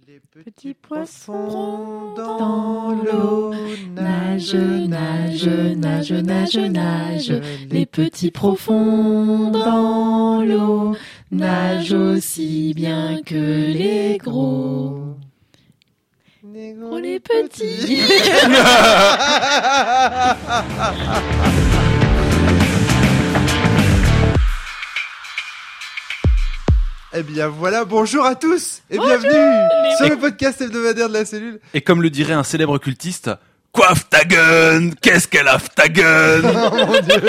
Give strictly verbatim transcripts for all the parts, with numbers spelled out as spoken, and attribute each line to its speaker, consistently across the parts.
Speaker 1: Les petits poissons dans l'eau nagent, nagent, nagent, nagent, nagent. Les petits profonds dans l'eau nagent aussi bien que les gros. Les gros, les petits.
Speaker 2: Eh bien voilà, bonjour à tous et bonjour bienvenue sur le podcast hebdomadaire de la cellule.
Speaker 3: Et comme le dirait un célèbre occultiste, coiffe ta gueule, qu'est-ce qu'elle a ta gueule.
Speaker 2: Oh mon Dieu.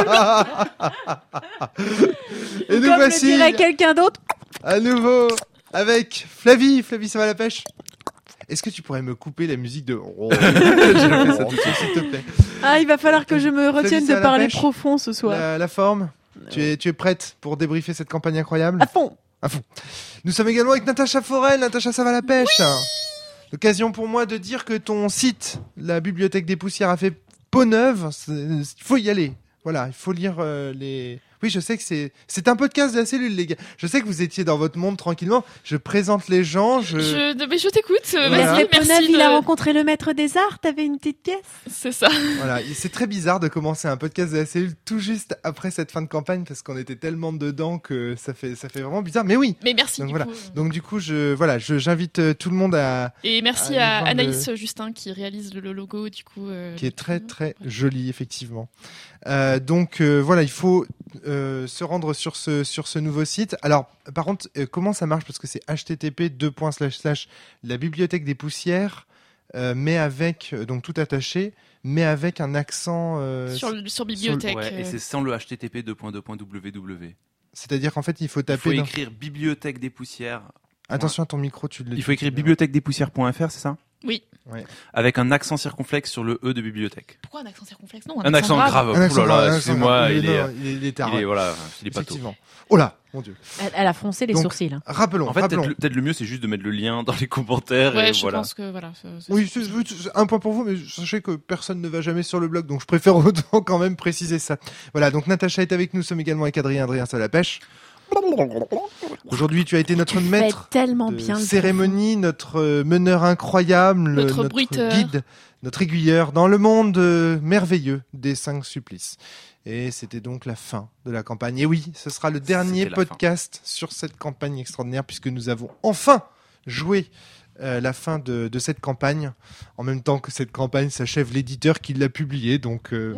Speaker 2: Et nous
Speaker 4: comme
Speaker 2: voici
Speaker 4: le dirait quelqu'un d'autre.
Speaker 2: à nouveau avec Flavie. Flavie, ça va la pêche? Est-ce que tu pourrais me couper la musique de... Oh, j'ai fait ça tout de suite, s'il te plaît.
Speaker 4: Ah, il va falloir que je me retienne
Speaker 2: Flavie, ça
Speaker 4: de
Speaker 2: va la
Speaker 4: parler
Speaker 2: pêche
Speaker 4: profond ce soir.
Speaker 2: La, la forme tu es, tu es prête pour débriefer cette campagne incroyable?
Speaker 4: À fond.
Speaker 2: À fond. Nous sommes également avec Natacha Forel. Natacha, ça va la pêche? Oui. L'occasion pour moi de dire que ton site, la Bibliothèque des Poussières, a fait peau neuve. Il faut y aller. Voilà, il faut lire euh, les... Oui, je sais que c'est c'est un podcast de la cellule, les gars. Je sais que vous étiez dans votre monde tranquillement. Je présente les gens. Je,
Speaker 5: je... Mais je t'écoute.
Speaker 2: Voilà.
Speaker 5: Merci, merci.
Speaker 4: Neuve,
Speaker 5: de...
Speaker 4: il a rencontré le maître des arts. T'avais une petite pièce.
Speaker 5: C'est ça.
Speaker 2: Voilà, c'est très bizarre de commencer un podcast de la cellule tout juste après cette fin de campagne parce qu'on était tellement dedans que ça fait ça fait vraiment bizarre. Mais oui.
Speaker 5: Mais merci.
Speaker 2: Donc
Speaker 5: du
Speaker 2: voilà.
Speaker 5: coup.
Speaker 2: Donc du coup, je voilà, je j'invite euh, tout le monde à.
Speaker 5: Et merci
Speaker 2: à
Speaker 5: à Anaïs
Speaker 2: le...
Speaker 5: Justin qui réalise le logo du coup. Euh,
Speaker 2: qui est très
Speaker 5: coup,
Speaker 2: très
Speaker 5: ouais.
Speaker 2: joli effectivement. Euh, donc euh, voilà, il faut euh, se rendre sur ce sur ce nouveau site. Alors par contre, euh, comment ça marche? Parce que c'est h t t p deux points slash slash la bibliothèque des poussières, euh, mais avec euh, donc tout attaché, mais avec un accent euh,
Speaker 5: sur, le, sur bibliothèque.
Speaker 3: Ouais,
Speaker 5: euh...
Speaker 3: et c'est sans le h t t p deux points deux points w w w.
Speaker 2: C'est-à-dire qu'en fait, il faut
Speaker 3: Il
Speaker 2: taper.
Speaker 3: faut
Speaker 2: dans...
Speaker 3: écrire bibliothèque des poussières.
Speaker 2: Attention à ton micro, tu le.
Speaker 3: Il faut écrire bibliothèque des poussières.fr, c'est ça?
Speaker 5: Oui.
Speaker 2: Ouais.
Speaker 3: Avec un accent circonflexe sur le E de bibliothèque.
Speaker 5: Pourquoi un accent circonflexe? Non,
Speaker 3: Un accent grave.
Speaker 2: Un accent
Speaker 3: Oh là là,
Speaker 2: grave,
Speaker 3: excusez-moi,
Speaker 2: un accent
Speaker 3: il,
Speaker 2: grave.
Speaker 3: est,
Speaker 2: Non, il est, il est tard.
Speaker 3: il est, voilà, il est pas tôt.
Speaker 2: Effectivement. Oh là, mon Dieu.
Speaker 4: Elle, elle a froncé les
Speaker 2: Donc,
Speaker 4: sourcils. Hein.
Speaker 2: Rappelons.
Speaker 3: En fait,
Speaker 2: rappelons.
Speaker 3: peut-être le, peut-être le mieux, c'est juste de mettre le lien dans les commentaires.
Speaker 5: Ouais,
Speaker 3: et
Speaker 5: je
Speaker 3: voilà.
Speaker 5: pense que voilà. C'est, c'est
Speaker 2: Oui, c'est, c'est un point pour vous, mais sachez que personne ne va jamais sur le blog, donc je préfère autant quand même préciser ça. Voilà, donc Natacha est avec nous, nous sommes également avec Adrien, Adrien, ça la pêche. Aujourd'hui, tu as été notre
Speaker 4: Tu
Speaker 2: maître
Speaker 4: fais tellement
Speaker 2: de
Speaker 4: bien le
Speaker 2: cérémonie, notre euh, meneur incroyable,
Speaker 5: Notre
Speaker 2: notre
Speaker 5: bruiteur.
Speaker 2: guide, notre aiguilleur dans le monde euh, merveilleux des cinq supplices. Et c'était donc la fin de la campagne. Et oui, ce sera le dernier
Speaker 3: C'était la
Speaker 2: podcast sur cette campagne extraordinaire puisque nous avons enfin joué euh, la fin de, de cette campagne. En même temps que cette campagne s'achève l'éditeur qui l'a publié. Donc, euh...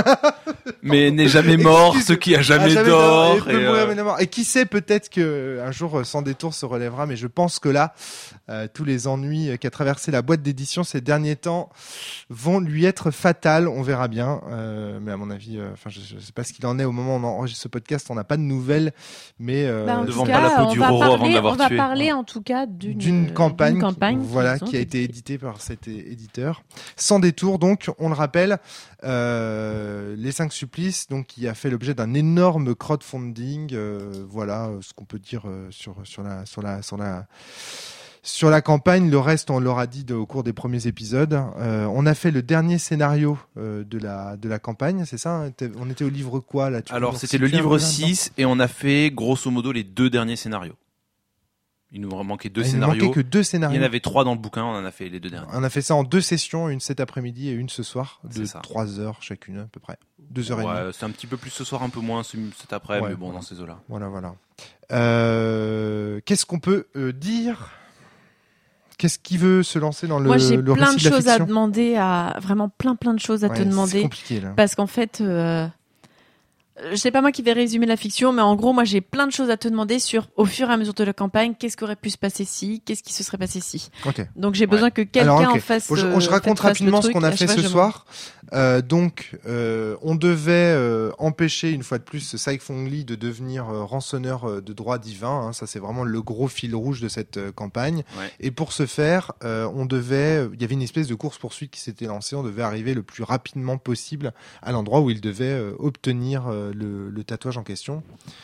Speaker 3: Mais n'est jamais mort,
Speaker 2: Excuse-
Speaker 3: ce qui a jamais,
Speaker 2: Ah, jamais
Speaker 3: d'or.
Speaker 2: d'or, et peut
Speaker 3: et,
Speaker 2: mourir,
Speaker 3: euh,
Speaker 2: mais non mort. Et qui sait, peut-être que euh, un jour, euh, Sans détour se relèvera. Mais je pense que là, euh, tous les ennuis euh, qu'a traversé la boîte d'édition ces derniers temps vont lui être fatals. On verra bien. Euh, mais à mon avis, enfin, euh, je, je sais pas ce qu'il en est au moment où on enregistre ce podcast. On n'a pas de nouvelles, mais euh,
Speaker 4: Bah, en
Speaker 3: Ne
Speaker 4: tout
Speaker 3: vends
Speaker 4: cas,
Speaker 3: pas la peau
Speaker 4: on
Speaker 3: du
Speaker 4: va
Speaker 3: Roro
Speaker 4: parler,
Speaker 3: avant de l'avoir
Speaker 4: on va
Speaker 3: tué.
Speaker 4: parler en tout cas d'une,
Speaker 2: d'une campagne,
Speaker 4: d'une campagne
Speaker 2: qui, voilà,
Speaker 4: qu'ils
Speaker 2: qui a
Speaker 4: ont
Speaker 2: été
Speaker 4: éditée.
Speaker 2: éditée par cet é- éditeur. Sans détour, donc, on le rappelle, euh, les cinq supplices, donc, qui a fait l'objet d'un énorme crowdfunding. Euh, voilà euh, ce qu'on peut dire euh, sur sur la sur la sur la sur la campagne. Le reste, on l'aura dit de- au cours des premiers épisodes. Euh, on a fait le dernier scénario euh, de la de la campagne, c'est ça? hein T'es- On était au livre quoi là? Tu peux
Speaker 3: Alors,
Speaker 2: nous
Speaker 3: c'était le
Speaker 2: resituer un
Speaker 3: livre
Speaker 2: peu là-dedans
Speaker 3: six et on a fait grosso modo les deux derniers scénarios. Il nous manquait deux
Speaker 2: Ah, il ne
Speaker 3: scénarios.
Speaker 2: manquait que deux
Speaker 3: Il
Speaker 2: scénarios.
Speaker 3: y en avait trois dans le bouquin, on en a fait les deux derniers.
Speaker 2: On a fait ça en deux sessions, une cet après-midi et une ce soir, de
Speaker 3: C'est ça.
Speaker 2: trois heures chacune à peu près, deux heures et demie.
Speaker 3: Ouais, c'est un petit peu plus ce soir, un peu moins ce- cet après,
Speaker 2: Ouais,
Speaker 3: mais bon,
Speaker 2: voilà.
Speaker 3: dans ces eaux-là.
Speaker 2: Voilà, voilà. Euh, qu'est-ce qu'on peut euh, dire? Qu'est-ce qui veut se lancer dans le,
Speaker 4: Moi, j'ai
Speaker 2: le
Speaker 4: plein de
Speaker 2: récit de la
Speaker 4: choses à
Speaker 2: fiction?
Speaker 4: demander, à vraiment plein plein de choses à
Speaker 2: Ouais,
Speaker 4: te
Speaker 2: c'est
Speaker 4: demander,
Speaker 2: compliqué là.
Speaker 4: parce qu'en fait, euh, c'est pas moi qui vais résumer la fiction, mais en gros, moi, j'ai plein de choses à te demander sur, au fur et à mesure de la campagne, qu'est-ce qui aurait pu se passer si, qu'est-ce qui se serait passé si.
Speaker 2: Ok.
Speaker 4: Donc, j'ai besoin que quelqu'un
Speaker 2: Alors, ok.
Speaker 4: en fasse.
Speaker 2: Bon, je,
Speaker 4: euh,
Speaker 2: je raconte
Speaker 4: fasse le
Speaker 2: rapidement ce
Speaker 4: truc.
Speaker 2: qu'on a
Speaker 4: À
Speaker 2: fait
Speaker 4: chaque
Speaker 2: ce
Speaker 4: fois, je
Speaker 2: soir. Euh, donc, euh, on devait euh, empêcher une fois de plus Sai Fong Lee de devenir euh, rançonneur euh, de droit divin. Hein. Ça, c'est vraiment le gros fil rouge de cette euh, campagne.
Speaker 3: Ouais.
Speaker 2: Et pour ce faire, euh, on devait, il y avait une espèce de course poursuite qui s'était lancée. On devait arriver le plus rapidement possible à l'endroit où il devait euh, obtenir euh, le, le tatouage en question.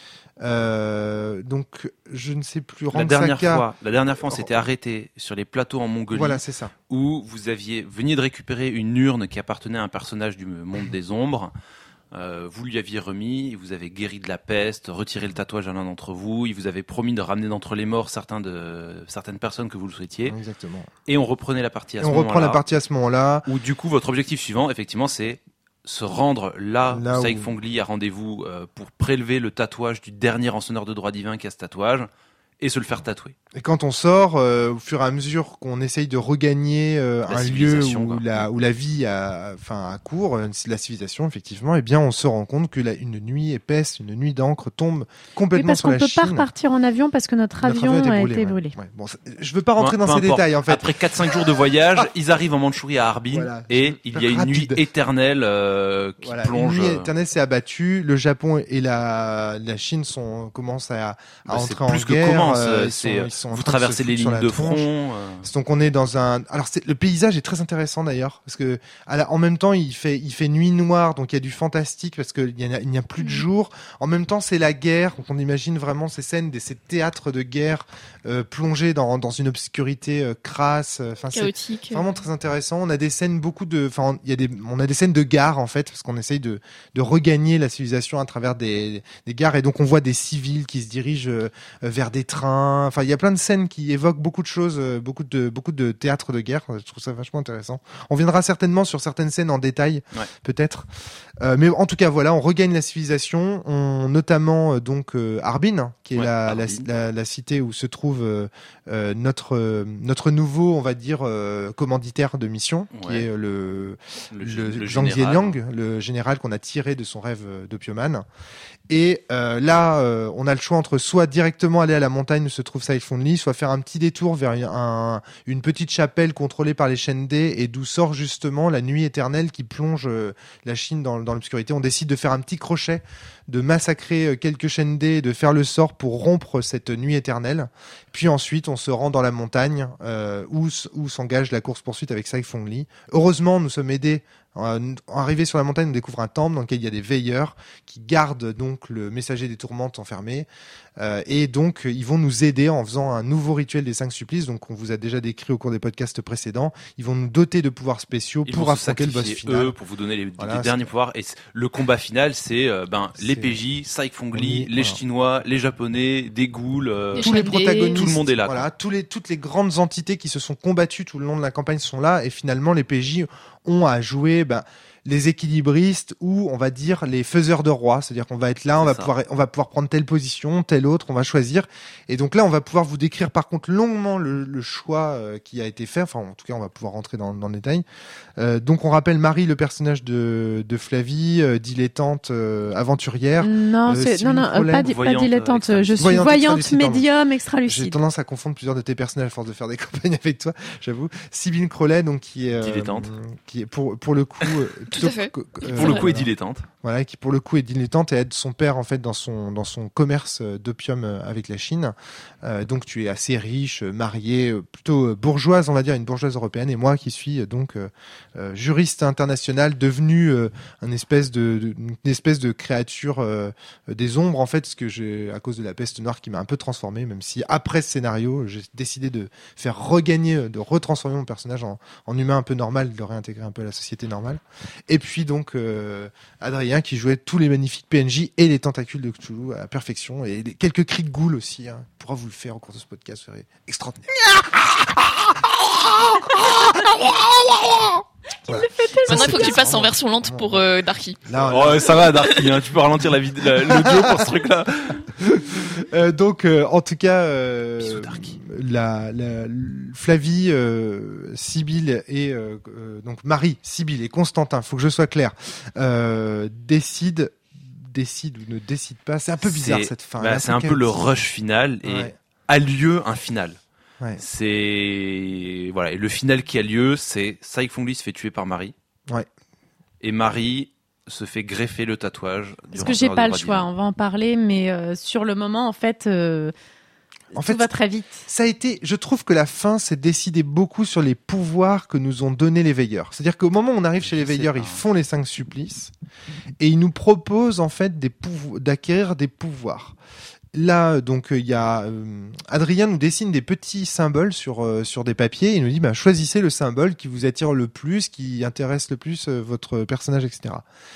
Speaker 2: Euh, donc, je ne sais plus.
Speaker 3: La dernière
Speaker 2: Rangsaka-
Speaker 3: fois, la dernière fois, on s'était arrêté sur les plateaux en Mongolie.
Speaker 2: Voilà, c'est ça.
Speaker 3: Où vous aviez veniez de récupérer une urne qui appartenait à un personnage du monde des ombres. Euh, vous lui aviez remis, il vous avez guéri de la peste, retiré le tatouage à l'un d'entre vous, il vous avait promis de ramener d'entre les morts certains de, certaines personnes que vous le souhaitiez.
Speaker 2: Exactement.
Speaker 3: Et on reprenait la partie à
Speaker 2: Et
Speaker 3: ce
Speaker 2: on
Speaker 3: moment-là.
Speaker 2: reprend la partie à ce moment-là.
Speaker 3: Où du coup, votre objectif suivant, effectivement, c'est se rendre là,
Speaker 2: Là
Speaker 3: où
Speaker 2: où-
Speaker 3: Saïk Fongli a rendez-vous euh, pour prélever le tatouage du dernier rançonneur de droit divin qui a ce tatouage et se le faire tatouer.
Speaker 2: Et quand on sort, euh, au fur et à mesure qu'on essaye de regagner euh,
Speaker 3: La
Speaker 2: un lieu
Speaker 3: civilisation,
Speaker 2: où
Speaker 3: quoi.
Speaker 2: la, où la vie a, enfin, a cours, euh, c'est la civilisation, effectivement, eh bien, on se rend compte que la, une nuit épaisse, une nuit d'encre tombe
Speaker 4: Oui,
Speaker 2: complètement
Speaker 4: parce
Speaker 2: sur
Speaker 4: qu'on
Speaker 2: la
Speaker 4: peut
Speaker 2: Chine.
Speaker 4: pas repartir en avion parce que notre,
Speaker 2: Notre
Speaker 4: avion, a été
Speaker 2: ouais.
Speaker 4: brûlé.
Speaker 2: Ouais. Bon, c'est- je veux pas rentrer
Speaker 3: Peu-
Speaker 2: dans
Speaker 3: peu
Speaker 2: ces
Speaker 3: importe.
Speaker 2: détails, en fait.
Speaker 3: Après quatre cinq jours de voyage, ils arrivent en Mandchourie à Harbin
Speaker 2: Voilà, je
Speaker 3: et
Speaker 2: veux
Speaker 3: il
Speaker 2: faire
Speaker 3: y a une
Speaker 2: rapide.
Speaker 3: nuit éternelle euh, qui
Speaker 2: Voilà,
Speaker 3: plonge.
Speaker 2: une nuit
Speaker 3: euh,
Speaker 2: éternelle s'est abattue. Le Japon et la, la Chine sont, commencent à, à
Speaker 3: bah, c'est
Speaker 2: entrer en
Speaker 3: plus que
Speaker 2: guerre.
Speaker 3: commence,
Speaker 2: euh, ils
Speaker 3: c'est
Speaker 2: sont- ils sont en
Speaker 3: vous
Speaker 2: train de se
Speaker 3: traversez les
Speaker 2: foutre sur
Speaker 3: lignes
Speaker 2: la
Speaker 3: de
Speaker 2: tronche.
Speaker 3: front. euh,
Speaker 2: Donc on est dans un. Alors c'est le paysage est très intéressant d'ailleurs parce que à la- en même temps il fait il fait nuit noire donc il y a du fantastique parce qu'il y a il n'y a plus de jour. En même temps c'est la guerre donc on imagine vraiment ces scènes des ces théâtres de guerre euh, plongés dans dans une obscurité euh, crasse. Enfin c'est
Speaker 5: Chaotique.
Speaker 2: vraiment très intéressant. On a des scènes beaucoup de. Enfin il y a des on a des scènes de gare en fait parce qu'on essaye de de regagner la civilisation à travers des des gares et donc on voit des civils qui se dirigent euh, vers des trains. Enfin il y a plein de scènes qui évoquent beaucoup de choses, euh, beaucoup de beaucoup de théâtre de guerre. Je trouve ça vachement intéressant. On viendra certainement sur certaines scènes en détail,
Speaker 3: Ouais.
Speaker 2: peut-être. Euh, mais en tout cas, voilà, on regagne la civilisation, on, notamment euh, donc euh, Harbin, qui est
Speaker 3: Ouais,
Speaker 2: la, la,
Speaker 3: Harbin.
Speaker 2: la, la cité où se trouve euh, euh, notre euh, notre nouveau, on va dire, euh, commanditaire de mission, qui
Speaker 3: Ouais.
Speaker 2: est euh, le
Speaker 3: le,
Speaker 2: le,
Speaker 3: le
Speaker 2: Zhang
Speaker 3: général.
Speaker 2: Ziyang, le général qu'on a tiré de son rêve euh, d'Opioman. Et euh, là, euh, on a le choix entre soit directement aller à la montagne où se trouve Saïk Fongli, soit faire un petit détour vers un, une petite chapelle contrôlée par les Shende et d'où sort justement la nuit éternelle qui plonge euh, la Chine dans, dans l'obscurité. On décide de faire un petit crochet, de massacrer euh, quelques Shende, de faire le sort pour rompre cette nuit éternelle. Puis ensuite, on se rend dans la montagne euh, où, s- où s'engage la course-poursuite avec Saïk Fongli. Heureusement, nous sommes aidés. Euh, Arrivé sur la montagne, on découvre un temple dans lequel il y a des veilleurs qui gardent donc le messager des tourmentes enfermé. Euh, et donc, ils vont nous aider en faisant un nouveau rituel des cinq supplices. Donc, on vous a déjà décrit au cours des podcasts précédents. Ils vont nous doter de pouvoirs spéciaux
Speaker 3: Ils
Speaker 2: pour
Speaker 3: vont se
Speaker 2: affronter le boss
Speaker 3: sacrifier,
Speaker 2: final.
Speaker 3: eux, pour vous donner les,
Speaker 2: Voilà,
Speaker 3: les
Speaker 2: c'est-
Speaker 3: derniers pouvoirs. Et c- le combat final, c'est euh, ben les
Speaker 2: C'est-
Speaker 3: P J, Saïk Fongli,
Speaker 2: Oui,
Speaker 3: les
Speaker 2: voilà.
Speaker 3: Chinois, les Japonais, des ghouls. euh,
Speaker 5: Les
Speaker 2: Tous les
Speaker 5: Shende.
Speaker 2: protagonistes,
Speaker 3: Tout le monde est là,
Speaker 2: Voilà, tous les, toutes les grandes entités qui se sont combattues tout le long de la campagne sont là. Et finalement, les P J ont à jouer ben, les équilibristes ou on va dire les faiseurs de rois. C'est-à-dire qu'on va être là, on
Speaker 3: C'est
Speaker 2: va
Speaker 3: ça.
Speaker 2: pouvoir, on va pouvoir prendre telle position, telle autre, on va choisir. Et donc là, on va pouvoir vous décrire par contre longuement le, le choix euh, qui a été fait. Enfin, en tout cas, on va pouvoir rentrer dans, dans le détail. Euh, donc, on rappelle Marie, le personnage de, de Flavie, euh, dilettante euh, aventurière.
Speaker 4: Non,
Speaker 2: Euh,
Speaker 4: c'est,
Speaker 2: Sylvie
Speaker 4: non, non, euh,
Speaker 2: Crowley.
Speaker 4: pas, di- pas
Speaker 3: Voyante,
Speaker 4: dilettante.
Speaker 3: euh,
Speaker 4: Je suis
Speaker 2: Voyante,
Speaker 4: voyante,
Speaker 2: extra-lucide, pardon.
Speaker 4: médium,
Speaker 2: J'ai
Speaker 4: extra-lucide.
Speaker 2: tendance à confondre plusieurs de tes personnages à force de faire des campagnes avec toi, j'avoue. Sybille Crowley, donc qui est euh,
Speaker 3: Dilettante.
Speaker 2: qui est pour pour le coup euh, plutôt
Speaker 5: à fait.
Speaker 2: que- que-
Speaker 3: pour le
Speaker 2: euh,
Speaker 3: coup, est
Speaker 2: voilà.
Speaker 3: dilettante.
Speaker 2: Voilà, qui pour le coup est dilettante et aide son père en fait dans son dans son commerce euh, d'opium euh, avec la Chine. Euh, donc tu es assez riche, euh, mariée, euh, plutôt euh, bourgeoise, on va dire, une bourgeoise européenne. Et moi qui suis euh, donc euh, euh, juriste international, devenu euh, un espèce de, de une espèce de créature euh, euh, des ombres en fait, parce que j'ai à cause de la peste noire qui m'a un peu transformé. Même si après ce scénario, j'ai décidé de faire regagner, euh, de retransformer mon personnage en, en humain un peu normal, de le réintégrer un peu à la société normale. Et puis donc euh, Adrien qui jouait tous les magnifiques P N J et les tentacules de Cthulhu à la perfection et les- quelques cris de ghoul aussi. Hein. Il pourra vous le faire au cours de ce podcast, c'est extraordinaire. Voilà.
Speaker 5: Maintenant, il faut que tu
Speaker 2: c'est
Speaker 5: passes en
Speaker 2: vraiment-
Speaker 5: version lente pour euh, Darky.
Speaker 2: Là,
Speaker 3: Oh, ouais, ça va, Darky, hein, tu peux ralentir la vid- la- l'audio pour ce truc-là.
Speaker 2: Euh, donc, euh, en tout cas, euh,
Speaker 3: Bisous, Darky.
Speaker 2: la, la Flavie, euh, Sibylle et euh, euh, donc Marie, Sibylle et Constantin, faut que je sois clair, euh, décident, décident ou ne décident pas. C'est un peu bizarre
Speaker 3: C'est-
Speaker 2: cette fin.
Speaker 3: bah,
Speaker 2: Elle est
Speaker 3: c'est un peu le
Speaker 2: chaotique.
Speaker 3: rush final et
Speaker 2: Ouais.
Speaker 3: a lieu un final.
Speaker 2: Ouais.
Speaker 3: C'est voilà, et le final qui a lieu, c'est Saïk Fongli se fait tuer par Marie.
Speaker 2: Ouais.
Speaker 3: Et Marie se fait greffer le tatouage. du
Speaker 4: Parce que j'ai
Speaker 3: Ranceur
Speaker 4: pas
Speaker 3: de
Speaker 4: le
Speaker 3: Droit
Speaker 4: choix,
Speaker 3: Divin.
Speaker 4: on va en parler, mais euh, sur le moment, en fait, euh,
Speaker 2: En
Speaker 4: tout
Speaker 2: fait,
Speaker 4: va très vite.
Speaker 2: ça a été, je trouve que la fin s'est décidée beaucoup sur les pouvoirs que nous ont donnés les veilleurs. C'est-à-dire qu'au moment où on arrive chez les
Speaker 3: Je sais
Speaker 2: veilleurs,
Speaker 3: pas.
Speaker 2: ils font les cinq supplices et ils nous proposent en fait des pouvo- d'acquérir des pouvoirs. Là, donc, il y a euh, Adrien nous dessine des petits symboles sur euh, sur des papiers et il nous dit bah, choisissez le symbole qui vous attire le plus, qui intéresse le plus euh, votre personnage, et cetera.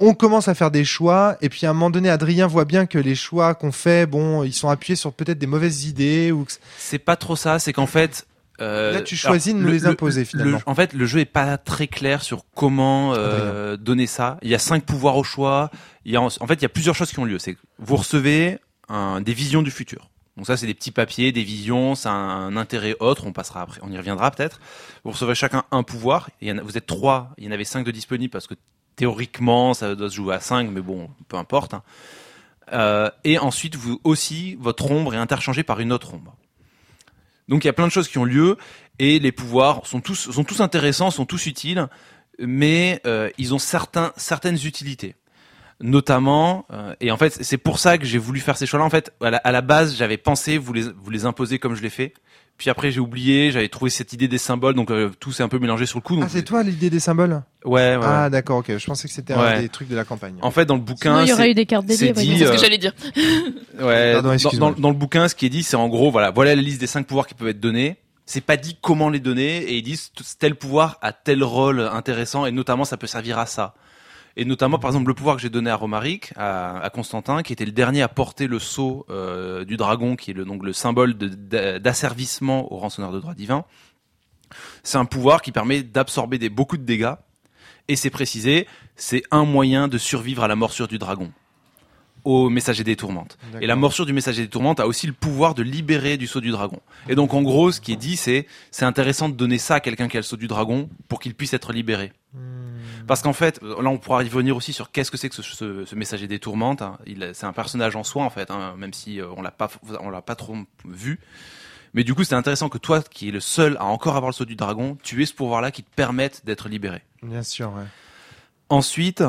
Speaker 2: on commence à faire des choix, et puis à un moment donné, Adrien voit bien que les choix qu'on fait, bon, ils sont appuyés sur peut-être des mauvaises idées ou. Que...
Speaker 3: C'est pas trop ça, c'est qu'en fait. Euh,
Speaker 2: Là, tu choisis
Speaker 3: alors,
Speaker 2: de nous
Speaker 3: le,
Speaker 2: les imposer
Speaker 3: le,
Speaker 2: finalement.
Speaker 3: Le, en fait, le jeu est pas très clair sur comment euh, donner ça. Il y a cinq pouvoirs au choix. Il y a en, en fait, il y a plusieurs choses qui ont lieu. C'est que vous recevez un, des visions du futur. Donc ça, c'est des petits papiers, des visions, c'est un, un intérêt autre. On passera après, on y reviendra peut-être. Vous recevez chacun un pouvoir. Il y en a, vous êtes trois. Il y en avait cinq de disponibles parce que théoriquement, ça doit se jouer à cinq, mais bon, peu importe. Hein. Euh, et ensuite, vous aussi, votre ombre est interchangée par une autre ombre. Donc il y a plein de choses qui ont lieu et les pouvoirs sont tous sont tous intéressants, sont tous utiles, mais euh, ils ont certains certaines utilités. Notamment, euh, et en fait c'est pour ça que j'ai voulu faire ces choix-là. En fait, à la, à la base, j'avais pensé vous les vous les imposer comme je l'ai fait. Puis après j'ai oublié, j'avais trouvé cette idée des symboles, donc euh, tout s'est un peu mélangé sur le coup. Donc,
Speaker 2: ah, c'est toi l'idée des symboles?
Speaker 3: Ouais, ouais.
Speaker 2: Ah,
Speaker 3: ouais.
Speaker 2: d'accord, ok. Je pensais que c'était
Speaker 3: ouais.
Speaker 2: un des trucs de la campagne.
Speaker 3: En fait, dans le bouquin,
Speaker 4: sinon il y aurait eu des cartes dédiées.
Speaker 3: C'est dit,
Speaker 5: C'est ce
Speaker 3: euh,
Speaker 5: que j'allais dire.
Speaker 3: Ouais.
Speaker 2: Pardon,
Speaker 3: dans, dans, dans le bouquin, ce qui est dit, c'est en gros, voilà, voilà la liste des cinq pouvoirs qui peuvent être donnés. C'est pas dit comment les donner, et ils disent tel pouvoir a tel rôle intéressant, et notamment ça peut servir à ça. Et notamment, par exemple, le pouvoir que j'ai donné à Romaric, à, à Constantin, qui était le dernier à porter le sceau euh, du dragon, qui est le, donc le symbole de, de, d'asservissement au rançonneur de droit divin. C'est un pouvoir qui permet d'absorber des, beaucoup de dégâts, et c'est précisé, c'est un moyen de survivre à la morsure du dragon, au messager des tourmentes. D'accord. Et la morsure du messager des tourmentes a aussi le pouvoir de libérer du sceau du dragon. Et donc, en gros, ce qui est dit, c'est c'est intéressant de donner ça à quelqu'un qui a le sceau du dragon pour qu'il puisse être libéré. Mmh. Parce qu'en fait, là, on pourra revenir aussi sur qu'est-ce que c'est que ce, ce, ce messager des tourmentes. Hein. Il, c'est un personnage en soi, en fait, hein, même si euh, on l'a pas, on l'a pas trop vu. Mais du coup, c'est intéressant que toi, qui es le seul à encore avoir le sceau du dragon, tu aies ce pouvoir-là qui te permette d'être libéré.
Speaker 2: Bien sûr, ouais.
Speaker 3: Ensuite,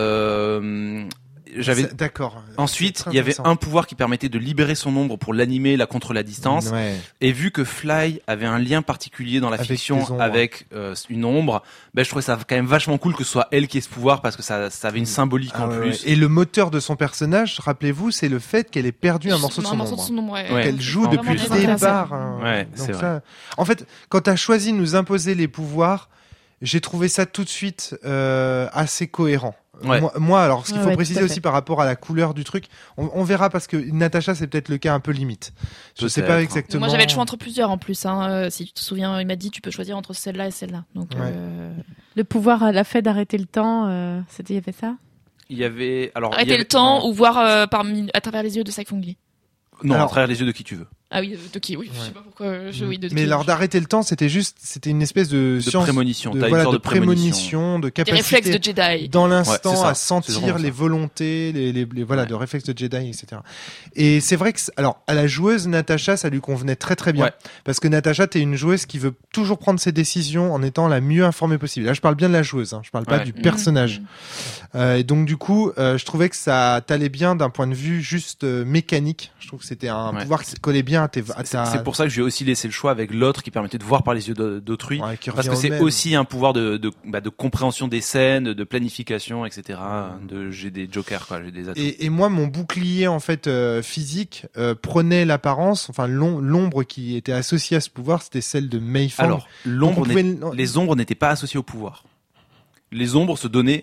Speaker 3: euh, j'avais.
Speaker 2: C'est, d'accord.
Speaker 3: Ensuite, il y avait un pouvoir qui permettait de libérer son ombre pour l'animer, la contre la distance.
Speaker 2: Ouais.
Speaker 3: Et vu que Fly avait un lien particulier dans la
Speaker 2: avec
Speaker 3: fiction avec euh, une ombre, ben je trouvais ça quand même vachement cool que ce soit elle qui ait ce pouvoir parce que ça, ça avait une symbolique
Speaker 2: ah,
Speaker 3: en
Speaker 2: ouais,
Speaker 3: plus.
Speaker 2: Ouais. Et le moteur de son personnage, rappelez-vous, c'est le fait qu'elle ait perdu un morceau de
Speaker 5: un
Speaker 2: son
Speaker 5: morceau
Speaker 2: ombre.
Speaker 5: De son ombre ouais.
Speaker 3: Ouais.
Speaker 2: Qu'elle joue depuis le départ. Hein.
Speaker 3: Ouais,
Speaker 2: donc
Speaker 3: c'est
Speaker 2: ça...
Speaker 3: vrai.
Speaker 2: En fait, quand tu as choisi de nous imposer les pouvoirs, j'ai trouvé ça tout de suite euh, assez cohérent.
Speaker 3: Ouais.
Speaker 2: Moi, moi, alors, ce qu'il
Speaker 4: ouais,
Speaker 2: faut
Speaker 4: ouais,
Speaker 2: préciser aussi par rapport à la couleur du truc, on, on verra parce que Natacha, c'est peut-être le cas un peu limite. Je
Speaker 3: Peut-être.
Speaker 2: sais pas exactement.
Speaker 5: Moi, j'avais le choix entre plusieurs en plus. Hein. Euh, si tu te souviens, il m'a dit tu peux choisir entre celle-là et celle-là. Donc,
Speaker 2: Ouais.
Speaker 5: euh...
Speaker 4: Le pouvoir à la fait d'arrêter le temps, euh, c'était, il y avait ça?
Speaker 3: Il y avait alors.
Speaker 5: arrêter
Speaker 3: il y avait...
Speaker 5: le temps ou voir euh, parmi à travers les yeux de Saifongli.
Speaker 3: Non,
Speaker 2: Alors-
Speaker 3: à travers les yeux de qui tu veux.
Speaker 5: Ah oui, de qui Oui, je sais pas pourquoi. Je, oui, de
Speaker 2: Mais
Speaker 5: qui,
Speaker 2: alors
Speaker 5: je-
Speaker 2: d'arrêter le temps, c'était juste, c'était une espèce de,
Speaker 3: De
Speaker 2: science,
Speaker 3: prémonition.
Speaker 2: de,
Speaker 3: T'as une
Speaker 2: voilà,
Speaker 3: sorte
Speaker 2: de
Speaker 3: de prémonition.
Speaker 2: prémonition, de
Speaker 5: des
Speaker 2: capacité
Speaker 5: réflexes de Jedi.
Speaker 2: dans
Speaker 3: Ouais,
Speaker 2: l'instant
Speaker 3: c'est ça.
Speaker 2: à
Speaker 3: C'est
Speaker 2: sentir
Speaker 3: vraiment
Speaker 2: les
Speaker 3: ça.
Speaker 2: volontés, les, les, les- voilà,
Speaker 3: Ouais.
Speaker 2: de réflexes de Jedi, et cetera. Et c'est vrai que, c'est- alors, à la joueuse Natacha, ça lui convenait très très bien,
Speaker 3: Ouais.
Speaker 2: parce que Natacha, t'es une joueuse qui veut toujours prendre ses décisions en étant la mieux informée possible. Là, je parle bien de la joueuse, hein, je parle pas
Speaker 3: Ouais.
Speaker 2: du personnage.
Speaker 5: Mmh.
Speaker 2: Euh, et donc du coup, euh, je trouvais que ça t'allait bien d'un point de vue juste euh, mécanique. Je trouve que c'était un
Speaker 3: Ouais.
Speaker 2: pouvoir qui collait bien à tes, à
Speaker 3: C'est
Speaker 2: ta.
Speaker 3: c'est pour ça que j'ai aussi laissé le choix avec l'autre qui permettait de voir par les yeux de- d'autrui.
Speaker 2: Ouais, qui
Speaker 3: Parce
Speaker 2: revient
Speaker 3: que
Speaker 2: au
Speaker 3: c'est
Speaker 2: même.
Speaker 3: aussi un pouvoir de, de, bah, de compréhension des scènes, de planification, et cetera. De, j'ai des jokers, quoi, j'ai des atouts.
Speaker 2: Et, et moi, mon bouclier en fait euh, physique euh, prenait l'apparence, enfin l'om- l'ombre qui était associée à ce pouvoir, c'était celle de Mei Fang.
Speaker 3: Alors, l'ombre
Speaker 2: Donc, on
Speaker 3: n'est-
Speaker 2: pouvait-
Speaker 3: les ombres n'étaient pas associées au pouvoir. Les ombres se donnaient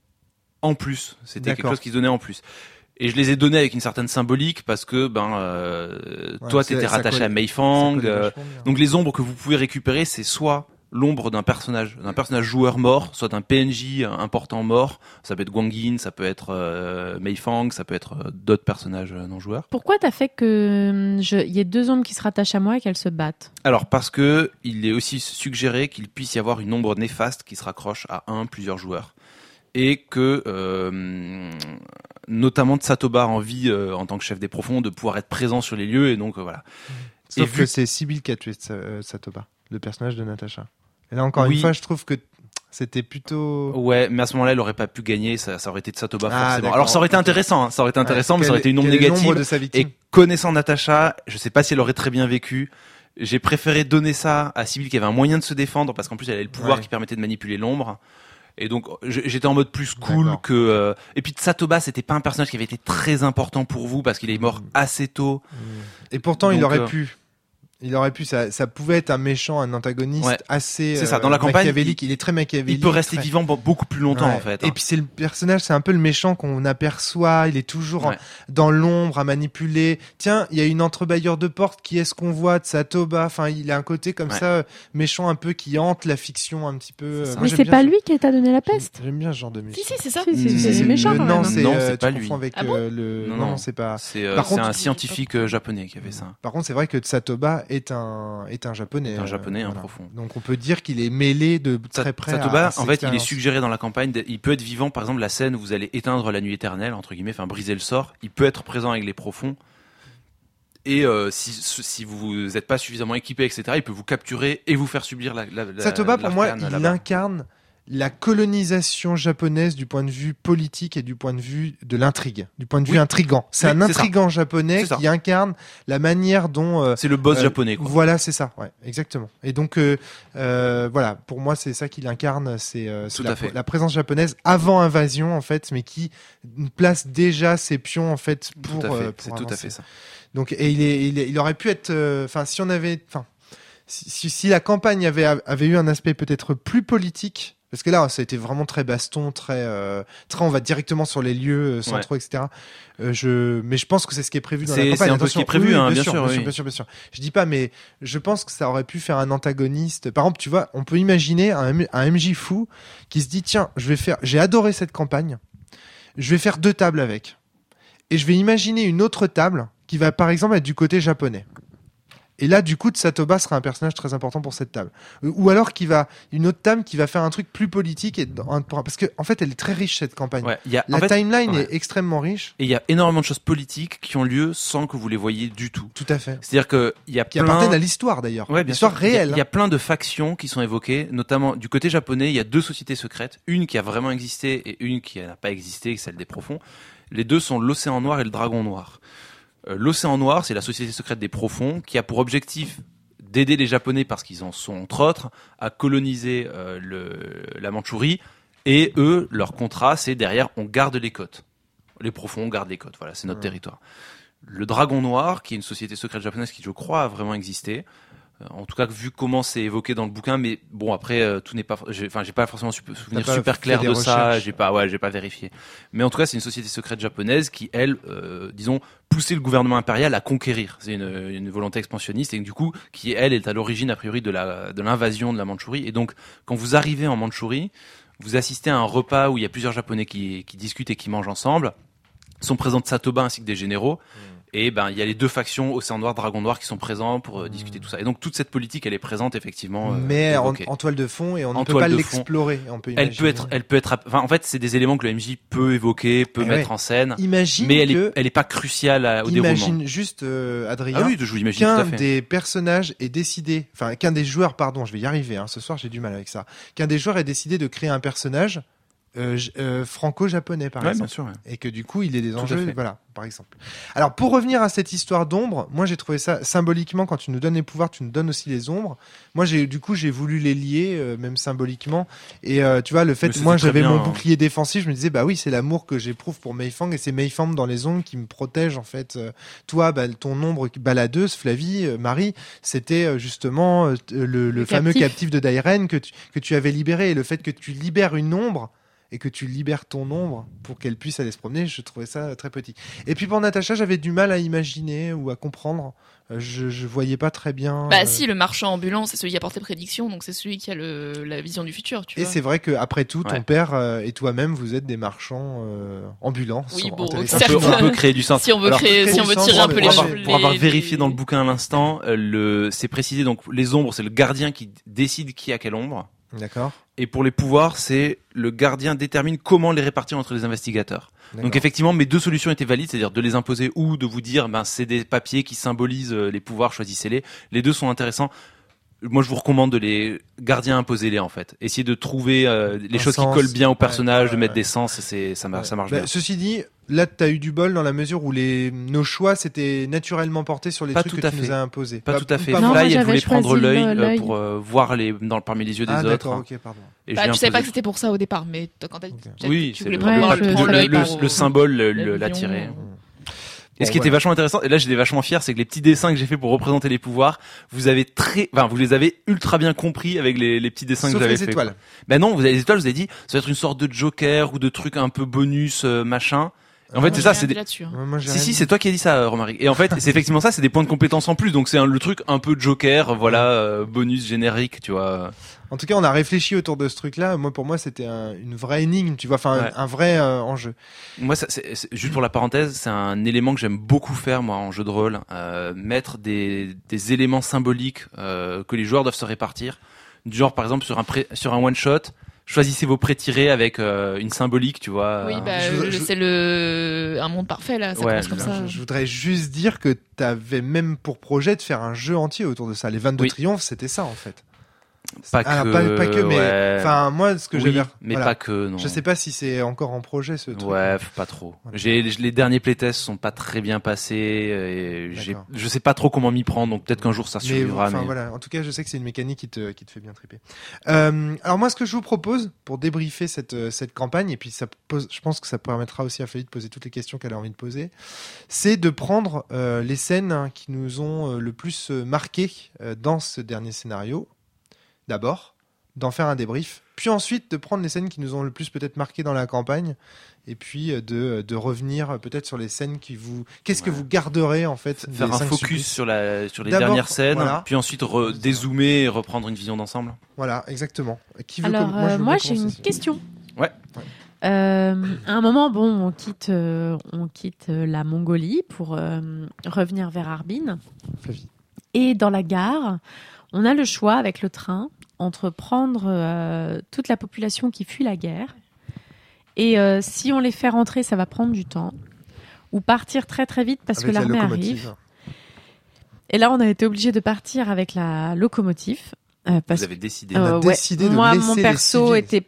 Speaker 3: en plus. C'était quelque
Speaker 2: D'accord.
Speaker 3: chose qui se donnait en plus. Et je les ai donnés avec une certaine symbolique parce que ben euh,
Speaker 2: Ouais,
Speaker 3: toi
Speaker 2: c'est-
Speaker 3: t'étais
Speaker 2: ça
Speaker 3: rattaché
Speaker 2: collait-
Speaker 3: à Mei
Speaker 2: ça
Speaker 3: Fang.
Speaker 2: collait
Speaker 3: euh,
Speaker 2: vachement bien.
Speaker 3: donc les ombres que vous pouvez récupérer, c'est soit l'ombre d'un personnage, d'un personnage joueur mort, soit d'un P N J important mort. Ça peut être Guan Yin, ça peut être euh, Mei Fang, ça peut être euh, d'autres personnages euh, non joueurs.
Speaker 4: Pourquoi t'as fait que hum, je... y ait deux ombres qui se rattachent à moi et qu'elles se battent?
Speaker 3: Alors parce que il est aussi suggéré qu'il puisse y avoir une ombre néfaste qui se raccroche à un, plusieurs joueurs. Et que, euh, notamment Satoba a envie, euh, en tant que chef des profonds, de pouvoir être présent sur les lieux. Et donc, euh, voilà.
Speaker 2: Sauf
Speaker 3: et
Speaker 2: que
Speaker 3: vu-
Speaker 2: c'est Sibyl qui a tué euh, Satoba, le personnage de Natacha. Et là encore
Speaker 3: Oui.
Speaker 2: une fois, je trouve que c'était plutôt.
Speaker 3: Ouais, mais à ce moment-là, elle aurait pas pu gagner. Ça, ça aurait été de Satoba,
Speaker 2: Ah,
Speaker 3: forcément.
Speaker 2: d'accord.
Speaker 3: Alors, ça aurait été intéressant. Hein, ça aurait été intéressant,
Speaker 2: Ouais,
Speaker 3: mais ça aurait été une ombre
Speaker 2: quelle est
Speaker 3: négative.
Speaker 2: l'ombre de sa victime.
Speaker 3: Et connaissant Natacha, je sais pas si elle aurait très bien vécu. J'ai préféré donner ça à Sibyl qui avait un moyen de se défendre parce qu'en plus elle avait le pouvoir
Speaker 2: Ouais.
Speaker 3: qui permettait de manipuler l'ombre. Et donc j- j'étais en mode plus cool
Speaker 2: D'accord.
Speaker 3: que euh, et puis Satoba c'était pas un personnage qui avait été très important pour vous parce qu'il est mort assez tôt.
Speaker 2: Et pourtant, il
Speaker 3: Donc,
Speaker 2: aurait
Speaker 3: euh,
Speaker 2: pu. Il aurait pu, ça, ça pouvait être un méchant, un antagoniste
Speaker 3: Ouais.
Speaker 2: assez
Speaker 3: C'est ça, dans
Speaker 2: euh,
Speaker 3: la campagne,
Speaker 2: machiavélique. Il, il est très machiavélique.
Speaker 3: Il peut rester
Speaker 2: très...
Speaker 3: vivant beaucoup plus longtemps
Speaker 2: Ouais.
Speaker 3: en fait.
Speaker 2: Et
Speaker 3: hein.
Speaker 2: puis c'est le personnage, c'est un peu le méchant qu'on aperçoit. Il est toujours en-
Speaker 3: Ouais.
Speaker 2: dans l'ombre, à manipuler. Tiens, il y a une entrebâilleur de porte. Qui est-ce qu'on voit de Satoba? Enfin, il a un côté comme
Speaker 3: Ouais.
Speaker 2: ça, euh, méchant un peu qui hante la fiction un petit peu.
Speaker 3: C'est ça.
Speaker 2: Moi,
Speaker 1: Mais
Speaker 2: j'aime
Speaker 1: c'est
Speaker 2: bien
Speaker 1: pas
Speaker 2: ce-
Speaker 1: lui qui t'a donné la peste.
Speaker 2: J'aime- J'aime bien ce genre de méchant.
Speaker 5: Si, si, c'est ça.
Speaker 1: Si, si,
Speaker 3: Mm.
Speaker 1: c'est
Speaker 3: C'est-
Speaker 1: méchant
Speaker 2: le-
Speaker 1: quand
Speaker 2: non,
Speaker 1: même.
Speaker 2: c'est
Speaker 3: Non,
Speaker 2: euh,
Speaker 3: c'est
Speaker 2: tu
Speaker 3: pas
Speaker 2: confonds
Speaker 3: lui.
Speaker 2: avec
Speaker 5: Ah bon
Speaker 2: euh, le.
Speaker 3: Non,
Speaker 2: Non,
Speaker 3: non.
Speaker 2: non, c'est pas.
Speaker 3: C'est euh,
Speaker 2: Par
Speaker 3: c'est
Speaker 2: contre,
Speaker 3: un scientifique euh, japonais qui avait ça.
Speaker 2: Par contre, c'est vrai que Satoba est un est un japonais.
Speaker 3: C'est un
Speaker 2: euh,
Speaker 3: japonais, un
Speaker 2: voilà.
Speaker 3: profond.
Speaker 2: Donc on peut dire qu'il est mêlé de
Speaker 3: Sa-
Speaker 2: très près. à-
Speaker 3: Satoba,
Speaker 2: à cette
Speaker 3: en fait, il est
Speaker 2: expérience.
Speaker 3: suggéré dans la campagne. de- Il peut être vivant, par exemple, la scène où vous allez éteindre la nuit éternelle, entre guillemets, enfin briser le sort. Il peut être présent avec les profonds. Et euh, si, si vous n'êtes pas suffisamment équipé, et cetera, il peut vous capturer et vous faire subir la. la, la
Speaker 2: Satoba, pour moi,
Speaker 3: l'arcane
Speaker 2: il
Speaker 3: là-bas.
Speaker 2: incarne la colonisation japonaise du point de vue politique et du point de vue de l'intrigue, du point de vue
Speaker 3: Oui.
Speaker 2: intrigant. C'est
Speaker 3: Oui,
Speaker 2: un
Speaker 3: c'est ça.
Speaker 2: intrigant japonais
Speaker 3: C'est ça.
Speaker 2: qui incarne la manière dont euh,
Speaker 3: C'est le boss
Speaker 2: euh,
Speaker 3: japonais, quoi.
Speaker 2: Voilà, c'est ça, ouais, exactement. Et donc, euh, euh, voilà, pour moi, c'est ça qu'il incarne, c'est euh, c'est
Speaker 3: Tout
Speaker 2: la,
Speaker 3: à fait.
Speaker 2: la présence japonaise avant invasion, en fait, mais qui place déjà ses pions, en fait, pour.
Speaker 3: Tout à
Speaker 2: euh,
Speaker 3: fait.
Speaker 2: pour
Speaker 3: C'est tout à
Speaker 2: avancer.
Speaker 3: fait ça.
Speaker 2: Donc, et il, est, il, est- il aurait pu être, enfin, si on avait, enfin, si, si, si la campagne avait avait eu un aspect peut-être plus politique. Parce que là, ça a été vraiment très baston, très, euh, très, on va directement sur les lieux euh, centraux, et cetera. Euh, je, mais je pense que c'est ce qui est prévu dans la
Speaker 3: C'est-
Speaker 2: campagne.
Speaker 3: c'est un peu ce qui est
Speaker 2: Attention,
Speaker 3: prévu,
Speaker 2: oui,
Speaker 3: hein,
Speaker 2: bien,
Speaker 3: bien
Speaker 2: sûr,
Speaker 3: sûr,
Speaker 2: bien
Speaker 3: oui.
Speaker 2: sûr, bien sûr, bien sûr. Je dis pas, mais je pense que ça aurait pu faire un antagoniste. Par exemple, tu vois, on peut imaginer un, M- un M J fou qui se dit, tiens, je vais faire, j'ai adoré cette campagne, je vais faire deux tables avec, et je vais imaginer une autre table qui va, par exemple, être du côté japonais. Et là, du coup, Satoba sera un personnage très important pour cette table. Euh, Ou alors qui va une autre table qui va faire un truc plus politique et dans un- parce que en fait, elle est très riche cette campagne.
Speaker 3: Ouais, il y a,
Speaker 2: La
Speaker 3: en fait,
Speaker 2: timeline
Speaker 3: ouais.
Speaker 2: est extrêmement riche.
Speaker 3: Et il y a énormément de choses politiques qui ont lieu sans que vous les voyez du tout.
Speaker 2: Tout à fait.
Speaker 3: C'est-à-dire que il y a
Speaker 2: Qui
Speaker 3: plein.
Speaker 2: appartiennent à l'histoire d'ailleurs.
Speaker 3: Ouais, bien
Speaker 2: l'histoire
Speaker 3: sûr. Il y a-
Speaker 2: réelle.
Speaker 3: Il y, a plein de factions qui sont évoquées, notamment du côté japonais. Il y a deux sociétés secrètes, une qui a vraiment existé et une qui n'a pas existé, celle des profonds. Les deux sont l'Océan Noir et le Dragon Noir. Euh, L'Océan Noir, c'est la société secrète des profonds qui a pour objectif d'aider les Japonais parce qu'ils en sont entre autres à coloniser euh, le, la Mandchourie. Et eux, leur contrat, c'est derrière, on garde les côtes. Les profonds, on garde les côtes. Voilà, c'est notre
Speaker 2: Ouais.
Speaker 3: territoire. Le Dragon Noir, qui est une société secrète japonaise qui, je crois, a vraiment existé. Euh, En tout cas, vu comment c'est évoqué dans le bouquin, mais bon, après, euh, tout n'est pas, j'ai- enfin, j'ai pas forcément su- souvenir
Speaker 2: pas
Speaker 3: super
Speaker 2: fait
Speaker 3: clair
Speaker 2: des
Speaker 3: de ça.
Speaker 2: recherches.
Speaker 3: J'ai pas, ouais, j'ai pas vérifié. Mais en tout cas, c'est une société secrète japonaise qui, elle, euh, disons, poussait le gouvernement impérial à conquérir. C'est une, une volonté expansionniste et du coup, qui elle est à l'origine a priori de la, de l'invasion de la Mandchourie. Et donc, quand vous arrivez en Mandchourie, vous assistez à un repas où il y a plusieurs Japonais qui, qui discutent et qui mangent ensemble. Sont présents Satoba ainsi que des généraux. Et ben, il y a les deux factions, Océan Noir, Dragon Noir, qui sont présents pour euh, discuter tout ça. Et donc, toute cette politique, elle est présente, effectivement. euh,
Speaker 2: mais en,
Speaker 3: évoquée.
Speaker 2: en toile de fond et on
Speaker 3: En
Speaker 2: ne peut
Speaker 3: toile
Speaker 2: pas
Speaker 3: de fond.
Speaker 2: l'explorer. On peut
Speaker 3: Elle peut
Speaker 2: imaginer.
Speaker 3: être, elle peut être, enfin, en fait, c'est des éléments que le M J peut évoquer, peut
Speaker 2: Eh
Speaker 3: mettre
Speaker 2: ouais.
Speaker 3: en scène.
Speaker 2: Imagine
Speaker 3: Mais elle
Speaker 2: que,
Speaker 3: est, elle est pas cruciale à- au
Speaker 2: imagine
Speaker 3: déroulement.
Speaker 2: juste euh, Adrien.
Speaker 3: Ah oui, je vous l'imagine tout
Speaker 2: Qu'un
Speaker 3: à fait.
Speaker 2: des personnages ait décidé, enfin qu'un des joueurs, pardon, je vais y arriver, hein, ce soir j'ai du mal avec ça, qu'un des joueurs ait décidé de créer un personnage euh, j- euh, franco-japonais par
Speaker 3: Ouais,
Speaker 2: exemple,
Speaker 3: bien sûr. ouais.
Speaker 2: et que du coup il ait des
Speaker 3: Tout à
Speaker 2: enjeux,
Speaker 3: fait.
Speaker 2: voilà, par exemple. Alors pour revenir à cette histoire d'ombre, moi j'ai trouvé ça symboliquement, quand tu nous donnes les pouvoirs, tu nous donnes aussi les ombres. Moi j'ai du coup j'ai voulu les lier, euh, même symboliquement, et euh, tu vois le
Speaker 3: Mais
Speaker 2: fait,
Speaker 3: c'était
Speaker 2: moi
Speaker 3: très
Speaker 2: j'avais
Speaker 3: bien,
Speaker 2: mon
Speaker 3: hein.
Speaker 2: bouclier défensif, je me disais bah oui c'est l'amour que j'éprouve pour Meifang et c'est Meifang dans les ombres qui me protège en fait. Euh, toi bah, ton ombre baladeuse Flavie, euh, Marie, c'était euh, justement euh, le, le
Speaker 1: Le
Speaker 2: fameux
Speaker 1: captif.
Speaker 2: captif de Dairen que tu, que tu avais libéré, et le fait que tu libères une ombre et que tu libères ton ombre pour qu'elle puisse aller se promener, je trouvais ça très petit. Et puis pour Natacha, j'avais du mal à imaginer ou à comprendre. Euh, Je, je voyais pas très bien.
Speaker 5: Bah
Speaker 2: euh,
Speaker 5: si, le marchand ambulant, c'est celui qui apporte les prédictions, donc c'est celui qui a le, la vision du futur, tu
Speaker 2: Et
Speaker 5: vois.
Speaker 2: c'est vrai que après tout, ton
Speaker 3: Ouais.
Speaker 2: père euh, et toi-même, vous êtes des marchants euh, ambulants.
Speaker 5: Oui,
Speaker 2: sans-
Speaker 5: bon,
Speaker 2: intéressants.
Speaker 3: On peut,
Speaker 5: certes.
Speaker 3: on peut créer du sens.
Speaker 5: Si on veut
Speaker 3: Alors,
Speaker 5: créer,
Speaker 2: créer
Speaker 5: si on
Speaker 2: du
Speaker 5: veut
Speaker 2: sens,
Speaker 5: tirer un peu
Speaker 2: pour
Speaker 5: les
Speaker 3: pour,
Speaker 2: avoir-
Speaker 3: avoir, pour avoir
Speaker 5: les-
Speaker 3: vérifié dans le bouquin à l'instant, euh, le, c'est précisé donc les ombres, c'est le gardien qui décide qui a quelle ombre.
Speaker 2: D'accord.
Speaker 3: Et pour les pouvoirs, c'est le gardien détermine comment les répartir entre les investigateurs.
Speaker 2: D'accord.
Speaker 3: Donc effectivement, mes deux solutions étaient valides, c'est-à-dire de les imposer ou de vous dire, ben c'est des papiers qui symbolisent euh, les pouvoirs, choisissez-les. Les deux sont intéressants. Moi, je vous recommande de les gardiens, imposez-les en fait. Essayez de trouver euh, les
Speaker 2: Un
Speaker 3: choses
Speaker 2: sens.
Speaker 3: qui collent bien au
Speaker 2: Ouais,
Speaker 3: personnage,
Speaker 2: ouais,
Speaker 3: de mettre
Speaker 2: ouais.
Speaker 3: des sens, c'est ça, mar-
Speaker 2: Ouais.
Speaker 3: ça marche
Speaker 2: Bah,
Speaker 3: bien.
Speaker 2: Ceci dit, là, tu as eu du bol dans la mesure où les, nos choix s'étaient naturellement portés sur les
Speaker 3: Pas
Speaker 2: trucs
Speaker 3: tout
Speaker 2: que
Speaker 3: à
Speaker 2: tu
Speaker 3: fait.
Speaker 2: nous as imposés.
Speaker 3: Pas tout à fait.
Speaker 2: pas
Speaker 1: Non, moi,
Speaker 3: Fly, elle
Speaker 1: j'avais
Speaker 3: voulait prendre
Speaker 1: choisi
Speaker 3: l'œil
Speaker 1: le-
Speaker 3: euh,
Speaker 1: l'œil.
Speaker 3: pour euh, voir les dans parmi les yeux des
Speaker 2: Ah
Speaker 3: autres.
Speaker 2: d'accord, ok, pardon.
Speaker 3: Et
Speaker 5: Bah,
Speaker 3: je lui
Speaker 5: tu savais pas
Speaker 3: imposais-
Speaker 5: que c'était pour ça au départ, mais toi, quand t'as
Speaker 2: Ok.
Speaker 5: tu-
Speaker 3: Oui,
Speaker 5: tu
Speaker 3: c'est
Speaker 5: voulais
Speaker 3: le,
Speaker 5: prendre
Speaker 1: Ouais,
Speaker 3: le-
Speaker 5: voir
Speaker 1: je-
Speaker 3: le-
Speaker 5: prendre
Speaker 3: le-
Speaker 5: l'œil
Speaker 3: le-
Speaker 5: pour-
Speaker 3: le symbole le-
Speaker 5: la
Speaker 3: le-
Speaker 5: vision.
Speaker 3: l'attirait. Et ce qui était vachement intéressant, et là j'étais vachement fier, c'est que les petits dessins que j'ai fait pour représenter les pouvoirs, vous avez très, enfin vous les avez ultra bien compris avec les, les petits dessins
Speaker 2: Sauf
Speaker 3: que vous avez
Speaker 2: les
Speaker 3: fait.
Speaker 2: étoiles.
Speaker 3: Ben non, vous avez les étoiles, vous avez dit, ça va être une sorte de Joker ou de truc un peu bonus euh, machin. En fait,
Speaker 5: Moi,
Speaker 3: c'est
Speaker 5: j'ai
Speaker 3: ça,
Speaker 5: rien
Speaker 3: c'est
Speaker 5: dit
Speaker 3: des...
Speaker 5: là-dessus, hein.
Speaker 2: Ouais, moi, j'ai
Speaker 3: Si
Speaker 2: rien
Speaker 3: si,
Speaker 2: dit.
Speaker 3: c'est toi qui as dit ça, Romaric. Et en fait, c'est effectivement ça, c'est des points de compétence en plus, donc c'est un, le truc un peu Joker, voilà, euh, bonus générique, tu vois.
Speaker 2: En tout cas, on a réfléchi autour de ce truc-là. Moi, pour moi, c'était un- une vraie énigme, tu vois, enfin,
Speaker 3: Ouais.
Speaker 2: un, un vrai euh, enjeu.
Speaker 3: Moi, ça, c'est, c'est- juste pour la parenthèse, c'est un élément que j'aime beaucoup faire moi en jeu de rôle, euh, mettre des, des éléments symboliques euh, que les joueurs doivent se répartir. Du genre, par exemple, sur un pré, sur un one shot, choisissez vos pré-tirés avec euh, une symbolique, tu vois.
Speaker 5: Oui,
Speaker 3: euh,
Speaker 5: bah,
Speaker 2: je-
Speaker 5: euh,
Speaker 2: je-
Speaker 5: c'est le un monde parfait là. Ça
Speaker 3: Ouais,
Speaker 5: commence comme
Speaker 3: je-
Speaker 5: ça.
Speaker 2: Je, je voudrais juste dire que t'avais même pour projet de faire un jeu entier autour de ça. Les vingt-deux
Speaker 3: Oui.
Speaker 2: triomphes, c'était ça, en fait.
Speaker 3: Pas
Speaker 2: Ah,
Speaker 3: que,
Speaker 2: pas, pas que, mais
Speaker 3: ouais.
Speaker 2: enfin, moi, ce que
Speaker 3: Oui,
Speaker 2: j'avais,
Speaker 3: mais
Speaker 2: voilà.
Speaker 3: pas que, non.
Speaker 2: Je sais pas si c'est encore en projet ce truc.
Speaker 3: Ouais, pas trop.
Speaker 2: Voilà.
Speaker 3: J'ai les, les derniers playtests sont pas très bien passés. Et j'ai,
Speaker 2: D'accord.
Speaker 3: je sais pas trop comment m'y prendre, donc peut-être qu'un jour ça
Speaker 2: Mais
Speaker 3: survivra.
Speaker 2: enfin
Speaker 3: Mais,
Speaker 2: voilà, en tout cas, je sais que c'est une mécanique qui te qui te fait bien triper. Euh, alors moi, ce que je vous propose pour débriefer cette euh, cette campagne, et puis ça pose, je pense que ça permettra aussi à Feli de poser toutes les questions qu'elle a envie de poser, c'est de prendre euh, les scènes hein, qui nous ont euh, le plus euh, marqué euh, dans ce dernier scénario. D'abord, d'en faire un débrief, puis ensuite de prendre les scènes qui nous ont le plus peut-être marqué dans la campagne, et puis euh, de de revenir euh, peut-être sur les scènes qui vous, qu'est-ce que
Speaker 3: Ouais.
Speaker 2: vous garderez en fait,
Speaker 3: faire
Speaker 2: des
Speaker 3: un
Speaker 2: cinq
Speaker 3: focus
Speaker 2: supplices.
Speaker 3: sur la sur les
Speaker 2: D'abord,
Speaker 3: dernières scènes,
Speaker 2: voilà.
Speaker 3: puis ensuite re- dézoomer et reprendre une vision d'ensemble.
Speaker 2: Voilà, exactement. Qui veut
Speaker 4: Alors,
Speaker 2: comm-
Speaker 4: euh,
Speaker 2: je veux
Speaker 4: moi,
Speaker 2: bien
Speaker 4: j'ai une
Speaker 2: commencer.
Speaker 4: question.
Speaker 3: Ouais.
Speaker 2: Ouais.
Speaker 4: Euh, à un moment, bon, on quitte, euh, on quitte euh, la Mongolie pour euh, revenir vers Harbin.
Speaker 2: Flavie.
Speaker 4: Et dans la gare, on a le choix avec le train entre prendre euh, toute la population qui fuit la guerre et euh, si on les fait rentrer, ça va prendre du temps, ou partir très très vite parce
Speaker 2: Avec
Speaker 4: que
Speaker 2: la
Speaker 4: l'armée
Speaker 2: locomotive.
Speaker 4: arrive. Et là, on a été obligé de partir avec la locomotive euh, parce
Speaker 3: Vous avez décidé.
Speaker 2: On a
Speaker 4: Euh, ouais.
Speaker 2: décidé de
Speaker 4: Moi,
Speaker 2: laisser
Speaker 4: mon
Speaker 2: les
Speaker 4: perso
Speaker 2: civils.
Speaker 4: était,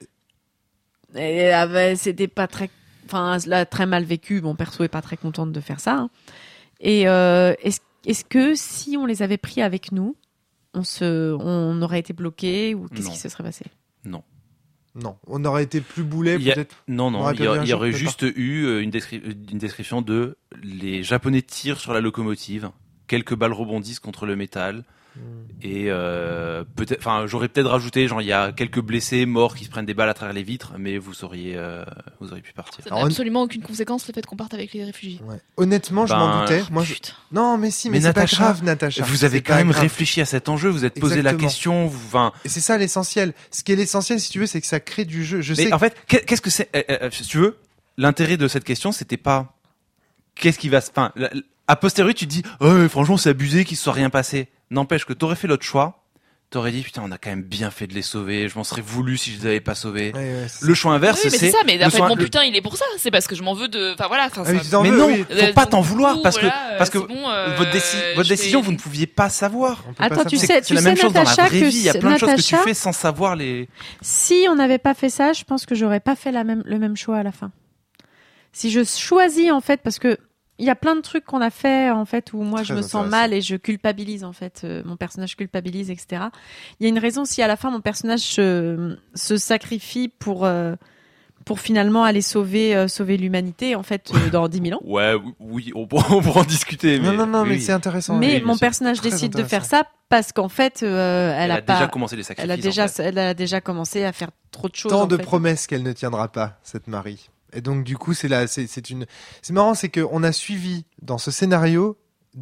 Speaker 4: et avait- c'était pas très, enfin là très mal vécu. Mon perso est pas très contente de faire ça. hein. Et euh, est-ce, est-ce que si on les avait pris avec nous, on se, on aurait été bloqué ou qu'est-ce
Speaker 3: Non.
Speaker 4: qui se serait passé?
Speaker 3: Non.
Speaker 2: Non, on aurait été plus boulet
Speaker 3: Il y a-
Speaker 2: peut-être.
Speaker 3: Non,
Speaker 2: On
Speaker 3: non,
Speaker 2: aurait
Speaker 3: il y, a-
Speaker 2: perdu un
Speaker 3: il y
Speaker 2: jour,
Speaker 3: aurait
Speaker 2: peut-être
Speaker 3: juste eu euh, une, descri- une description de les Japonais tirent sur la locomotive, quelques balles rebondissent contre le métal, et euh, peut-être, enfin, j'aurais peut-être rajouté, genre, il y a quelques blessés, morts qui se prennent des balles à travers les vitres, mais vous auriez, euh, vous auriez pu partir.
Speaker 5: Ça n'a
Speaker 2: Alors, on-
Speaker 5: absolument aucune conséquence le fait qu'on parte avec les réfugiés.
Speaker 2: Ouais. Honnêtement, je m'en
Speaker 3: Ben,
Speaker 2: doutais. Moi, je...
Speaker 5: Putain.
Speaker 2: Non, mais si, mais,
Speaker 3: Mais
Speaker 2: c'est pas
Speaker 3: Natacha,
Speaker 2: grave, Natacha.
Speaker 3: Vous avez
Speaker 2: C'est
Speaker 3: quand
Speaker 2: pas
Speaker 3: même
Speaker 2: grave.
Speaker 3: réfléchi à cet enjeu, vous êtes posé la
Speaker 2: Exactement.
Speaker 3: question, vous, enfin,
Speaker 2: Et c'est ça l'essentiel. Ce qui est l'essentiel, si tu veux, c'est que ça crée du jeu. Je
Speaker 3: mais
Speaker 2: sais.
Speaker 3: en fait, qu'est- qu'est-ce que c'est, euh, euh, si tu veux, l'intérêt de cette question, c'était pas, qu'est-ce qui va se, enfin, la- la- a posteriori, tu te dis, oh, franchement, c'est abusé qu'il se soit rien passé. N'empêche que t'aurais fait l'autre choix, t'aurais dit, putain, on a quand même bien fait de les sauver, je m'en serais voulu si je les avais pas sauvés.
Speaker 2: Ouais, ouais, c'est
Speaker 3: Le choix inverse,
Speaker 5: Oui, mais c'est
Speaker 3: c'est,
Speaker 5: ça, mais
Speaker 3: le
Speaker 5: en fait,
Speaker 3: choix-
Speaker 5: mon
Speaker 3: le-
Speaker 5: putain, il est pour ça. C'est parce que je m'en veux de. Enfin voilà. Enfin,
Speaker 2: Ah oui,
Speaker 5: ça-
Speaker 2: tu t'en
Speaker 3: mais
Speaker 2: veux,
Speaker 3: non,
Speaker 2: oui.
Speaker 3: faut
Speaker 5: Euh,
Speaker 3: pas
Speaker 5: donc,
Speaker 3: t'en
Speaker 5: du
Speaker 3: vouloir
Speaker 5: coup,
Speaker 3: parce que,
Speaker 5: voilà, euh,
Speaker 3: parce que
Speaker 5: c'est bon, euh,
Speaker 3: votre, déci- votre
Speaker 5: je
Speaker 3: décision,
Speaker 5: fais-
Speaker 3: vous ne pouviez pas savoir.
Speaker 2: On peut
Speaker 4: Attends,
Speaker 2: pas
Speaker 4: tu
Speaker 2: savoir.
Speaker 4: sais,
Speaker 3: C'est
Speaker 4: tu
Speaker 3: la
Speaker 4: sais,
Speaker 3: même chose dans la
Speaker 4: Natacha,
Speaker 3: vraie
Speaker 4: que
Speaker 3: vie. Il y a plein de choses que tu
Speaker 4: Natacha,
Speaker 3: fais sans savoir les.
Speaker 4: Si on n'avait pas fait ça, je pense que j'aurais pas fait la même, le même choix à la fin. Si je choisis en fait, parce que il y a plein de trucs qu'on a fait en fait où moi je
Speaker 2: Très
Speaker 4: me sens
Speaker 2: intéressant.
Speaker 4: mal et je culpabilise en fait, euh, mon personnage culpabilise, et cetera. Il y a une raison si à la fin mon personnage se, se sacrifie pour euh, pour finalement aller sauver euh, sauver l'humanité en fait euh, dans dix mille ans.
Speaker 3: Ouais, oui, oui, on pourra, on pourra en discuter. Mais,
Speaker 2: Non, non, non,
Speaker 3: oui,
Speaker 2: mais
Speaker 3: oui.
Speaker 2: c'est intéressant.
Speaker 4: Mais
Speaker 3: bien
Speaker 4: mon
Speaker 3: sûr.
Speaker 4: personnage
Speaker 2: Très
Speaker 4: décide de
Speaker 2: intéressant.
Speaker 4: faire ça parce qu'en fait euh, elle,
Speaker 3: Elle
Speaker 4: a,
Speaker 3: a
Speaker 4: pas,
Speaker 3: déjà commencé les sacrifices.
Speaker 4: elle a déjà
Speaker 3: en fait.
Speaker 4: elle a déjà commencé à faire trop de choses.
Speaker 2: Tant
Speaker 4: en
Speaker 2: de
Speaker 4: fait.
Speaker 2: promesses qu'elle ne tiendra pas, cette Marie. Et donc, du coup, c'est là, c'est, c'est une, c'est marrant, c'est qu'on a suivi dans ce scénario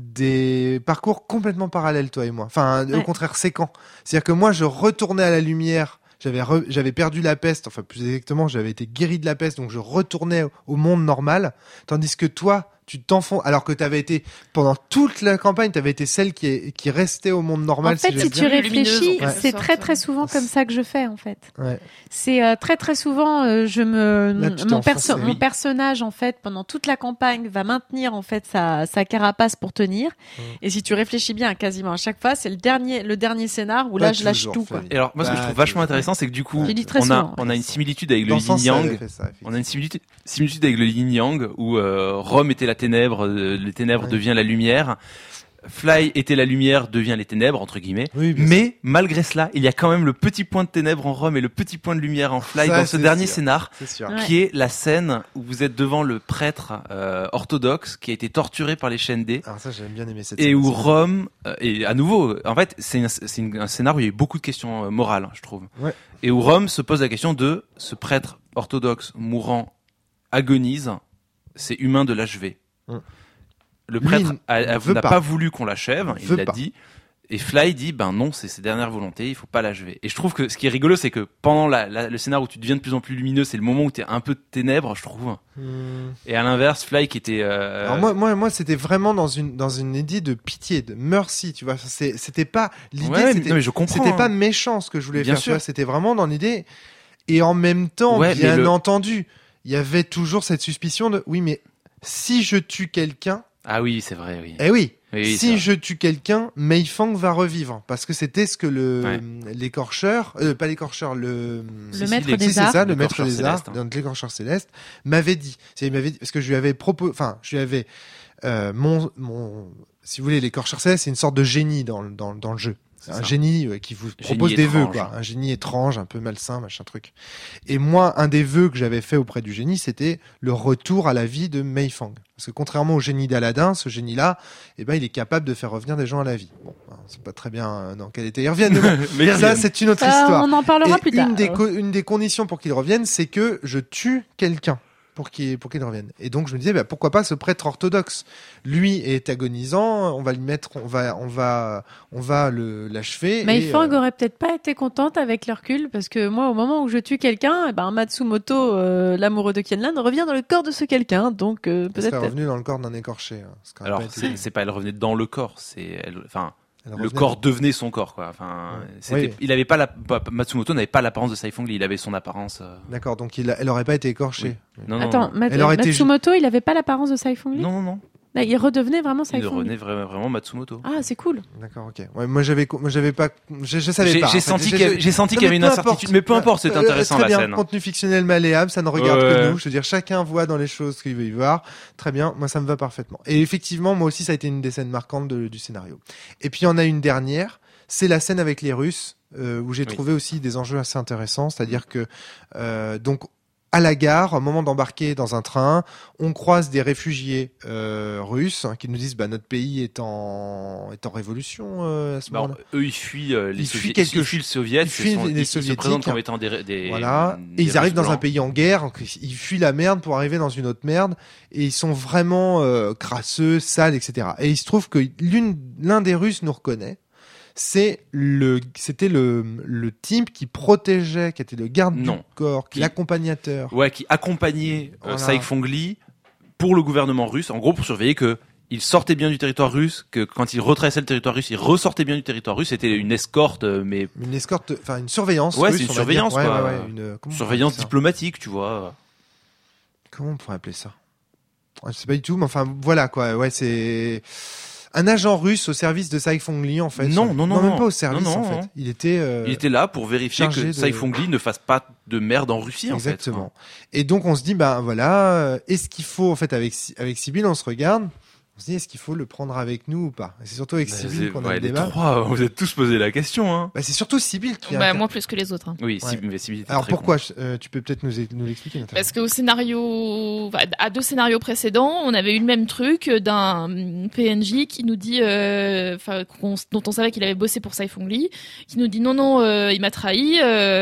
Speaker 2: des parcours complètement parallèles, toi et moi. Enfin, au
Speaker 4: Ouais.
Speaker 2: contraire, séquents. C'est-à-dire que moi, je retournais à la lumière. J'avais, re- j'avais perdu la peste. Enfin, plus exactement, j'avais été guéri de la peste, donc je retournais au- au monde normal. Tandis que toi, tu t'enfonces, alors que tu avais été, pendant toute la campagne, tu avais été celle qui, est, qui restait au monde normal.
Speaker 4: En fait,
Speaker 2: j'ose
Speaker 4: si
Speaker 2: dire.
Speaker 4: tu
Speaker 5: Lumineuse, en
Speaker 4: réfléchis,
Speaker 5: quelque
Speaker 4: c'est
Speaker 5: sorte.
Speaker 4: très très souvent comme ça que je fais en fait.
Speaker 2: Ouais.
Speaker 4: C'est euh, très très souvent, euh, je me,
Speaker 2: Là, tu t'es
Speaker 4: mon, perso-
Speaker 2: enfoncé.
Speaker 4: mon
Speaker 2: Oui.
Speaker 4: personnage en fait pendant toute la campagne va maintenir en fait sa, sa carapace pour tenir.
Speaker 2: Mm.
Speaker 4: Et si tu réfléchis bien, quasiment à chaque fois, c'est le dernier le dernier scénar où
Speaker 2: Pas
Speaker 4: là je lâche
Speaker 2: toujours,
Speaker 4: tout quoi.
Speaker 2: Flavie.
Speaker 3: Et alors, moi, ce que je
Speaker 2: Bah,
Speaker 3: trouve vachement
Speaker 2: toujours.
Speaker 3: intéressant, c'est que du coup,
Speaker 4: Je dis très
Speaker 3: on a,
Speaker 4: souvent.
Speaker 3: on a une similitude avec le
Speaker 2: Dans le
Speaker 3: yin
Speaker 2: sens, ça avait
Speaker 3: yang.
Speaker 2: fait ça, effectivement.
Speaker 3: On a une similitude, similitude avec le yin yang où euh, Rome était la ténèbre, euh, les ténèbres
Speaker 2: Ouais.
Speaker 3: devient la lumière. Fly était la lumière, devient les ténèbres, entre guillemets.
Speaker 2: Oui, bien
Speaker 3: Mais, malgré cela, il y a quand même le petit point de ténèbres en Rome et le petit point de lumière en Fly
Speaker 2: Ça,
Speaker 3: dans ce
Speaker 2: c'est
Speaker 3: dernier
Speaker 2: sûr.
Speaker 3: scénar,
Speaker 2: C'est sûr.
Speaker 4: Ouais.
Speaker 3: qui est la scène où vous êtes devant le prêtre euh, orthodoxe qui a été torturé par les Shendé.
Speaker 2: Alors ça, j'aime bien aimé cette
Speaker 3: Et
Speaker 2: scène.
Speaker 3: où Rome, euh, et à nouveau, en fait, c'est, un, c'est une- un scénar où il y a eu beaucoup de questions euh, morales, je trouve.
Speaker 2: Ouais.
Speaker 3: Et où Rome se pose la question de ce prêtre orthodoxe mourant agonise, c'est humain de l'achever.
Speaker 2: Hum.
Speaker 3: Le
Speaker 2: Lui,
Speaker 3: prêtre
Speaker 2: il
Speaker 3: a- a-
Speaker 2: veut
Speaker 3: n'a
Speaker 2: pas.
Speaker 3: pas. voulu qu'on l'achève,
Speaker 2: Il
Speaker 3: il
Speaker 2: veut
Speaker 3: l'a
Speaker 2: pas.
Speaker 3: dit. Et Fly dit, ben non, c'est ses dernières volontés, il faut pas l'achever. Et je trouve que ce qui est rigolo, c'est que pendant la, la- le scénar où tu deviens de plus en plus lumineux, c'est le moment où t'es un peu de ténèbres, je trouve.
Speaker 2: Hmm.
Speaker 3: Et à l'inverse, Fly qui était... euh,
Speaker 2: Alors moi, moi, moi, c'était vraiment dans une dans une idée de pitié, de mercy, tu vois. C'est- C'était pas l'idée,
Speaker 3: ouais,
Speaker 2: c'était
Speaker 3: non, mais je comprends.
Speaker 2: c'était
Speaker 3: hein.
Speaker 2: pas méchant ce que je voulais
Speaker 3: Bien
Speaker 2: faire. Tu
Speaker 3: sûr.
Speaker 2: vois, c'était vraiment dans l'idée. Et en même temps,
Speaker 3: Ouais, mais
Speaker 2: bien
Speaker 3: le-
Speaker 2: entendu, il y avait toujours cette suspicion de oui, mais si je tue quelqu'un,
Speaker 3: Ah oui, c'est vrai, oui.
Speaker 2: eh oui.
Speaker 3: Oui, c'est
Speaker 2: si
Speaker 3: vrai.
Speaker 2: je tue quelqu'un, Mei Fang va revivre parce que c'était ce que le
Speaker 3: Ouais.
Speaker 2: l'écorcheur, euh, pas l'écorcheur, le
Speaker 4: Le
Speaker 3: si,
Speaker 4: maître
Speaker 3: les-
Speaker 4: des
Speaker 2: si, c'est
Speaker 4: arts.
Speaker 2: ça, le maître
Speaker 3: L'écorcheur
Speaker 2: des arts,
Speaker 3: céleste, hein.
Speaker 2: donc l'écorcheur céleste, m'avait dit. C'est, il m'avait dit, parce que je lui avais proposé, enfin, je lui avais, euh, mon, mon, si vous voulez, l'écorcheur céleste, c'est une sorte de génie dans, le- dans, le- dans le jeu. C'est
Speaker 3: C'est
Speaker 2: un
Speaker 3: ça.
Speaker 2: génie euh, qui vous
Speaker 3: Génie
Speaker 2: propose des vœux,
Speaker 3: étrange.
Speaker 2: quoi. Un génie étrange, un peu malsain, machin truc. Et moi, un des vœux que j'avais fait auprès du génie, c'était le retour à la vie de Mei Fang. Parce que contrairement au génie d'Aladin, ce génie-là, eh ben, il est capable de faire revenir des gens à la vie. Bon, hein, c'est pas très bien euh, dans quel état ils reviennent. Mais bon,
Speaker 3: Mais il
Speaker 2: ça,
Speaker 3: revient.
Speaker 2: c'est une autre
Speaker 4: Ça,
Speaker 2: histoire.
Speaker 4: on en parlera
Speaker 2: Et
Speaker 4: plus tard.
Speaker 2: une des, co- une des conditions pour qu'il revienne, c'est que je tue quelqu'un pour qu'il pour qu'il revienne. Et donc je me disais, bah, pourquoi pas ce prêtre orthodoxe. Lui est agonisant, on va lui mettre, on va, on va, on va le l'achever.
Speaker 4: Mei
Speaker 2: et,
Speaker 4: Fang
Speaker 2: euh,
Speaker 4: aurait peut-être pas été contente avec le recul parce que moi, au moment où je tue quelqu'un, eh ben Matsumoto, euh, l'amoureux de Kienlan, revient dans le corps de ce quelqu'un. Donc euh,
Speaker 2: elle serait
Speaker 4: peut-être.
Speaker 2: revenu dans le corps d'un écorché. hein, ce qui aurait
Speaker 3: Alors,
Speaker 2: pas été-
Speaker 3: c'est, c'est pas elle revenait dans le corps, c'est elle, enfin,
Speaker 2: elle
Speaker 3: le
Speaker 2: revenait-
Speaker 3: corps devenait son corps, quoi. Enfin,
Speaker 2: Ouais.
Speaker 3: c'était,
Speaker 2: Oui.
Speaker 3: il avait pas la, pas- Matsumoto n'avait pas l'apparence de Saifong Lee, il avait son apparence. euh,
Speaker 2: D'accord, donc il, a- elle aurait pas été écorchée.
Speaker 3: Non, non,
Speaker 4: Attends,
Speaker 3: non.
Speaker 4: Mat-
Speaker 2: Elle aurait été
Speaker 4: Matsumoto, il avait pas l'apparence de Saifong Lee.
Speaker 3: non, non, non.
Speaker 4: Là, il redevenait vraiment
Speaker 3: Il
Speaker 4: Saifong Lee.
Speaker 3: revenait vra- vraiment Matsumoto.
Speaker 4: Ah, c'est cool.
Speaker 2: D'accord, ok. Ouais, moi j'avais, co- moi j'avais pas, je, je savais
Speaker 3: J'ai,
Speaker 2: pas. en
Speaker 3: j'ai
Speaker 2: fait.
Speaker 3: senti
Speaker 2: J'ai-
Speaker 3: qu'il y avait, j'ai senti
Speaker 2: Non,
Speaker 3: qu'il y avait
Speaker 2: mais
Speaker 3: une
Speaker 2: peu importe.
Speaker 3: incertitude, mais peu importe, c'est
Speaker 2: Euh,
Speaker 3: intéressant
Speaker 2: très
Speaker 3: la
Speaker 2: bien.
Speaker 3: scène.
Speaker 2: Contenu fictionnel malléable, ça ne regarde
Speaker 3: Ouais.
Speaker 2: que nous. Je veux dire, chacun voit dans les choses ce qu'il veut y voir. Très bien, moi ça me va parfaitement. Et effectivement, moi aussi ça a été une des scènes marquantes de- du scénario. Et puis il y en a une dernière, c'est la scène avec les Russes, euh, où j'ai
Speaker 3: Oui.
Speaker 2: trouvé aussi des enjeux assez intéressants. C'est-à-dire que euh, donc à la gare, au moment d'embarquer dans un train, on croise des réfugiés euh, russes hein, qui nous disent bah notre pays est en est en révolution euh, à ce
Speaker 3: Bah,
Speaker 2: moment-là.
Speaker 3: eux, ils fuient euh, les
Speaker 2: Ils fuient
Speaker 3: Soviétiques.
Speaker 2: quelque
Speaker 3: Ils fuient le Soviet.
Speaker 2: ils fuient
Speaker 3: ils sont-
Speaker 2: les
Speaker 3: ils- Ils se
Speaker 2: Soviétiques.
Speaker 3: présentent comme étant des, des
Speaker 2: Voilà.
Speaker 3: des
Speaker 2: Et ils arrivent
Speaker 3: Russes
Speaker 2: dans un
Speaker 3: blancs.
Speaker 2: pays en guerre, donc ils fuient la merde pour arriver dans une autre merde, et ils sont vraiment euh, crasseux, sales, et cetera. Et il se trouve que l'une, l'un des Russes nous reconnaît. C'est le, c'était le, le type qui protégeait, qui était le garde
Speaker 3: Non.
Speaker 2: du corps, qui
Speaker 3: Qui-
Speaker 2: l'accompagnateur.
Speaker 3: Ouais, qui accompagnait euh,
Speaker 2: Voilà.
Speaker 3: Saifong Lee pour le gouvernement russe, en gros pour surveiller que il sortait bien du territoire russe, que quand il retraçait le territoire russe, il ressortait bien du territoire russe. C'était une escorte, euh, mais
Speaker 2: Une escorte, enfin une surveillance.
Speaker 3: Ouais,
Speaker 2: russe,
Speaker 3: c'est une
Speaker 2: on va
Speaker 3: surveillance,
Speaker 2: dire. Ouais,
Speaker 3: quoi.
Speaker 2: ouais, ouais, une, comment on
Speaker 3: surveillance
Speaker 2: pourrait appeler ça
Speaker 3: diplomatique, tu vois.
Speaker 2: Comment on pourrait appeler ça? Je sais pas du tout, mais enfin voilà quoi. Ouais, c'est un agent russe au service de Saifong Lee en fait.
Speaker 3: Non, non, non,
Speaker 2: même
Speaker 3: non.
Speaker 2: pas au service
Speaker 3: Non, non,
Speaker 2: en fait.
Speaker 3: non.
Speaker 2: Il était. euh,
Speaker 3: Il était là pour vérifier
Speaker 2: chargé
Speaker 3: que
Speaker 2: de-
Speaker 3: Saifong Lee ne fasse pas de merde en Russie, en fait.
Speaker 2: Exactement. Et donc on se dit bah voilà, euh, est-ce qu'il faut en fait avec Si- avec Sybille on se regarde, on se dit est-ce qu'il faut le prendre avec nous ou pas. Et c'est surtout avec
Speaker 3: Bah,
Speaker 2: Sybille
Speaker 3: c'est-
Speaker 2: qu'on a
Speaker 3: ouais,
Speaker 2: le
Speaker 3: les
Speaker 2: débat.
Speaker 3: trois, vous êtes tous posé la question, hein.
Speaker 2: Bah c'est surtout Sybille qui.
Speaker 5: Bah,
Speaker 2: incarne-
Speaker 5: moi plus que les autres. hein.
Speaker 3: Oui,
Speaker 2: Ouais.
Speaker 3: si, mais si,
Speaker 2: Alors pourquoi je- euh, tu peux peut-être nous nous l'expliquer Nathalie.
Speaker 5: Parce qu'au scénario, enfin, à deux scénarios précédents, on avait eu le même truc d'un P N J qui nous dit, euh, enfin, qu'on- dont on savait qu'il avait bossé pour Saifong Lee, qui nous dit non non, euh, il m'a trahi, euh,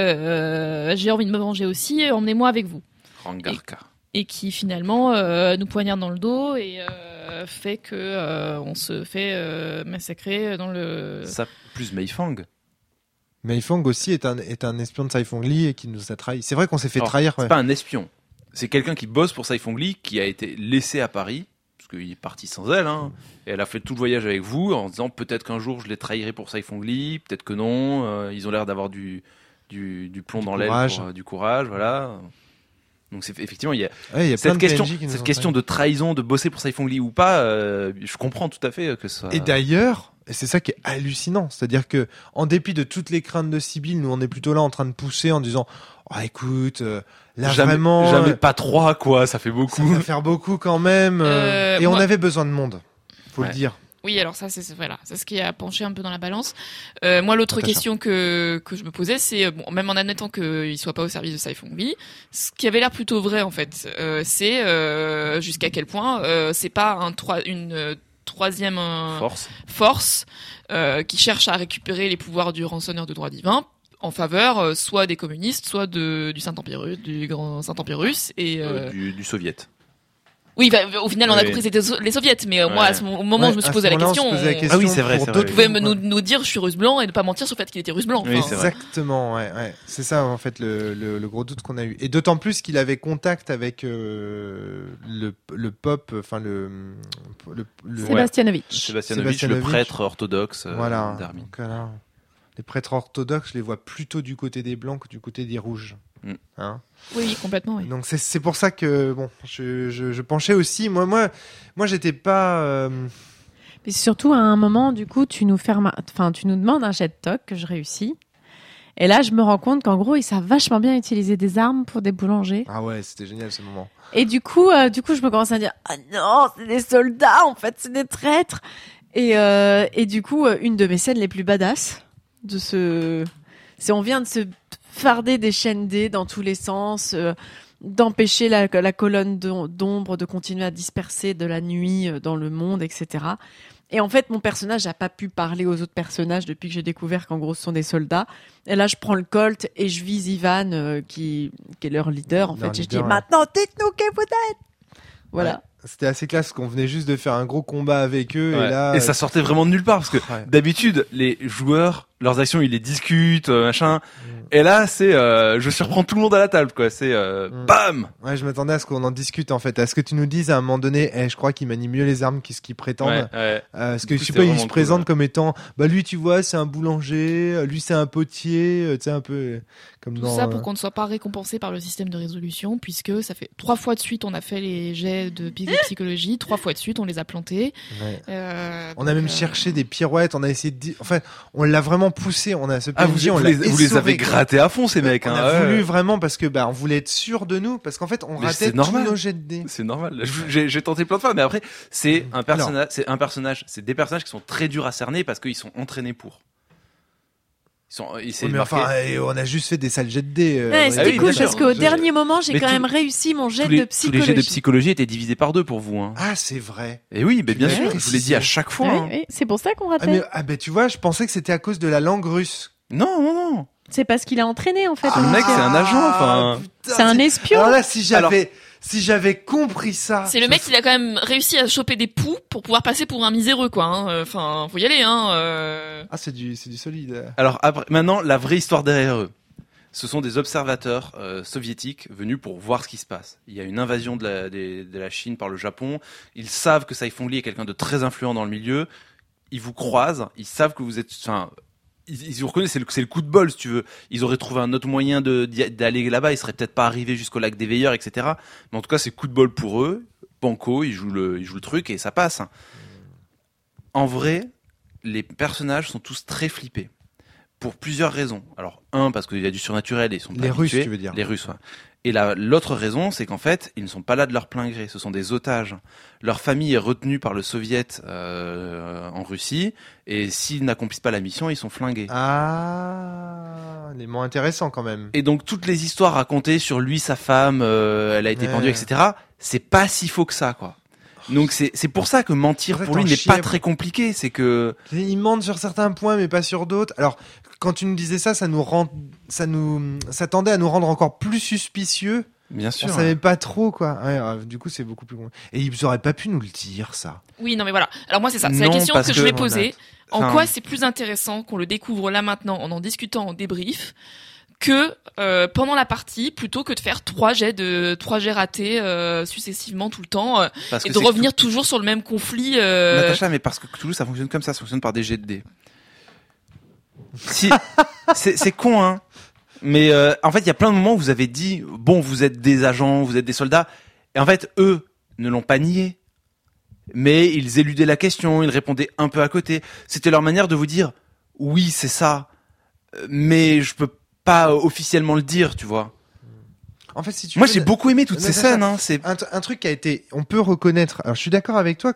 Speaker 5: euh, j'ai envie de me venger aussi, emmenez-moi avec vous.
Speaker 3: Rangarka.
Speaker 5: Et qui finalement euh, nous poignarde dans le dos et euh, fait que euh, on se fait euh, massacrer dans le.
Speaker 3: Ça plus Meifang.
Speaker 2: Mei Fang aussi est un est un espion de Saifong Lee et qui nous a trahi. C'est vrai qu'on s'est fait
Speaker 3: Alors,
Speaker 2: trahir.
Speaker 3: C'est
Speaker 2: ouais.
Speaker 3: pas un espion. C'est quelqu'un qui bosse pour Saifong Lee, qui a été laissé à Paris, parce qu'il est parti sans elle, hein. Et elle a fait tout le voyage avec vous, en disant peut-être qu'un jour je les trahirai pour Saifong Lee, peut-être que non. Euh, ils ont l'air d'avoir du, du, du plomb
Speaker 2: Du
Speaker 3: dans l'aile,
Speaker 2: courage.
Speaker 3: pour, euh, du courage, voilà. Donc c'est effectivement il y a
Speaker 2: Ouais, il y a plein
Speaker 3: cette
Speaker 2: de
Speaker 3: question,
Speaker 2: P N J qui nous
Speaker 3: cette
Speaker 2: ont
Speaker 3: question
Speaker 2: trahi.
Speaker 3: de trahison, de bosser pour Saifong Lee ou pas. euh, je comprends tout à fait que ça.
Speaker 2: Et d'ailleurs, et c'est ça qui est hallucinant, c'est-à-dire que en dépit de toutes les craintes de Sybille, nous on est plutôt là en train de pousser en disant oh, écoute, euh, là
Speaker 3: jamais,
Speaker 2: vraiment
Speaker 3: jamais
Speaker 2: euh,
Speaker 3: pas trois quoi, ça fait
Speaker 2: ça
Speaker 3: beaucoup.
Speaker 2: va faire beaucoup quand même euh,
Speaker 5: Euh,
Speaker 2: et on
Speaker 5: moi-
Speaker 2: avait besoin de monde. Faut
Speaker 3: Ouais.
Speaker 2: le dire.
Speaker 5: Oui, alors ça, c'est c'est- voilà, c'est ce qui a penché un peu dans la balance. Euh, moi, l'autre
Speaker 2: Natacha.
Speaker 5: question que que je me posais, c'est bon, même en admettant qu'il soit pas au service de Saifongli, ce qui avait l'air plutôt vrai en fait, euh, c'est euh, jusqu'à quel point euh, c'est pas un trois une euh, troisième euh,
Speaker 3: Force.
Speaker 5: force euh, qui cherche à récupérer les pouvoirs du rançonneur de droit divin en faveur euh, soit des communistes, soit de du Saint-Empire russe, du grand Saint-Empire russe et
Speaker 3: euh,
Speaker 5: euh,
Speaker 3: du, du soviet.
Speaker 5: oui, bah, au final, on a
Speaker 3: Oui.
Speaker 5: compris que c'était so- les soviets, mais euh, moi,
Speaker 3: Ouais.
Speaker 5: à ce mo- au moment
Speaker 2: Ouais,
Speaker 5: où je me suis
Speaker 2: à
Speaker 5: posé
Speaker 2: ce
Speaker 5: la
Speaker 2: moment-là, on
Speaker 5: question,
Speaker 2: se posait la
Speaker 5: on-
Speaker 2: question
Speaker 3: Ah oui, c'est vrai,
Speaker 2: pour
Speaker 3: c'est
Speaker 2: d'autres-
Speaker 3: vrai.
Speaker 5: vous pouvez me- nous,
Speaker 2: Ouais.
Speaker 5: nous dire je suis russe blanc et ne pas mentir sur le fait qu'il était russe blanc.
Speaker 3: Oui,
Speaker 5: Enfin,
Speaker 3: c'est vrai.
Speaker 2: Exactement, ouais, ouais. C'est ça en fait le, le, le gros doute qu'on a eu. Et d'autant plus qu'il avait contact avec euh, le, le pop, enfin le, le, le-
Speaker 4: Sébastianovic.
Speaker 3: Sébastianovic, le
Speaker 2: Sébastianovic.
Speaker 3: prêtre orthodoxe euh,
Speaker 2: voilà.
Speaker 3: d'Armin.
Speaker 2: Donc, voilà. Les prêtres orthodoxes, je les vois plutôt du côté des blancs que du côté des rouges.
Speaker 3: Mm.
Speaker 2: Hein.
Speaker 5: Oui, oui, complètement, oui.
Speaker 2: Donc c'est c'est pour ça que bon, je, je, je penchais aussi. Moi, moi, moi, j'étais pas. euh,
Speaker 4: Mais surtout, à un moment, du coup, tu nous, fermes, enfin, tu nous demandes un jet de toc que je réussis. Et là, je me rends compte qu'en gros, ils savent vachement bien utiliser des armes pour des boulangers.
Speaker 2: Ah ouais, c'était génial ce moment.
Speaker 4: Et du coup, euh, du coup, je me commence à dire, ah non, c'est des soldats, en fait, c'est des traîtres. Et, euh, et du coup, euh, une de mes scènes les plus badass de ce, c'est on vient de se farder des chaînes D dans tous les sens, euh, d'empêcher la, la colonne d'om- d'ombre de continuer à disperser de la nuit euh, dans le monde, et cetera. Et en fait, mon personnage n'a pas pu parler aux autres personnages depuis que j'ai découvert qu'en gros, ce sont des soldats. Et là, je prends le Colt et je vise Ivan, euh, qui, qui est leur leader, en
Speaker 2: Leur
Speaker 4: fait. Et je dis,
Speaker 2: leader, ouais.
Speaker 4: maintenant, dites-nous qui vous êtes! Voilà.
Speaker 2: Ouais. C'était assez classe qu'on venait juste de faire un gros combat avec eux
Speaker 3: Ouais.
Speaker 2: et là.
Speaker 3: Et ça sortait vraiment de nulle part parce que
Speaker 2: Ouais.
Speaker 3: d'habitude les joueurs, leurs actions, ils les discutent, euh, machin.
Speaker 2: Mm.
Speaker 3: Et là, c'est euh, je surprends tout le monde à la table, quoi. C'est euh,
Speaker 2: Mm.
Speaker 3: bam.
Speaker 2: Ouais, je m'attendais à ce qu'on en discute en fait. À ce que tu nous dises à un moment donné, eh, je crois qu'il manie mieux les armes qu'est-ce qu'ils prétendent.
Speaker 3: Ouais, ouais.
Speaker 2: Euh, parce
Speaker 3: Du
Speaker 2: que
Speaker 3: coup,
Speaker 2: je sais
Speaker 3: c'était
Speaker 2: pas, il
Speaker 3: vraiment
Speaker 2: se
Speaker 3: cool,
Speaker 2: présente
Speaker 3: ouais.
Speaker 2: comme étant, bah lui tu vois, c'est un boulanger, euh, lui c'est un potier, euh, tu sais un peu euh, comme
Speaker 5: Tout
Speaker 2: dans.
Speaker 5: ça
Speaker 2: euh,
Speaker 5: pour qu'on ne soit pas récompensé par le système de résolution, puisque ça fait trois fois de suite on a fait les jets de psy- de psychologie, trois fois de suite on les a plantés.
Speaker 2: ouais.
Speaker 5: Euh,
Speaker 2: On a
Speaker 5: donc,
Speaker 2: même
Speaker 5: euh,
Speaker 2: cherché des pirouettes, on a essayé de dire, enfin, on l'a vraiment poussé, on a ce
Speaker 3: Ah, vous,
Speaker 2: P N J, on
Speaker 3: vous
Speaker 2: l'a
Speaker 3: les, vous les
Speaker 2: essoré,
Speaker 3: avez
Speaker 2: quoi.
Speaker 3: grattés à fond, ces mecs.
Speaker 2: On
Speaker 3: hein.
Speaker 2: a
Speaker 3: Ouais.
Speaker 2: voulu vraiment parce que bah on voulait être sûr de nous, parce qu'en fait on
Speaker 3: Mais
Speaker 2: ratait
Speaker 3: c'est
Speaker 2: tous
Speaker 3: normal.
Speaker 2: nos jets de dés.
Speaker 3: C'est normal. Je- J'ai j'ai tenté plein de fois, mais après, c'est un
Speaker 2: Alors.
Speaker 3: personnage, c'est un personnage, c'est des personnages qui sont très durs à cerner parce qu'ils sont entraînés pour. Ils sont, ils- c'est
Speaker 2: Ouais, mais
Speaker 3: marqué-
Speaker 2: enfin, eh, on a juste fait des salles jets de dés. euh,
Speaker 4: Ouais,
Speaker 2: ouais,
Speaker 4: c'était
Speaker 3: Ah oui,
Speaker 4: cool
Speaker 3: bien
Speaker 4: parce
Speaker 3: sûr.
Speaker 4: qu'au
Speaker 3: Je-
Speaker 4: dernier moment, j'ai
Speaker 3: Mais
Speaker 4: quand
Speaker 3: tout-
Speaker 4: même réussi mon jet
Speaker 3: tous les,
Speaker 4: de
Speaker 3: tous
Speaker 4: psychologie.
Speaker 3: les jets de psychologie étaient divisés par deux pour vous. Hein.
Speaker 2: Ah, c'est vrai.
Speaker 3: Et oui, mais bien
Speaker 2: Tu l'as
Speaker 3: sûr, je vous l'ai dit à chaque fois.
Speaker 4: Oui,
Speaker 3: hein.
Speaker 4: oui, c'est pour ça qu'on
Speaker 2: Ah,
Speaker 4: ratait.
Speaker 2: mais, ah, ben, tu vois, je pensais que c'était à cause de la langue russe.
Speaker 3: Non, non, non.
Speaker 4: C'est parce qu'il a entraîné en fait.
Speaker 3: Ce mec,
Speaker 4: Ah,
Speaker 3: c'est un agent, enfin.
Speaker 2: putain,
Speaker 4: c'est un espion.
Speaker 2: Alors là, si j'avais, si j'avais compris ça.
Speaker 5: C'est le mec qui a quand même réussi à choper des poux pour pouvoir passer pour un miséreux, quoi. hein. Enfin, faut y aller, hein. euh.
Speaker 2: Ah, c'est du, c'est du solide.
Speaker 3: Alors après, maintenant, la vraie histoire derrière eux. Ce sont des observateurs euh, soviétiques venus pour voir ce qui se passe. Il y a une invasion de la, des- de la Chine par le Japon. Ils savent que Saifongli est quelqu'un de très influent dans le milieu. Ils vous croisent. Ils savent que vous êtes. Enfin, ils, ils vous reconnaissent. C'est le, c'est le coup de bol, si tu veux. Ils auraient trouvé un autre moyen de, d'y- d'aller là-bas. Ils seraient peut-être pas arrivés jusqu'au lac des Veilleurs, et cetera. Mais en tout cas, c'est coup de bol pour eux. Banco, ils jouent le, ils jouent le truc et ça passe. En vrai, les personnages sont tous très flippés. Pour plusieurs raisons. Alors, un, parce qu'il y a du surnaturel et ils sont pas
Speaker 2: Les Russes,
Speaker 3: habitués.
Speaker 2: tu veux dire.
Speaker 3: Les Russes, ouais. Et la, l'autre raison, c'est qu'en fait, ils ne sont pas là de leur plein gré. Ce sont des otages. Leur famille est retenue par le soviet euh, en Russie. Et s'ils n'accomplissent pas la mission, ils sont flingués.
Speaker 2: Ah, élément intéressant quand même.
Speaker 3: Et donc, toutes les histoires racontées sur lui, sa femme, euh, elle a été
Speaker 2: Ouais.
Speaker 3: pendue, et cetera, c'est pas si faux que ça, quoi. Donc, c'est, c'est pour ça que mentir
Speaker 2: En fait,
Speaker 3: pour lui
Speaker 2: t'en
Speaker 3: n'est pas
Speaker 2: chiais,
Speaker 3: très compliqué. C'est que...
Speaker 2: Ils mentent sur certains points, mais pas sur d'autres. Alors, quand tu nous disais ça, ça nous rend, ça nous, ça tendait à nous rendre encore plus suspicieux.
Speaker 3: Bien sûr.
Speaker 2: On savait pas trop, quoi. Ouais, euh, du coup, c'est beaucoup plus compliqué. Et ils auraient pas pu nous le dire, ça.
Speaker 5: Oui, non, mais voilà. Alors moi, c'est ça. C'est la
Speaker 3: Non,
Speaker 5: question
Speaker 3: parce
Speaker 5: que, je
Speaker 3: que
Speaker 5: vais
Speaker 3: on
Speaker 5: poser. En
Speaker 3: Enfin-
Speaker 5: quoi c'est plus intéressant qu'on le découvre là maintenant en en discutant en débrief que euh, pendant la partie, plutôt que de faire trois jets de trois jets ratés euh, successivement tout le temps euh,
Speaker 3: Parce
Speaker 5: et
Speaker 3: que
Speaker 5: de
Speaker 3: c'est
Speaker 5: revenir toujours sur le même conflit. Euh...
Speaker 3: Natacha, mais parce que Cthulhu, ça fonctionne comme ça, ça fonctionne par des jets de dés. Si, c'est, c'est con, hein. Mais euh, en fait, il y a plein de moments où vous avez dit, bon, vous êtes des agents, vous êtes des soldats, et en fait, eux ne l'ont pas nié. Mais ils éludaient la question, ils répondaient un peu à côté. C'était leur manière de vous dire, oui, c'est ça, mais je peux pas officiellement le dire, tu vois.
Speaker 2: En fait, si tu
Speaker 3: Moi,
Speaker 2: veux,
Speaker 3: j'ai beaucoup aimé toutes ces
Speaker 2: Natacha,
Speaker 3: scènes, hein. C'est
Speaker 2: un, t- un truc qui a été, on peut reconnaître. Alors, je suis d'accord avec toi que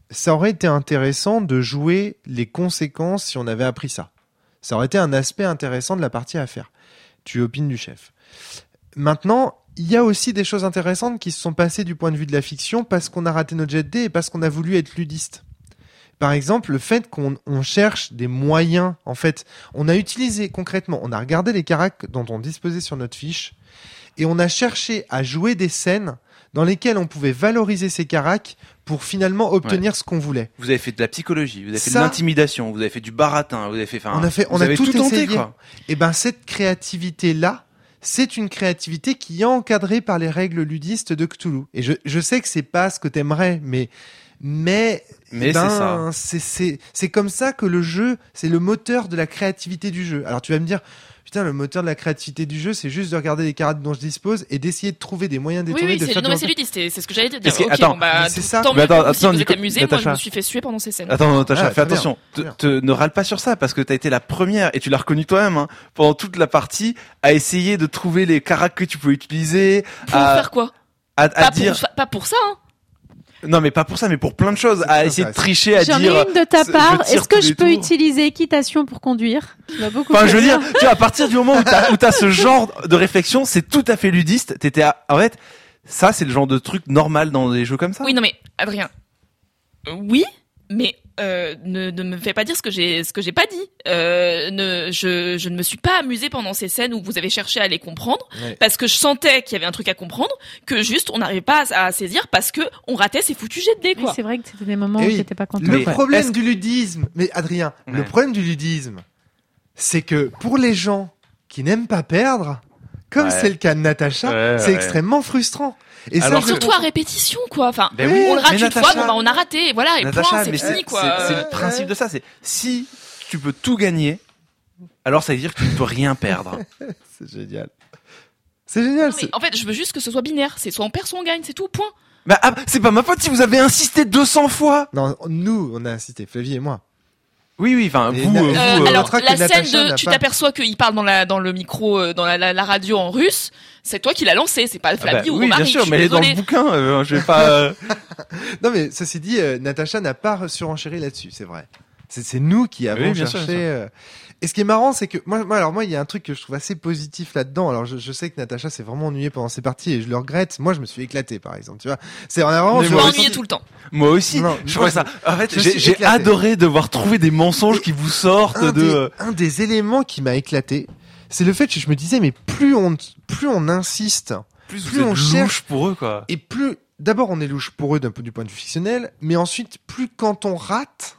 Speaker 2: ça aurait été intéressant de jouer les conséquences si on avait appris ça. Ça aurait été un aspect intéressant de la partie à faire. Tu opines du chef. Maintenant, il y a aussi des choses intéressantes qui se sont passées du point de vue de la fiction parce qu'on a raté notre jet de dés et parce qu'on a voulu être ludiste. Par exemple, le fait qu'on on cherche des moyens, en fait, on a utilisé concrètement, on a regardé les caracs dont on disposait sur notre fiche et on a cherché à jouer des scènes dans lesquelles on pouvait valoriser ces caracs pour finalement obtenir
Speaker 3: Ouais.
Speaker 2: ce qu'on voulait.
Speaker 3: Vous avez fait de la psychologie, vous avez fait
Speaker 2: Ça-
Speaker 3: de l'intimidation, vous avez fait du baratin, vous avez fait, enfin,
Speaker 2: On a fait, on
Speaker 3: vous
Speaker 2: a
Speaker 3: avez
Speaker 2: tout,
Speaker 3: tout tenté,
Speaker 2: essayé.
Speaker 3: quoi.
Speaker 2: Et ben cette créativité-là, c'est une créativité qui est encadrée par les règles ludistes de Cthulhu. Et je, je sais que c'est pas ce que t'aimerais, mais mais
Speaker 3: Mais
Speaker 2: ben,
Speaker 3: c'est ça.
Speaker 2: c'est c'est c'est comme ça que le jeu, c'est le moteur de la créativité du jeu. Alors tu vas me dire, putain, le moteur de la créativité du jeu, c'est juste de regarder les cartes dont je dispose et d'essayer de trouver des moyens
Speaker 5: Oui,
Speaker 2: détournés
Speaker 5: oui,
Speaker 2: de
Speaker 5: c'est,
Speaker 2: faire
Speaker 5: non, mais
Speaker 2: du-
Speaker 5: c'est ludiste, c'est, c'est ce que j'allais te dire.
Speaker 3: Parce que-
Speaker 5: Ok,
Speaker 3: attends,
Speaker 5: bon, bah,
Speaker 2: mais c'est ça.
Speaker 5: tant
Speaker 3: Mais
Speaker 5: mieux
Speaker 3: attends,
Speaker 5: que si
Speaker 3: attends,
Speaker 5: vous êtes
Speaker 3: Nico-
Speaker 5: amusés, moi je
Speaker 3: Natacha.
Speaker 5: me suis fait suer pendant ces scènes.
Speaker 3: Attends, Natacha,
Speaker 2: Ah,
Speaker 3: fais
Speaker 2: très bien,
Speaker 3: attention.
Speaker 2: très
Speaker 3: Te,
Speaker 2: bien.
Speaker 3: te- ne râle pas sur ça parce que t'as été la première et tu l'as reconnu toi-même hein, pendant toute la partie à essayer de trouver les caracs que tu pouvais utiliser,
Speaker 5: Pour
Speaker 3: à,
Speaker 5: faire quoi?
Speaker 3: à, à
Speaker 5: Pas
Speaker 3: dire.
Speaker 5: pour, pas pour ça, hein.
Speaker 3: Non, mais pas pour ça, mais pour plein de choses,
Speaker 2: C'est
Speaker 3: à
Speaker 2: très
Speaker 3: essayer de
Speaker 2: intéressant.
Speaker 3: tricher, à
Speaker 4: J'en
Speaker 3: dire.
Speaker 4: ai une de ta
Speaker 3: je
Speaker 4: part.
Speaker 3: tire
Speaker 4: Est-ce que
Speaker 3: tous
Speaker 4: je
Speaker 3: les
Speaker 4: peux
Speaker 3: tours.
Speaker 4: utiliser équitation pour conduire? Tu m'as beaucoup
Speaker 3: Enfin,
Speaker 4: fait
Speaker 3: je veux
Speaker 4: rire.
Speaker 3: dire, tu vois, à partir du moment où t'as, où t'as ce genre de réflexion, c'est tout à fait ludiste. T'étais, à- en fait, ça, c'est le genre de truc normal dans des jeux comme ça.
Speaker 5: Oui, non, mais Adrien. Euh, Oui, mais euh, ne, ne me fais pas dire ce que j'ai ce que j'ai pas dit. Euh, ne, je, je ne me suis pas amusée pendant ces scènes où vous avez cherché à les comprendre
Speaker 2: Ouais.
Speaker 5: parce que je sentais qu'il y avait un truc à comprendre que juste on n'arrivait pas à, à saisir parce que on ratait ces foutus jets de dés
Speaker 4: Oui,
Speaker 5: quoi.
Speaker 4: c'est vrai que c'était des moments
Speaker 2: Eh
Speaker 4: où
Speaker 2: oui.
Speaker 4: t'étais pas content.
Speaker 2: Le
Speaker 3: Mais-
Speaker 2: problème
Speaker 3: est-ce-
Speaker 2: du ludisme, mais Adrien, le
Speaker 3: Ouais.
Speaker 2: problème du ludisme, c'est que pour les gens qui n'aiment pas perdre, comme
Speaker 3: Ouais.
Speaker 2: c'est le cas de Natacha,
Speaker 3: Ouais,
Speaker 2: c'est
Speaker 3: ouais.
Speaker 2: extrêmement frustrant. Et
Speaker 3: Alors
Speaker 2: ça,
Speaker 5: Mais
Speaker 2: je-
Speaker 5: surtout à répétition quoi. Enfin,
Speaker 3: Ben
Speaker 2: oui,
Speaker 5: on le rate
Speaker 3: mais
Speaker 5: une
Speaker 3: Natacha-
Speaker 5: fois, bon bah on a raté, et voilà, et
Speaker 3: Natacha,
Speaker 5: point, c'est
Speaker 3: mais
Speaker 5: fini
Speaker 3: c'est,
Speaker 5: quoi.
Speaker 3: c'est- c'est
Speaker 5: Euh,
Speaker 3: le principe de ça. C'est si tu peux tout gagner, alors ça veut dire que tu ne peux rien perdre.
Speaker 2: c'est génial. C'est génial.
Speaker 5: non, mais
Speaker 2: c'est-
Speaker 5: en fait, je veux juste que ce soit binaire. C'est soit on perd, soit on gagne, c'est tout, point.
Speaker 3: Bah, ah, c'est pas ma faute si vous avez insisté deux cents fois.
Speaker 2: Non, nous, on a insisté, Flavie et moi.
Speaker 3: Oui, oui, enfin,
Speaker 2: Et
Speaker 3: vous,
Speaker 2: na-
Speaker 3: euh,
Speaker 5: Euh,
Speaker 3: vous,
Speaker 2: Euh,
Speaker 3: euh,
Speaker 5: alors,
Speaker 2: notera que
Speaker 5: la scène
Speaker 2: Natacha
Speaker 5: de,
Speaker 2: n'a
Speaker 5: tu
Speaker 2: pas-
Speaker 5: t'aperçois qu'il parle dans la dans le micro, euh, dans la, la, la radio en russe. C'est toi qui l'as lancé, c'est pas
Speaker 3: ah bah,
Speaker 5: Flavie ou
Speaker 3: oui,
Speaker 5: Romaric.
Speaker 3: bien sûr,
Speaker 5: je suis
Speaker 3: mais elle est dans le
Speaker 5: désolée.
Speaker 3: bouquin, euh, je vais pas. euh,
Speaker 2: Non, mais ceci dit, euh, Natacha n'a pas surenchéri là-dessus, c'est vrai. C'est, c'est nous qui avons
Speaker 3: Oui, bien sûr,
Speaker 2: cherché.
Speaker 3: bien sûr.
Speaker 2: euh, Et ce qui est marrant, c'est que moi, moi, alors moi, il y a un truc que je trouve assez positif là-dedans. Alors, je, je sais que Natacha s'est vraiment ennuyée pendant ses parties et je le regrette. Moi, je me suis éclaté, par exemple. Tu vois, c'est on a vraiment.
Speaker 3: Mais
Speaker 2: je
Speaker 5: Je
Speaker 2: me
Speaker 3: moi
Speaker 5: m'ennuyais
Speaker 2: ressens-
Speaker 5: tout le temps.
Speaker 3: Moi aussi,
Speaker 2: Non,
Speaker 3: je
Speaker 2: moi,
Speaker 3: trouvais ça. En fait,
Speaker 2: je me
Speaker 3: j'ai,
Speaker 2: suis
Speaker 3: j'ai
Speaker 2: éclaté.
Speaker 3: adoré devoir trouver des mensonges qui vous sortent
Speaker 2: un,
Speaker 3: de.
Speaker 2: des,
Speaker 3: euh,
Speaker 2: un des éléments qui m'a éclaté, c'est le fait que je me disais, mais plus on, plus on insiste,
Speaker 3: Plus,
Speaker 2: plus
Speaker 3: vous êtes
Speaker 2: on
Speaker 3: louche
Speaker 2: cherche-
Speaker 3: pour eux, quoi.
Speaker 2: et plus, d'abord, on est louche pour eux d'un, du point de vue fictionnel, mais ensuite, plus quand on rate,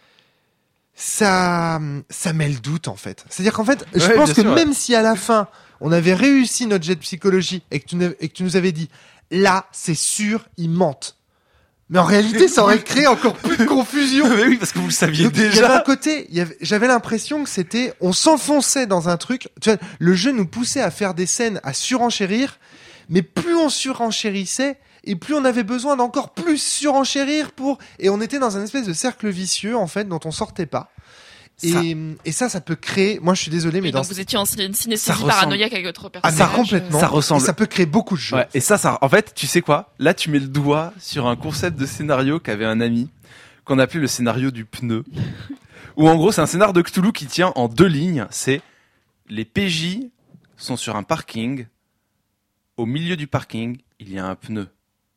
Speaker 2: ça, ça met le doute, en fait. C'est-à-dire qu'en fait, je
Speaker 3: Ouais,
Speaker 2: pense
Speaker 3: bien
Speaker 2: que
Speaker 3: sûr, ouais.
Speaker 2: même si à la fin, on avait réussi notre jet de psychologie et que tu, ne- et que tu nous avais dit, là, c'est sûr, ils mentent. Mais en réalité, ça aurait créé encore plus de confusion.
Speaker 3: Mais oui, parce que vous le saviez
Speaker 2: Donc, il y avait un
Speaker 3: déjà.
Speaker 2: côté, il y avait- j'avais l'impression que c'était, on s'enfonçait dans un truc. Tu vois, le jeu nous poussait à faire des scènes, à surenchérir, mais plus on surenchérissait, et plus on avait besoin d'encore plus surenchérir pour, et on était dans un espèce de cercle vicieux en fait dont on sortait pas.
Speaker 3: Ça-
Speaker 2: Et, et ça, ça peut créer. Moi, je suis désolé, mais
Speaker 5: Et
Speaker 2: dans
Speaker 5: donc vous étiez en syné-
Speaker 3: Ça
Speaker 5: synesthésie
Speaker 3: ressemble-
Speaker 5: paranoïaque avec votre
Speaker 2: ah,
Speaker 5: personnage.
Speaker 2: mais complètement.
Speaker 3: Ça ressemble-
Speaker 2: Et ça peut créer beaucoup de jeux.
Speaker 3: Ouais, et ça, ça, en fait, tu sais quoi? Là, tu mets le doigt sur un concept de scénario qu'avait un ami, qu'on appelait le scénario du pneu. Où en gros, c'est un scénario de Cthulhu qui tient en deux lignes. C'est les P J sont sur un parking. Au milieu du parking, il y a un pneu.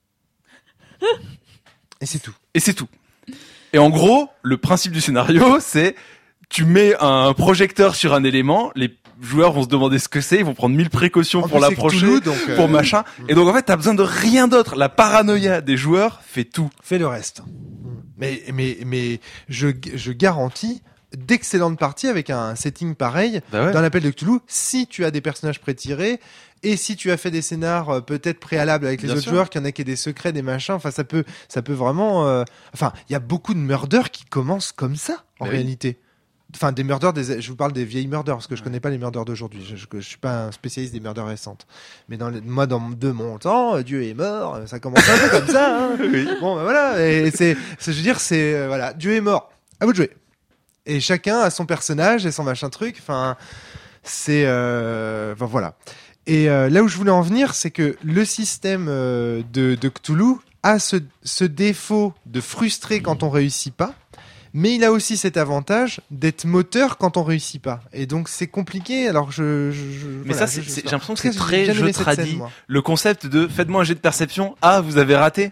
Speaker 2: Et c'est tout.
Speaker 3: Et c'est tout. Et en gros, le principe du scénario, c'est tu mets un projecteur sur un élément, les joueurs vont se demander ce que c'est, ils vont prendre mille précautions
Speaker 2: En
Speaker 3: pour
Speaker 2: plus, c'est
Speaker 3: l'approcher,
Speaker 2: Cthulhu, donc, euh,
Speaker 3: pour machin. Et donc en fait, t'as besoin de rien d'autre. La paranoïa des joueurs fait tout.
Speaker 2: Fais le reste. Mais, mais, mais je, je garantis d'excellentes parties avec un setting pareil
Speaker 3: Bah ouais.
Speaker 2: dans l'appel de Cthulhu. Si tu as des personnages prétirés et si tu as fait des scénars euh, peut-être préalables avec les
Speaker 3: Bien
Speaker 2: autres
Speaker 3: sûr.
Speaker 2: joueurs, qu'il y en a qui aient des secrets, des machins, enfin ça peut, ça peut vraiment. euh, Enfin, il y a beaucoup de murders qui commencent comme ça en
Speaker 3: Bah oui.
Speaker 2: réalité. Enfin, des murders, des, je vous parle des vieilles murders parce que je connais pas les murders d'aujourd'hui. Je, je, je suis pas un spécialiste des murders récentes. Mais dans les, moi, dans de mon temps, euh, Dieu est mort. euh, Ça commence un peu comme ça. Hein. Bon, ben voilà. Et c'est, c'est, je veux dire, c'est euh, voilà, Dieu est mort. À vous de jouer. Et chacun a son personnage et son machin truc. Enfin, c'est, euh, enfin voilà. Et euh, là où je voulais en venir, c'est que le système euh, de, de Cthulhu a ce, ce défaut de frustrer quand on réussit pas, mais il a aussi cet avantage d'être moteur quand on réussit pas. Et donc c'est compliqué. Alors je, je, je
Speaker 3: Mais
Speaker 2: voilà,
Speaker 3: ça, c'est,
Speaker 2: je-
Speaker 3: c'est-
Speaker 2: je-
Speaker 3: j'ai l'impression que
Speaker 2: en tout
Speaker 3: c'est
Speaker 2: cas,
Speaker 3: très
Speaker 2: j'ai bien
Speaker 3: jeu
Speaker 2: aimé cette
Speaker 3: tradi.
Speaker 2: scène, moi.
Speaker 3: Le concept de faites-moi un jet de perception. Ah, vous avez raté.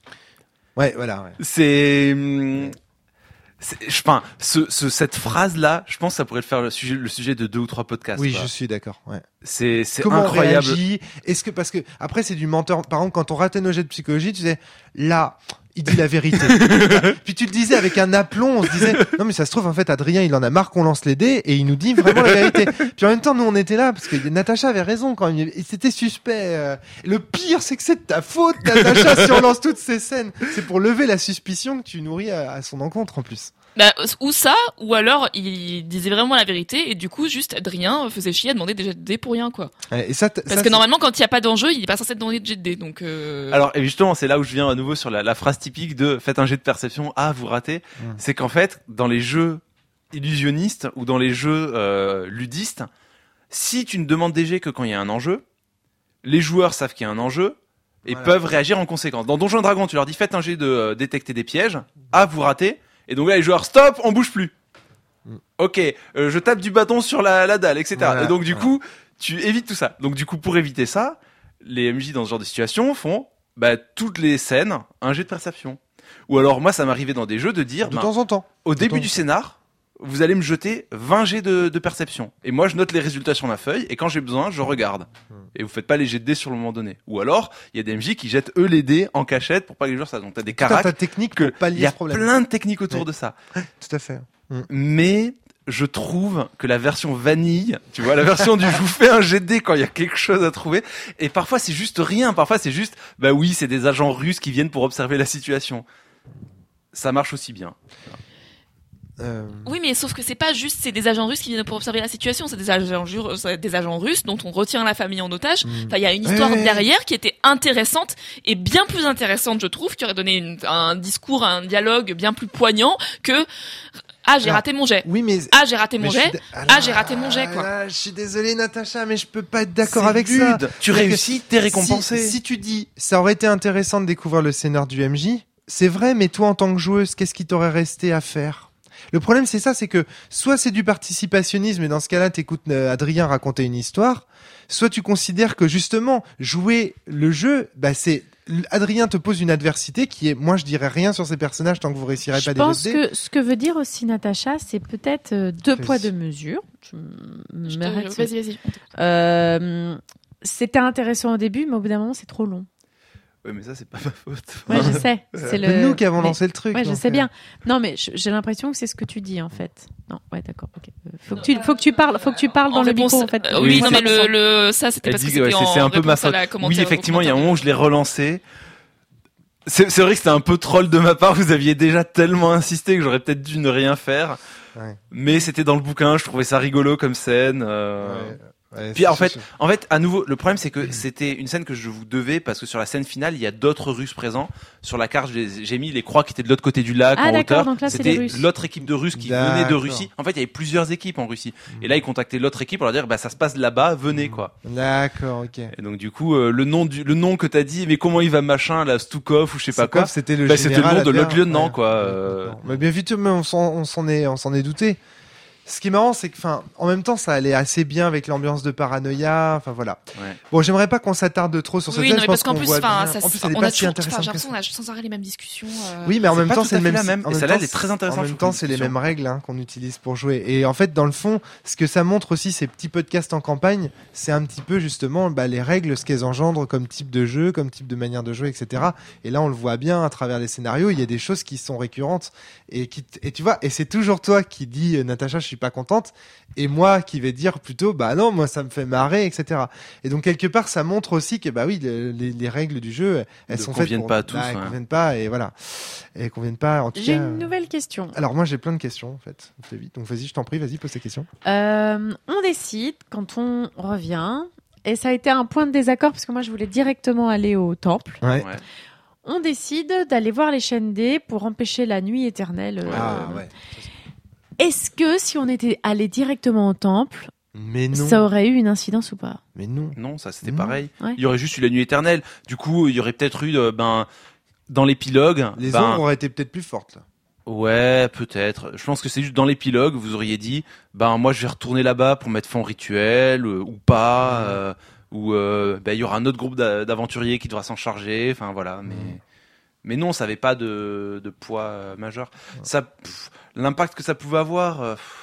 Speaker 2: Ouais, voilà. Ouais.
Speaker 3: C'est, hum, c'est, je- enfin, ce, ce, cette phrase-là, je pense que ça pourrait le faire le sujet, le sujet de deux ou trois podcasts.
Speaker 2: Oui,
Speaker 3: quoi.
Speaker 2: je suis d'accord. Ouais.
Speaker 3: C'est, c'est
Speaker 2: Comment
Speaker 3: incroyable.
Speaker 2: on réagit? Est-ce que parce que après c'est du menteur. Par exemple, quand on ratait nos jets de psychologie, tu disais là, il dit la vérité. Puis tu le disais avec un aplomb, on se disait non mais ça se trouve en fait Adrien il en a marre qu'on lance les dés et il nous dit vraiment la vérité. Puis en même temps nous on était là parce que Natacha avait raison quand même. Et c'était suspect. euh. Le pire c'est que c'est de ta faute Natacha si on lance toutes ces scènes. C'est pour lever la suspicion que tu nourris à, à son encontre en plus.
Speaker 5: Bah, ou ça, ou alors il disait vraiment la vérité et du coup juste Adrien faisait chier à demander des jets de dés pour rien quoi.
Speaker 2: Ouais, et ça, t-
Speaker 5: Parce
Speaker 2: ça,
Speaker 5: que
Speaker 2: c'est-
Speaker 5: normalement quand il y a pas d'enjeu, il est pas censé te demander de jets de dés donc. Euh...
Speaker 3: Alors, et justement, c'est là où je viens à nouveau sur la, la phrase typique de faites un jet de perception. Ah, vous ratez.
Speaker 2: Mm.
Speaker 3: C'est qu'en fait, dans les jeux illusionnistes ou dans les jeux euh, ludistes, si tu ne demandes des jets que quand il y a un enjeu, les joueurs savent qu'il y a un enjeu et
Speaker 2: Voilà.
Speaker 3: peuvent réagir en conséquence. Dans Donjons et Dragons, tu leur dis faites un jet de euh, détecter des pièges. Ah, vous ratez. Et donc là, les joueurs stop, on bouge plus.
Speaker 2: Mm.
Speaker 3: Ok, euh, je tape du bâton sur la, la dalle, et cetera.
Speaker 2: Voilà,
Speaker 3: Et donc du
Speaker 2: voilà.
Speaker 3: coup, tu évites tout ça. Donc du coup, pour éviter ça, les M J dans ce genre de situation font bah, toutes les scènes un jet de perception. Ou alors moi, ça m'arrivait dans des jeux de dire
Speaker 2: de
Speaker 3: bah,
Speaker 2: temps en temps.
Speaker 3: au
Speaker 2: de
Speaker 3: début
Speaker 2: temps
Speaker 3: du
Speaker 2: en temps.
Speaker 3: scénar, vous allez me jeter vingt jets de, de perception. Et moi, je note les résultats sur ma feuille, et quand j'ai besoin, je regarde.
Speaker 2: Hmm.
Speaker 3: Et vous faites pas les jets de dés sur le moment donné. Ou alors, il y a des M J qui jettent eux les dés en cachette pour pas que les joueurs savent. Donc t'as des
Speaker 2: Tout un
Speaker 3: caracs
Speaker 2: tas de techniques
Speaker 3: que
Speaker 2: pour pallier
Speaker 3: il y a
Speaker 2: ce problème.
Speaker 3: plein de techniques autour
Speaker 2: Ouais.
Speaker 3: de ça.
Speaker 2: Tout à fait.
Speaker 3: Mais je trouve que la version vanille, tu vois, la version du je vous fais un jet de dés quand il y a quelque chose à trouver, et parfois c'est juste rien, parfois c'est juste, bah oui, c'est des agents russes qui viennent pour observer la situation. Ça marche aussi bien.
Speaker 2: Euh,
Speaker 5: Oui, mais sauf que c'est pas juste, c'est des agents russes qui viennent pour observer la situation, c'est des agents, jur- c'est des agents russes dont on retient la famille en otage.
Speaker 2: Mm.
Speaker 5: Enfin, il y a une histoire
Speaker 2: Ouais, ouais.
Speaker 5: derrière qui était intéressante et bien plus intéressante, je trouve, qui aurait donné une- un discours, un dialogue bien plus poignant que ah j'ai
Speaker 2: Alors,
Speaker 5: raté mon jet,
Speaker 2: Oui, mais
Speaker 5: ah j'ai raté mon
Speaker 2: mais je suis
Speaker 5: jet.
Speaker 2: d- ah,
Speaker 5: Ah, j'ai raté mon jet, quoi.
Speaker 2: là, je suis désolé, Natacha, mais je peux pas être d'accord
Speaker 3: C'est
Speaker 2: avec
Speaker 3: lude.
Speaker 2: ça.
Speaker 3: Tu
Speaker 2: C'est-à-dire
Speaker 3: réussis,
Speaker 2: que
Speaker 3: t'es récompensé.
Speaker 2: Si, si tu dis, ça aurait été intéressant de découvrir le scénar du M J, c'est vrai, mais toi, en tant que joueuse, qu'est-ce qui t'aurait resté à faire? Le problème, c'est ça, c'est que soit c'est du participationnisme, et dans ce cas-là, t'écoutes euh, Adrien raconter une histoire, soit tu considères que justement, jouer le jeu, bah, c'est, Adrien te pose une adversité qui est, moi, je dirais rien sur ces personnages tant que vous réussirez
Speaker 4: Je
Speaker 2: pas
Speaker 4: pense
Speaker 2: des jets de dés.
Speaker 4: que ce que veut dire aussi Natacha, c'est peut-être euh, deux
Speaker 2: Vas-y.
Speaker 4: poids deux mesures. Je m-
Speaker 5: Je te-
Speaker 4: m'arrête.
Speaker 5: Vas-y, vas-y.
Speaker 4: Euh, C'était intéressant au début, mais au bout d'un moment, c'est trop long.
Speaker 3: Ouais, mais ça, c'est pas ma faute.
Speaker 4: Ouais, je sais. C'est
Speaker 2: C'est
Speaker 4: le.
Speaker 2: nous qui avons
Speaker 4: mais-
Speaker 2: lancé le truc.
Speaker 4: Ouais, je
Speaker 2: donc,
Speaker 4: sais
Speaker 2: euh,
Speaker 4: bien. Non, mais je- j'ai l'impression que c'est ce que tu dis en fait. Non, ouais, d'accord. Ok. Euh, Faut que tu, faut que tu parles, faut que tu parles dans
Speaker 5: En
Speaker 4: le
Speaker 5: réponse-
Speaker 4: micro en fait.
Speaker 5: euh,
Speaker 3: Oui,
Speaker 5: oui, non,
Speaker 3: c'est-
Speaker 5: mais le, le, ça, c'était
Speaker 3: Elle
Speaker 5: parce que
Speaker 3: dit
Speaker 5: c'était
Speaker 3: que ouais, c'est,
Speaker 5: en
Speaker 3: c'est un peu ma
Speaker 5: réponse à
Speaker 3: faute.
Speaker 5: la
Speaker 3: Oui,
Speaker 5: commentaire-
Speaker 3: effectivement, il y a un
Speaker 5: au
Speaker 3: moment où je l'ai relancé. C'est, c'est vrai que c'était un peu troll de ma part. Vous aviez déjà tellement insisté que j'aurais peut-être dû ne rien faire.
Speaker 2: Ouais.
Speaker 3: Mais c'était dans le bouquin. Je trouvais ça rigolo comme scène. euh.
Speaker 2: ouais, ouais,
Speaker 3: Puis
Speaker 2: c'est-
Speaker 3: en fait,
Speaker 2: c'est-
Speaker 3: en fait, à nouveau, le problème c'est que c'était une scène que je vous devais parce que sur la scène finale, il y a d'autres Russes présents. Sur la carte, j'ai j'ai mis les croix qui étaient de l'autre côté du lac
Speaker 4: Ah,
Speaker 3: en
Speaker 4: d'accord,
Speaker 3: hauteur.
Speaker 4: donc là, c'est
Speaker 3: C'était
Speaker 4: les Russes.
Speaker 3: l'autre équipe de Russes qui venait de
Speaker 2: D'accord.
Speaker 3: Russie. En fait, il y avait plusieurs équipes en Russie. Et là, ils contactaient l'autre équipe pour leur dire, bah ça se passe là-bas, venez quoi.
Speaker 2: D'accord, ok.
Speaker 3: Et donc du coup, euh, le nom du, le nom que t'as dit, mais comment il va machin, là, Stukov ou je sais pas
Speaker 2: Stukov,
Speaker 3: quoi.
Speaker 2: c'était le
Speaker 3: Bah, c'était le
Speaker 2: général
Speaker 3: nom de
Speaker 2: Adler.
Speaker 3: l'autre lieutenant,
Speaker 2: Ouais.
Speaker 3: quoi. euh.
Speaker 2: Mais bien vite, mais on s'en, on s'en est, on s'en est douté. Ce qui est marrant, c'est que, enfin, en même temps, ça allait assez bien avec l'ambiance de paranoïa. Enfin voilà.
Speaker 3: Ouais.
Speaker 2: Bon, j'aimerais pas qu'on s'attarde trop sur cette
Speaker 5: Oui,
Speaker 2: scène.
Speaker 5: non,
Speaker 2: je
Speaker 5: mais
Speaker 2: pense
Speaker 5: parce qu'en
Speaker 2: qu'on
Speaker 5: plus,
Speaker 2: voit
Speaker 5: enfin,
Speaker 2: bien-
Speaker 5: ça,
Speaker 2: en plus, elle est
Speaker 5: on
Speaker 2: pas
Speaker 5: a
Speaker 2: si
Speaker 5: toujours, enfin,
Speaker 2: intéressante
Speaker 5: j'ai
Speaker 2: que
Speaker 5: l'impression
Speaker 2: ça.
Speaker 5: qu'on a sans arrêt les mêmes discussions. euh.
Speaker 2: Oui, mais en
Speaker 3: C'est
Speaker 2: même
Speaker 3: pas
Speaker 2: temps,
Speaker 3: tout
Speaker 2: c'est
Speaker 3: à
Speaker 2: le
Speaker 3: fait
Speaker 2: même.
Speaker 3: la même.
Speaker 2: en
Speaker 3: Et
Speaker 2: même
Speaker 3: celle-là,
Speaker 2: temps,
Speaker 3: elle est très intéressante,
Speaker 2: En
Speaker 3: je
Speaker 2: même
Speaker 3: trouve,
Speaker 2: temps,
Speaker 3: la
Speaker 2: c'est les
Speaker 3: discussion.
Speaker 2: mêmes règles hein, qu'on utilise pour jouer. Et en fait, dans le fond, ce que ça montre aussi, ces petits podcasts en campagne, c'est un petit peu justement bah, les règles, ce qu'elles engendrent comme type de jeu, comme type de manière de jouer, et cetera. Et là, on le voit bien à travers les scénarios. Il y a des choses qui sont récurrentes et qui t- et tu vois, et c'est toujours toi qui dis, euh, Natacha, je suis pas contente, et moi qui vais dire plutôt, bah non, moi ça me fait marrer, et cetera. Et donc quelque part, ça montre aussi que bah oui, le- les, les règles du jeu, elles
Speaker 3: Ne
Speaker 2: sont faites
Speaker 3: conviennent
Speaker 2: pour,
Speaker 3: pas à tous,
Speaker 2: bah, elles
Speaker 3: ouais.
Speaker 2: conviennent pas, et voilà, et elles conviennent pas. En tout
Speaker 4: J'ai
Speaker 2: cas,
Speaker 4: une nouvelle question.
Speaker 2: alors moi j'ai plein de questions en fait. Fais vite. Donc vas-y, je t'en prie, vas-y, pose tes questions.
Speaker 4: Euh, on décide quand on revient, et ça a été un point de désaccord parce que moi je voulais directement aller au temple.
Speaker 2: Ouais.
Speaker 3: Ouais.
Speaker 4: On décide d'aller voir les chaînes D pour empêcher la nuit éternelle. euh,
Speaker 2: Ah ouais.
Speaker 4: Est-ce que si on était allé directement au temple,
Speaker 2: Mais non.
Speaker 4: ça aurait eu une incidence ou pas?
Speaker 2: Mais non.
Speaker 3: Non, ça c'était
Speaker 2: Non.
Speaker 3: pareil.
Speaker 4: Ouais.
Speaker 3: Il y aurait juste eu la nuit éternelle. Du coup, il y aurait peut-être eu, euh, ben, dans l'épilogue,
Speaker 2: Les
Speaker 3: ben,
Speaker 2: ombres auraient été peut-être plus fortes là.
Speaker 3: ouais, peut-être. Je pense que c'est juste dans l'épilogue, vous auriez dit, ben moi je vais retourner là-bas pour mettre fin au rituel, euh, ou pas, euh, ou euh, ben il y aura un autre groupe d'a- d'aventuriers qui devra s'en charger. Enfin voilà, mais
Speaker 2: Mm.
Speaker 3: mais non, ça avait pas de, de poids euh, majeur. Ça, pff, l'impact que ça pouvait avoir. euh, pff,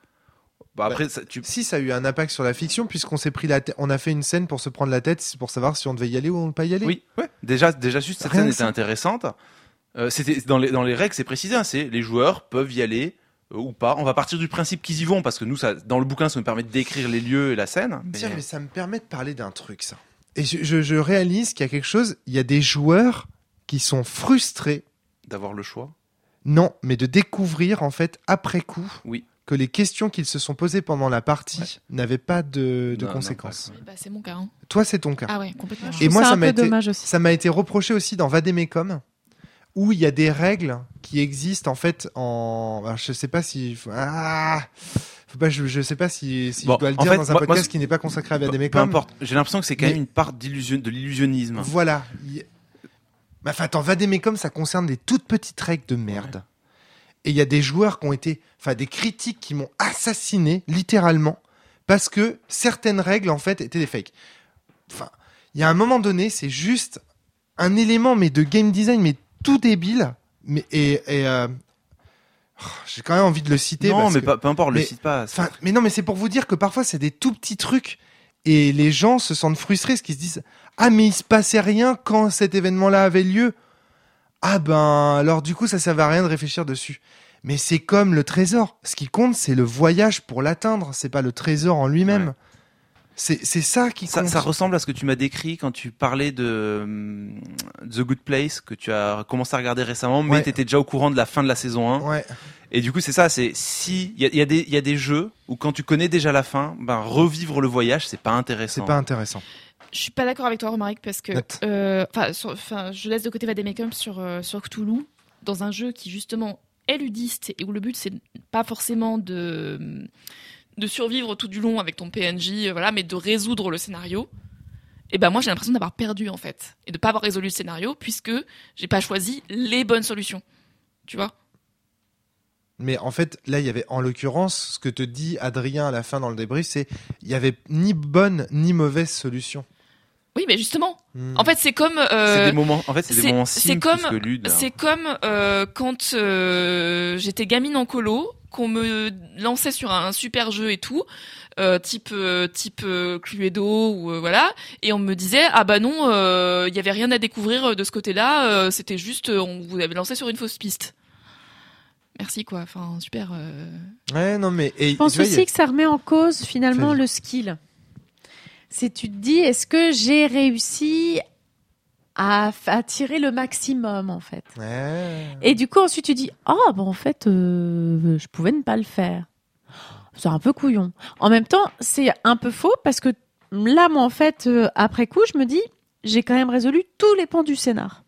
Speaker 3: bah après, ça, tu.
Speaker 2: Si, ça a eu un impact sur la fiction puisqu'on s'est pris la tête, on a fait une scène pour se prendre la tête pour savoir si on devait y aller ou on ne pas y aller.
Speaker 3: Oui, ouais. Déjà, déjà juste cette
Speaker 2: Rien
Speaker 3: scène
Speaker 2: que
Speaker 3: était
Speaker 2: ça.
Speaker 3: intéressante. Euh, c'était dans les dans les règles, c'est précisé. Hein, c'est les joueurs peuvent y aller euh, ou pas. On va partir du principe qu'ils y vont parce que nous, ça, dans le bouquin, ça nous permet de décrire les lieux et la scène. Mais...
Speaker 2: Tiens, mais ça me permet de parler d'un truc, ça. Et je, je, je réalise qu'il y a quelque chose. Il y a des joueurs qui sont frustrés,
Speaker 3: d'avoir le choix.
Speaker 2: non, mais de découvrir en fait après coup.
Speaker 3: Oui.
Speaker 2: Que les questions qu'ils se sont posées pendant la partie
Speaker 3: Ouais.
Speaker 2: n'avaient pas de, de
Speaker 3: Non,
Speaker 2: conséquences.
Speaker 3: non,
Speaker 5: Bah, c'est mon cas. Hein.
Speaker 2: Toi, c'est ton cas.
Speaker 5: Ah ouais, complètement.
Speaker 4: Je
Speaker 2: Et
Speaker 4: trouve
Speaker 2: moi,
Speaker 4: ça
Speaker 2: ça
Speaker 4: un
Speaker 2: m'a
Speaker 4: peu
Speaker 2: été-
Speaker 4: dommage aussi.
Speaker 2: Ça m'a été reproché aussi dans Vademecum, où il y a des règles qui existent en fait en. Alors, je sais pas si. Ah Faut pas, je, je sais pas si, si
Speaker 3: Bon,
Speaker 2: je dois le
Speaker 3: en
Speaker 2: dire
Speaker 3: fait,
Speaker 2: dans un
Speaker 3: moi- moi,
Speaker 2: podcast
Speaker 3: ce-
Speaker 2: qui n'est pas consacré à
Speaker 3: Peu, peu
Speaker 2: Vademecum.
Speaker 3: importe. J'ai l'impression que c'est quand
Speaker 2: Mais-
Speaker 3: même une part d'illusion, de l'illusionnisme.
Speaker 2: Voilà. Il- Mais enfin, attends, Vademecum, ça concerne des toutes petites règles de merde. Et il y a des joueurs qui ont été, enfin, des critiques qui m'ont assassiné, littéralement, parce que certaines règles, en fait, étaient des fakes. Enfin, il y a un moment donné, c'est juste un élément, mais de game design, mais tout débile. Mais, et, et euh, oh, j'ai quand même envie de le citer.
Speaker 3: Non,
Speaker 2: parce
Speaker 3: mais
Speaker 2: que-
Speaker 3: pas- peu importe, le
Speaker 2: mais-
Speaker 3: cite pas.
Speaker 2: Enfin, mais non, mais c'est pour vous dire que parfois c'est des tout petits trucs et les gens se sentent frustrés parce qu'ils se disent ah mais il se passait rien quand cet événement-là avait lieu. Ah ben alors du coup ça servait à rien de réfléchir dessus. Mais c'est comme le trésor. Ce qui compte c'est le voyage pour l'atteindre. C'est pas le trésor en lui-même.
Speaker 3: Ouais.
Speaker 2: C'est c'est ça qui
Speaker 3: Ça,
Speaker 2: compte.
Speaker 3: ça ressemble à ce que tu m'as décrit quand tu parlais de hum, The Good Place, que tu as commencé à regarder récemment, mais
Speaker 2: Ouais.
Speaker 3: tu étais déjà au courant de la fin de la saison un.
Speaker 2: Ouais.
Speaker 3: Et du coup, c'est ça, c'est si il y a, il y, a des- il y a des jeux où quand tu connais déjà la fin, ben revivre le voyage, c'est pas intéressant.
Speaker 2: C'est pas intéressant.
Speaker 5: Je suis pas d'accord avec toi, Romaric, parce que,
Speaker 2: Net.
Speaker 5: euh, enfin, sur- enfin, je laisse de côté Vademecum sur euh, sur Cthulhu, dans un jeu qui justement est ludiste et où le but c'est pas forcément de de survivre tout du long avec ton P N J, euh, voilà, mais de résoudre le scénario. Et ben moi j'ai l'impression d'avoir perdu en fait et de pas avoir résolu le scénario puisque j'ai pas choisi les bonnes solutions. Tu vois?
Speaker 2: Mais en fait, là, il y avait, en l'occurrence, ce que te dit Adrien à la fin dans le débrief, c'est il y avait ni bonne ni mauvaise solution.
Speaker 5: Oui, mais justement.
Speaker 2: Hmm.
Speaker 5: En fait, c'est comme euh,
Speaker 3: C'est des moments, en fait, c'est des
Speaker 5: c'est-
Speaker 3: moments
Speaker 5: c'est
Speaker 3: simples
Speaker 5: comme-
Speaker 3: plus que ludes.
Speaker 5: C'est comme euh, quand euh, j'étais gamine en colo, qu'on me lançait sur un super jeu et tout, euh, type euh, type euh, Cluedo ou euh, voilà, et on me disait ah bah non, il euh, y avait rien à découvrir de ce côté-là, euh, c'était juste euh, on vous avait lancé sur une fausse piste. Merci quoi, enfin super. Euh...
Speaker 2: Ouais, non, mais. Et,
Speaker 4: Je pense
Speaker 2: tu vois, il y a-
Speaker 4: aussi que ça remet en cause finalement
Speaker 2: Fais-le.
Speaker 4: le skill. C'est tu te dis, est-ce que j'ai réussi à, à tirer le maximum en fait.
Speaker 2: Ouais.
Speaker 4: Et du coup ensuite tu dis, oh bon en fait euh, je pouvais ne pas le faire. C'est un peu couillon. En même temps c'est un peu faux parce que là moi en fait euh, après coup je me dis, j'ai quand même résolu tous les pans du scénar.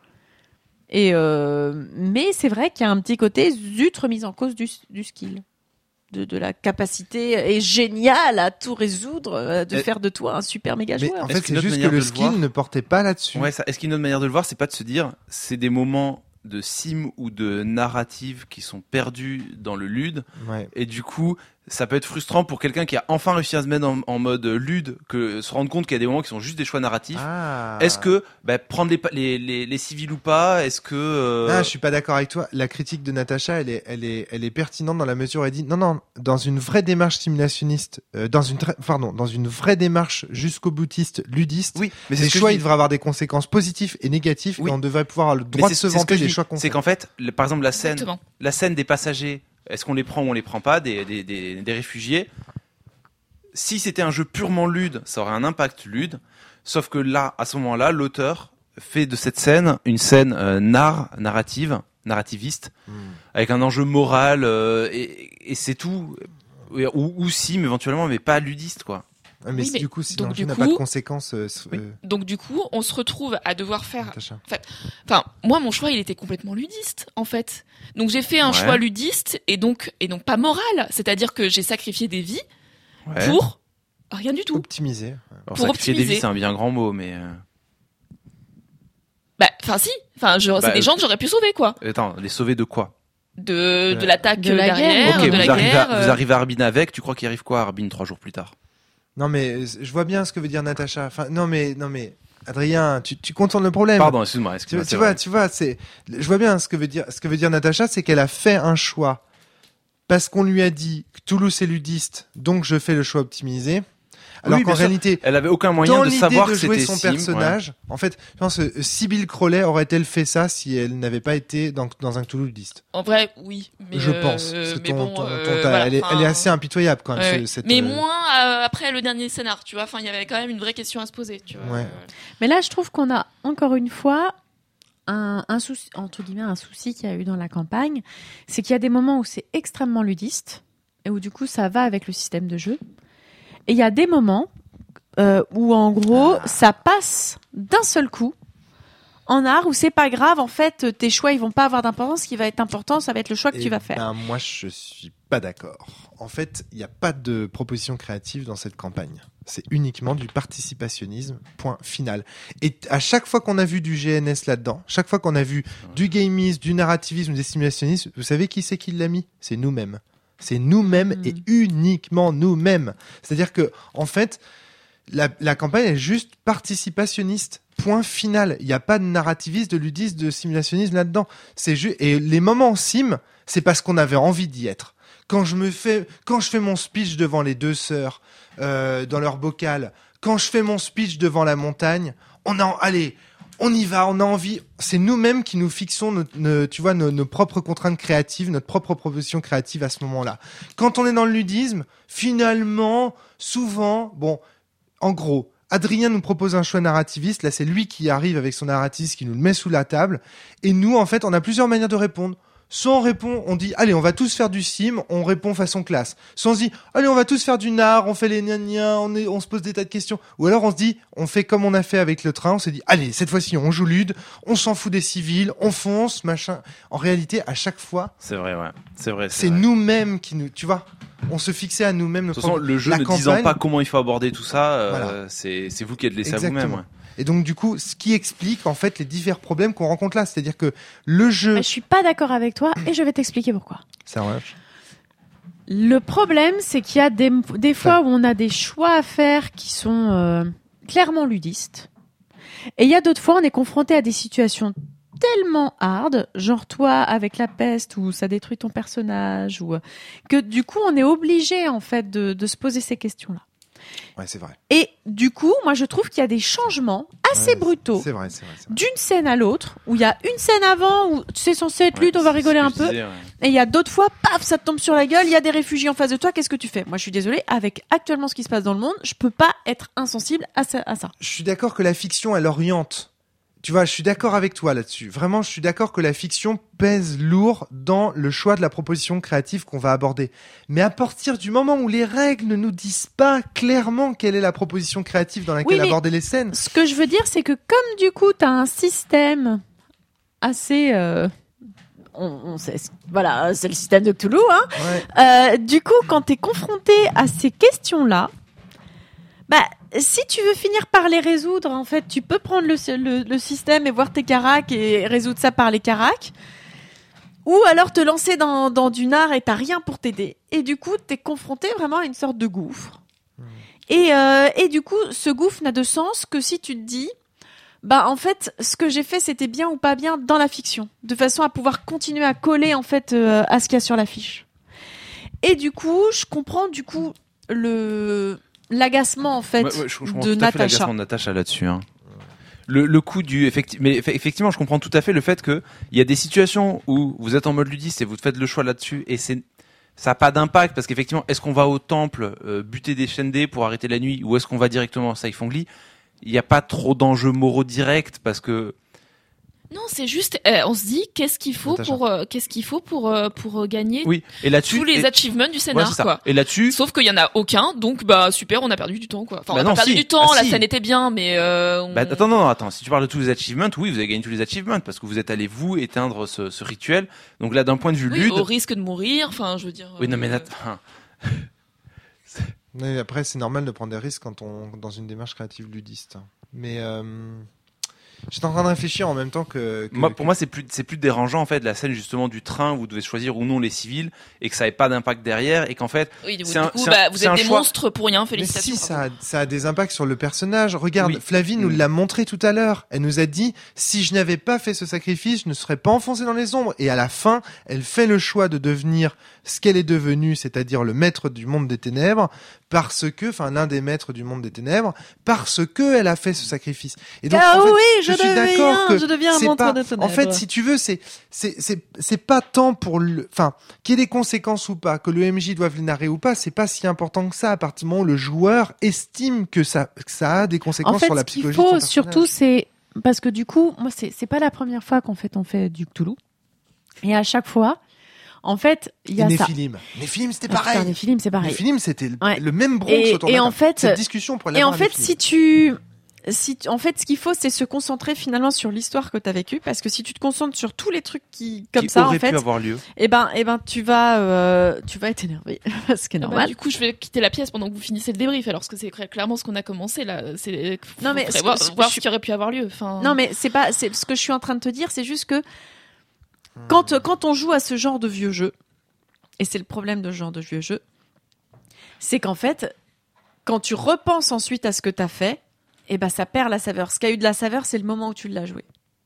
Speaker 4: Et euh, mais c'est vrai qu'il y a un petit côté zut remise en cause du, du skill. De, de la capacité est géniale à tout résoudre, euh, de
Speaker 3: Et-
Speaker 4: faire de toi un super méga
Speaker 2: Mais
Speaker 4: joueur.
Speaker 2: en
Speaker 3: Est-ce
Speaker 2: fait,
Speaker 3: qu'une
Speaker 2: c'est
Speaker 3: autre
Speaker 2: juste que
Speaker 3: manière
Speaker 2: le
Speaker 3: de le
Speaker 2: skill
Speaker 3: voir
Speaker 2: ne portait pas là-dessus.
Speaker 3: Ouais, ça, est-ce qu'une autre manière de le voir, c'est pas de se dire, c'est des moments de sim ou de narrative qui sont perdus dans le lude,
Speaker 2: Ouais.
Speaker 3: et du coup, ça peut être frustrant pour quelqu'un qui a enfin réussi à se mettre en, en mode lude, que se rendre compte qu'il y a des moments qui sont juste des choix narratifs.
Speaker 2: Ah.
Speaker 3: Est-ce que bah, prendre les, pa- les, les, les civils ou pas, est-ce que euh,
Speaker 2: Ah, je suis pas d'accord avec toi. La critique de Natacha, elle est, elle est, elle est pertinente dans la mesure où elle dit non, non, dans une vraie démarche simulationniste, euh, dans une, tra- pardon, dans une vraie démarche jusqu'au boutiste, ludiste,
Speaker 3: oui, mais c'est
Speaker 2: les
Speaker 3: ce que
Speaker 2: choix,
Speaker 3: je
Speaker 2: ils
Speaker 3: dis.
Speaker 2: devraient avoir des conséquences positives et négatives,
Speaker 3: Oui.
Speaker 2: et on devrait pouvoir avoir le
Speaker 3: Mais
Speaker 2: droit
Speaker 3: c'est-
Speaker 2: de se
Speaker 3: c'est ce
Speaker 2: vanter
Speaker 3: que je
Speaker 2: des
Speaker 3: dis.
Speaker 2: choix qu'on
Speaker 3: C'est
Speaker 2: fait.
Speaker 3: qu'en fait, le- par exemple, la scène,
Speaker 5: Exactement.
Speaker 3: la scène des passagers, est-ce qu'on les prend ou on les prend pas, des, des, des, des réfugiés. Si c'était un jeu purement lude, ça aurait un impact lude. Sauf que là, à ce moment-là, l'auteur fait de cette scène une scène euh, nar, narrative, narrativiste,
Speaker 2: Hmm.
Speaker 3: avec un enjeu moral, euh, et, et c'est tout. Ou, ou sim, éventuellement, mais pas ludiste, quoi.
Speaker 2: Ah, mais
Speaker 5: Oui,
Speaker 2: si
Speaker 5: mais
Speaker 2: du coup, si
Speaker 5: donc,
Speaker 2: l'enjeu
Speaker 5: du
Speaker 2: n'a
Speaker 5: coup-
Speaker 2: pas de conséquences, euh,
Speaker 3: Oui.
Speaker 2: euh,
Speaker 5: Donc du coup, on se retrouve à devoir faire.
Speaker 2: Natacha.
Speaker 5: Enfin, moi, mon choix, il était complètement ludiste, en fait. Donc j'ai fait un
Speaker 3: Ouais.
Speaker 5: choix ludiste et donc et donc pas moral. C'est-à-dire que j'ai sacrifié des vies
Speaker 3: Ouais.
Speaker 5: pour rien du tout.
Speaker 2: Optimiser.
Speaker 3: Alors,
Speaker 5: pour
Speaker 3: sacrifier des
Speaker 5: optimiser.
Speaker 3: vies, c'est un bien grand mot, mais... euh,
Speaker 5: Bah, enfin si, enfin, je...
Speaker 3: Bah,
Speaker 5: c'est des gens que j'aurais pu sauver, quoi.
Speaker 3: Attends, les sauver de quoi?
Speaker 5: De, de l'attaque
Speaker 4: De la
Speaker 5: derrière,
Speaker 4: guerre.
Speaker 3: Ok,
Speaker 5: de
Speaker 3: vous,
Speaker 5: la
Speaker 3: arrivez
Speaker 5: guerre.
Speaker 3: à, vous
Speaker 5: euh,
Speaker 3: arrivez à Harbin avec, tu crois qu'il arrive quoi à Harbin trois jours plus tard?
Speaker 2: Non, mais je vois bien ce que veut dire Natacha. Enfin, non, mais, non, mais, Adrien, tu, tu contournes le problème.
Speaker 3: Pardon, excuse-moi,
Speaker 2: Tu,
Speaker 3: excuse-moi.
Speaker 2: tu
Speaker 3: c'est
Speaker 2: vois,
Speaker 3: vrai.
Speaker 2: tu vois, c'est, je vois bien ce que veut dire, ce que veut dire Natacha, c'est qu'elle a fait un choix parce qu'on lui a dit que Toulouse est ludiste, donc je fais le choix optimisé. Alors
Speaker 3: Oui,
Speaker 2: qu'en
Speaker 3: bien sûr.
Speaker 2: réalité,
Speaker 3: Elle avait aucun moyen
Speaker 2: dans
Speaker 3: de
Speaker 2: l'idée
Speaker 3: savoir
Speaker 2: de
Speaker 3: que
Speaker 2: jouer
Speaker 3: c'était
Speaker 2: son
Speaker 3: Sim, ouais.
Speaker 2: personnage, en fait, je pense que Sybil Crowley aurait-elle fait ça si elle n'avait pas été dans, dans un Cthulhu ludiste?
Speaker 5: En vrai, oui. Mais
Speaker 2: Je
Speaker 5: euh,
Speaker 2: pense. Parce que
Speaker 5: mais
Speaker 2: ton-
Speaker 5: bon,
Speaker 2: ton- ton-
Speaker 5: euh,
Speaker 2: ta-
Speaker 5: voilà,
Speaker 2: elle, est,
Speaker 5: enfin,
Speaker 2: elle est assez impitoyable quand même.
Speaker 5: ouais.
Speaker 2: ce- cette,
Speaker 5: Mais
Speaker 2: euh,
Speaker 5: moins euh, après le dernier scénar, tu vois. Enfin, il y avait quand même une vraie question à se poser, tu vois.
Speaker 2: Ouais.
Speaker 5: Euh,
Speaker 4: Mais là, je trouve qu'on a encore une fois un, un souci, entre guillemets, un souci qu'il y a eu dans la campagne, c'est qu'il y a des moments où c'est extrêmement ludiste et où du coup ça va avec le système de jeu. Et il y a des moments euh, où en gros ça passe d'un seul coup en art où c'est pas grave, en fait tes choix ils vont pas avoir d'importance, ce qui va être important ça va être le choix que
Speaker 2: Eh
Speaker 4: tu vas faire.
Speaker 2: ben, moi, je suis pas d'accord. En fait, il n'y a pas de proposition créative dans cette campagne. C'est uniquement du participationnisme, point final. Et à chaque fois qu'on a vu du G N S là-dedans, chaque fois qu'on a vu du gameisme, du narrativisme, du simulationnisme, vous savez qui c'est qui l'a mis? C'est nous-mêmes. C'est nous-mêmes
Speaker 4: Mm.
Speaker 2: et uniquement nous-mêmes. C'est-à-dire que, en fait, la, la campagne est juste participationniste. Point final. Il n'y a pas de narrativiste, de ludisme, de simulationnisme là-dedans. C'est juste, et les moments sim, c'est parce qu'on avait envie d'y être. Quand je me fais, quand je fais mon speech devant les deux sœurs, euh, dans leur bocal, quand je fais mon speech devant la montagne, on a, allez, on y va, on a envie. C'est nous-mêmes qui nous fixons, nos, nos- tu vois, nos, nos propres contraintes créatives, notre propre proposition créative à ce moment-là. Quand on est dans le ludisme, finalement, souvent, bon, en gros, Adrien nous propose un choix narrativiste. Là, c'est lui qui arrive avec son narrativiste, qui nous le met sous la table. Et nous, en fait, on a plusieurs manières de répondre. Soit on répond, on dit, allez, on va tous faire du sim, on répond façon classe. Soit on se dit, allez, on va tous faire du nar, on fait les gna gna, on, est, on se pose des tas de questions. Ou alors on se dit, on fait comme on a fait avec le train, on s'est dit, allez, cette fois-ci, on joue lude, on s'en fout des civils, on fonce, machin. En réalité, à chaque fois,
Speaker 3: C'est vrai, ouais. C'est vrai.
Speaker 2: c'est
Speaker 3: vrai.
Speaker 2: nous-mêmes qui nous, tu vois, on se fixait à nous-mêmes.
Speaker 3: De
Speaker 2: notre
Speaker 3: toute façon,
Speaker 2: propre-
Speaker 3: le jeu
Speaker 2: la
Speaker 3: ne
Speaker 2: campagne-
Speaker 3: disant pas comment il faut aborder tout ça, euh,
Speaker 2: Voilà.
Speaker 3: c'est c'est vous qui êtes laissé à
Speaker 2: Exactement.
Speaker 3: vous-même. Ouais.
Speaker 2: Et donc, du coup, ce qui explique, en fait, les divers problèmes qu'on rencontre là. C'est-à-dire que le jeu,
Speaker 4: Bah, je suis pas d'accord avec toi et je vais t'expliquer pourquoi.
Speaker 2: ça marche.
Speaker 4: Le problème, c'est qu'il y a des, des fois où on a des choix à faire qui sont euh, clairement ludistes. Et il y a d'autres fois, on est confronté à des situations tellement hard, genre toi avec la peste où ça détruit ton personnage, ou que du coup, on est obligé en fait de, de se poser ces questions-là.
Speaker 2: Ouais, c'est vrai.
Speaker 4: Et du coup, moi, je trouve qu'il y a des changements assez
Speaker 2: Ouais,
Speaker 4: brutaux
Speaker 2: C'est vrai, c'est vrai. c'est vrai.
Speaker 4: d'une scène à l'autre, où il y a une scène avant où c'est censé être lutte,
Speaker 3: Ouais,
Speaker 4: on va
Speaker 3: c'est
Speaker 4: rigoler
Speaker 3: ce que
Speaker 4: un
Speaker 3: je
Speaker 4: peu.
Speaker 3: disais, ouais.
Speaker 4: Et il y a d'autres fois, paf, ça te tombe sur la gueule, il y a des réfugiés en face de toi, qu'est-ce que tu fais? Moi, je suis désolée, avec actuellement ce qui se passe dans le monde, je peux pas être insensible à ça. À ça.
Speaker 2: Je suis d'accord que la fiction, elle oriente. Tu vois, je suis d'accord avec toi là-dessus. Vraiment, je suis d'accord que la fiction pèse lourd dans le choix de la proposition créative qu'on va aborder. Mais à partir du moment où les règles ne nous disent pas clairement quelle est la proposition créative dans laquelle
Speaker 4: Oui, mais-
Speaker 2: aborder les scènes,
Speaker 4: Ce que je veux dire, c'est que comme du coup, tu as un système assez... euh, On, on sait, voilà, c'est le système de Cthulhu, hein.
Speaker 2: ouais,
Speaker 4: Euh, du coup, quand tu es confronté à ces questions-là, bah, si tu veux finir par les résoudre, en fait, tu peux prendre le, le, le système et voir tes caracs et résoudre ça par les caracs. Ou alors te lancer dans, dans du nard et t'as rien pour t'aider. Et du coup, t'es confronté vraiment à une sorte de gouffre.
Speaker 2: Mmh.
Speaker 4: Et, euh, et du coup, ce gouffre n'a de sens que si tu te dis, bah en fait, ce que j'ai fait, c'était bien ou pas bien dans la fiction, de façon à pouvoir continuer à coller en fait euh, à ce qu'il y a sur l'affiche. Et du coup, je comprends du coup le l'agacement en fait
Speaker 3: Ouais, ouais, je, je comprends
Speaker 4: de
Speaker 3: tout à fait
Speaker 4: Natacha.
Speaker 3: l'agacement de Natacha là-dessus. Hein. Le, le coup du effecti- mais eff- effectivement, je comprends tout à fait le fait que il y a des situations où vous êtes en mode ludiste et vous faites le choix là-dessus et c'est ça n'a pas d'impact parce qu'effectivement, est-ce qu'on va au temple euh, buter des Shendé pour arrêter la nuit ou est-ce qu'on va directement à Saifongli? Il n'y a pas trop d'enjeux moraux directs parce que
Speaker 5: Non, c'est juste, euh, on se dit qu'est-ce qu'il faut
Speaker 2: Natacha.
Speaker 5: pour euh, qu'est-ce qu'il faut pour euh, pour euh, gagner
Speaker 3: oui. Et là-dessus,
Speaker 5: tous les
Speaker 3: et-
Speaker 5: achievements du
Speaker 3: ouais,
Speaker 5: scénar,
Speaker 3: c'est ça.
Speaker 5: quoi.
Speaker 3: Et là-dessus,
Speaker 5: Sauf qu'il y en a aucun, donc bah super, on a perdu du temps, quoi. Enfin,
Speaker 3: Bah
Speaker 5: on a
Speaker 3: non,
Speaker 5: pas perdu
Speaker 3: si.
Speaker 5: du temps,
Speaker 3: Ah,
Speaker 5: la
Speaker 3: si.
Speaker 5: scène était bien, mais euh, on...
Speaker 3: bah, attends, non, non, attends. Si tu parles de tous les achievements, oui, vous avez gagné tous les achievements parce que vous êtes allé vous éteindre ce, ce rituel. Donc là, d'un point de vue
Speaker 5: oui,
Speaker 3: lude,
Speaker 5: au risque de mourir. Enfin, je veux dire.
Speaker 3: oui, non mais
Speaker 5: euh,
Speaker 3: attends.
Speaker 2: Mais après, c'est normal de prendre des risques quand on dans une démarche créative ludiste. Mais euh, J'étais en train de réfléchir en même temps que. que
Speaker 3: Moi,
Speaker 2: que...
Speaker 3: pour moi, c'est plus, c'est plus dérangeant en fait la scène justement du train où vous devez choisir ou non les civils et que ça n'ait pas d'impact derrière et qu'en fait.
Speaker 5: Oui, du
Speaker 3: c'est
Speaker 5: coup,
Speaker 3: un, c'est
Speaker 5: bah,
Speaker 3: un,
Speaker 5: vous
Speaker 3: c'est
Speaker 5: êtes
Speaker 3: un
Speaker 5: des
Speaker 3: choix.
Speaker 5: monstres pour rien.
Speaker 2: Mais
Speaker 5: Félicitations.
Speaker 2: si, ça a, ça a des impacts sur le personnage. Regarde,
Speaker 3: Oui.
Speaker 2: Flavie nous
Speaker 3: Mm.
Speaker 2: l'a montré tout à l'heure. Elle nous a dit, si je n'avais pas fait ce sacrifice, je ne serais pas enfoncée dans les ombres. Et à la fin, elle fait le choix de devenir ce qu'elle est devenue, c'est-à-dire le maître du monde des ténèbres, parce que, enfin, l'un des maîtres du monde des ténèbres, parce que elle a fait ce sacrifice. Et donc,
Speaker 4: Ah
Speaker 2: en fait,
Speaker 4: oui,
Speaker 2: je,
Speaker 4: je
Speaker 2: suis
Speaker 4: deviens-
Speaker 2: d'accord que
Speaker 4: je deviens un
Speaker 2: c'est
Speaker 4: montre
Speaker 2: pas,
Speaker 4: de ténèbres.
Speaker 2: en fait, si tu veux, c'est, c'est, c'est, c'est pas tant pour le, enfin, qu'il y ait des conséquences ou pas, que le M J doive les narrer ou pas, c'est pas si important que ça à partir du moment où le joueur estime que ça, que ça a des conséquences
Speaker 4: En fait,
Speaker 2: sur la
Speaker 4: ce qu'il
Speaker 2: psychologie de son
Speaker 4: faut
Speaker 2: personnage.
Speaker 4: surtout, c'est parce que du coup, moi, c'est c'est pas la première fois qu'en fait on fait du Cthulhu. Et à chaque fois, en fait, il y
Speaker 2: Et
Speaker 4: a ça.
Speaker 2: Néphilim. Néphilim, c'était
Speaker 4: Ah, putain,
Speaker 2: pareil.
Speaker 4: les films, c'est pareil.
Speaker 2: Néphilim, c'était le,
Speaker 4: Ouais.
Speaker 2: le même Bronx
Speaker 4: Et-
Speaker 2: autour
Speaker 4: et
Speaker 2: de la
Speaker 4: en
Speaker 2: table.
Speaker 4: fait-
Speaker 2: Cette discussion pour
Speaker 4: Et en fait, si tu, si tu- en fait, ce qu'il faut, c'est se concentrer finalement sur l'histoire que tu as vécue, parce que si tu te concentres sur tous les trucs qui, comme
Speaker 3: qui
Speaker 4: ça, en
Speaker 3: aurait
Speaker 4: fait,
Speaker 3: pu avoir lieu.
Speaker 4: eh ben, eh ben, tu vas, euh, tu vas être énervé, ce qui est
Speaker 5: Ah bah,
Speaker 4: normal.
Speaker 5: du coup, je vais quitter la pièce pendant que vous finissez le débrief, alors que c'est cla- clairement ce qu'on a commencé là. C'est
Speaker 4: Non, mais
Speaker 5: faut
Speaker 4: ce que-
Speaker 5: voir,
Speaker 4: ce que
Speaker 5: voir
Speaker 4: je
Speaker 5: ce qui aurait pu avoir lieu. Enfin,
Speaker 4: Non, mais c'est pas, c'est ce que je suis en train de te dire, c'est juste que quand, quand on joue à ce genre de vieux jeu, et c'est le problème de ce genre de vieux jeu, c'est qu'en fait, quand tu repenses ensuite à ce que t'as fait, eh ben, ça perd la saveur. Ce qui a eu de la saveur, c'est le moment où tu l'as joué.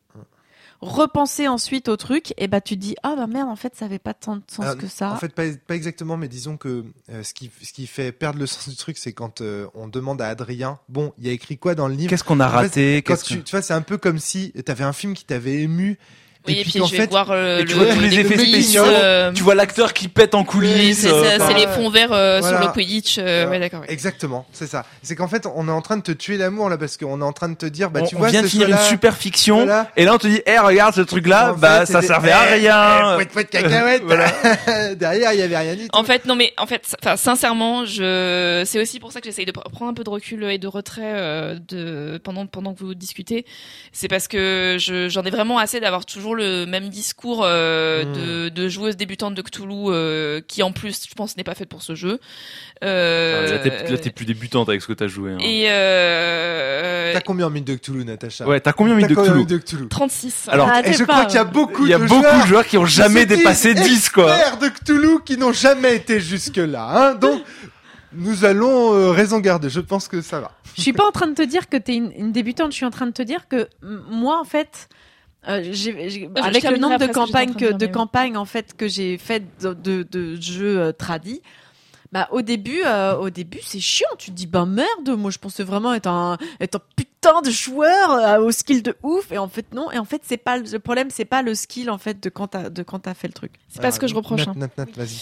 Speaker 4: Repenser ensuite au truc, et ben, tu te dis, ah, bah merde, en fait, ça avait pas tant de sens
Speaker 2: Euh,
Speaker 4: que ça.
Speaker 2: En fait, pas, pas exactement, mais disons que euh, ce, qui, ce qui fait perdre le sens du truc, c'est quand euh, on demande à Adrien, bon, il y a écrit quoi dans le livre?
Speaker 3: Qu'est-ce qu'on a
Speaker 2: En fait,
Speaker 3: raté?
Speaker 2: Quand
Speaker 3: Qu'est-ce
Speaker 2: tu,
Speaker 3: que-
Speaker 2: tu vois, c'est un peu comme si t'avais un film qui t'avait ému.
Speaker 5: oui, et puis,
Speaker 2: qu'en
Speaker 5: je vais
Speaker 2: fait,
Speaker 5: voir euh,
Speaker 3: et tu
Speaker 5: le,
Speaker 3: vois tous les
Speaker 5: les
Speaker 3: effets
Speaker 5: coulisses,
Speaker 3: spéciaux,
Speaker 5: euh,
Speaker 3: Tu vois l'acteur qui pète en
Speaker 5: oui,
Speaker 3: coulisses.
Speaker 5: c'est
Speaker 3: euh,
Speaker 5: ça,
Speaker 3: enfin,
Speaker 5: c'est les fonds verts euh,
Speaker 2: Voilà.
Speaker 5: sur le Quidditch. euh, ouais, d'accord. ouais.
Speaker 2: Exactement, c'est ça. C'est qu'en fait, on est en train de te tuer l'amour là, parce qu'on est en train de te dire, bah
Speaker 3: on,
Speaker 2: tu
Speaker 3: on
Speaker 2: vois,
Speaker 3: vient de
Speaker 2: ce
Speaker 3: finir une
Speaker 2: jeu-là,
Speaker 3: super fiction,
Speaker 2: voilà.
Speaker 3: et là on te dit, eh regarde ce truc-là,
Speaker 2: En
Speaker 3: bah
Speaker 2: fait,
Speaker 3: ça
Speaker 2: c'était-
Speaker 3: servait à
Speaker 2: Eh,
Speaker 3: rien.
Speaker 2: eh, Pouet, pouet, cacahuète.
Speaker 3: Voilà.
Speaker 2: Derrière, il y avait rien du tout.
Speaker 5: En fait, non, mais en fait, enfin, sincèrement, je, c'est aussi pour ça que j'essaye de pr- prendre un peu de recul et de retrait euh, de pendant pendant que vous discutez. C'est parce que je, j'en ai vraiment assez d'avoir toujours le même discours euh,
Speaker 2: Mm.
Speaker 5: de, de joueuse débutante de Cthulhu euh, qui, en plus, je pense, n'est pas faite pour ce jeu. Euh,
Speaker 3: Là t'es, là, t'es plus débutante avec ce que t'as joué. Hein.
Speaker 5: Et euh,
Speaker 2: T'as combien mis de Cthulhu, Natacha?
Speaker 3: Ouais, t'as combien mis
Speaker 2: T'as
Speaker 3: de
Speaker 2: combien
Speaker 3: Cthulhu?
Speaker 2: mis de Cthulhu?
Speaker 5: trente-six.
Speaker 3: Alors,
Speaker 4: Ah,
Speaker 2: Et
Speaker 4: t'es
Speaker 2: je
Speaker 4: pas-
Speaker 2: crois qu'il y a beaucoup
Speaker 3: Il y a
Speaker 2: de
Speaker 3: beaucoup
Speaker 2: joueurs
Speaker 3: de joueurs qui ont jamais
Speaker 2: se disent
Speaker 3: dépassé dix, quoi.
Speaker 2: experts de Cthulhu qui n'ont jamais été jusque-là. Hein. Donc, nous allons euh, raison garder. Je pense que ça va.
Speaker 4: Je suis pas en train de te dire que t'es une, une débutante. Je suis en train de te dire que m- moi, en fait, euh, j'ai, j'ai-
Speaker 5: je
Speaker 4: avec le
Speaker 5: terminerai
Speaker 4: nombre de
Speaker 5: après ce que j'étais en
Speaker 4: campagnes
Speaker 5: train
Speaker 4: que,
Speaker 5: de dire,
Speaker 4: de
Speaker 5: mais-
Speaker 4: campagnes en fait que j'ai faites de, de, de jeux euh, tradis. Bah au début, euh, au début c'est chiant. Tu te dis bah merde, moi je pensais vraiment être un être un putain de joueur euh, au skill de ouf et en fait non. Et en fait c'est pas le le problème, c'est pas le skill en fait de quand t'as de quand t'as fait le truc.
Speaker 5: C'est pas ce que je reproche.
Speaker 2: Nat,
Speaker 5: hein.
Speaker 2: Nat, Nat, vas-y.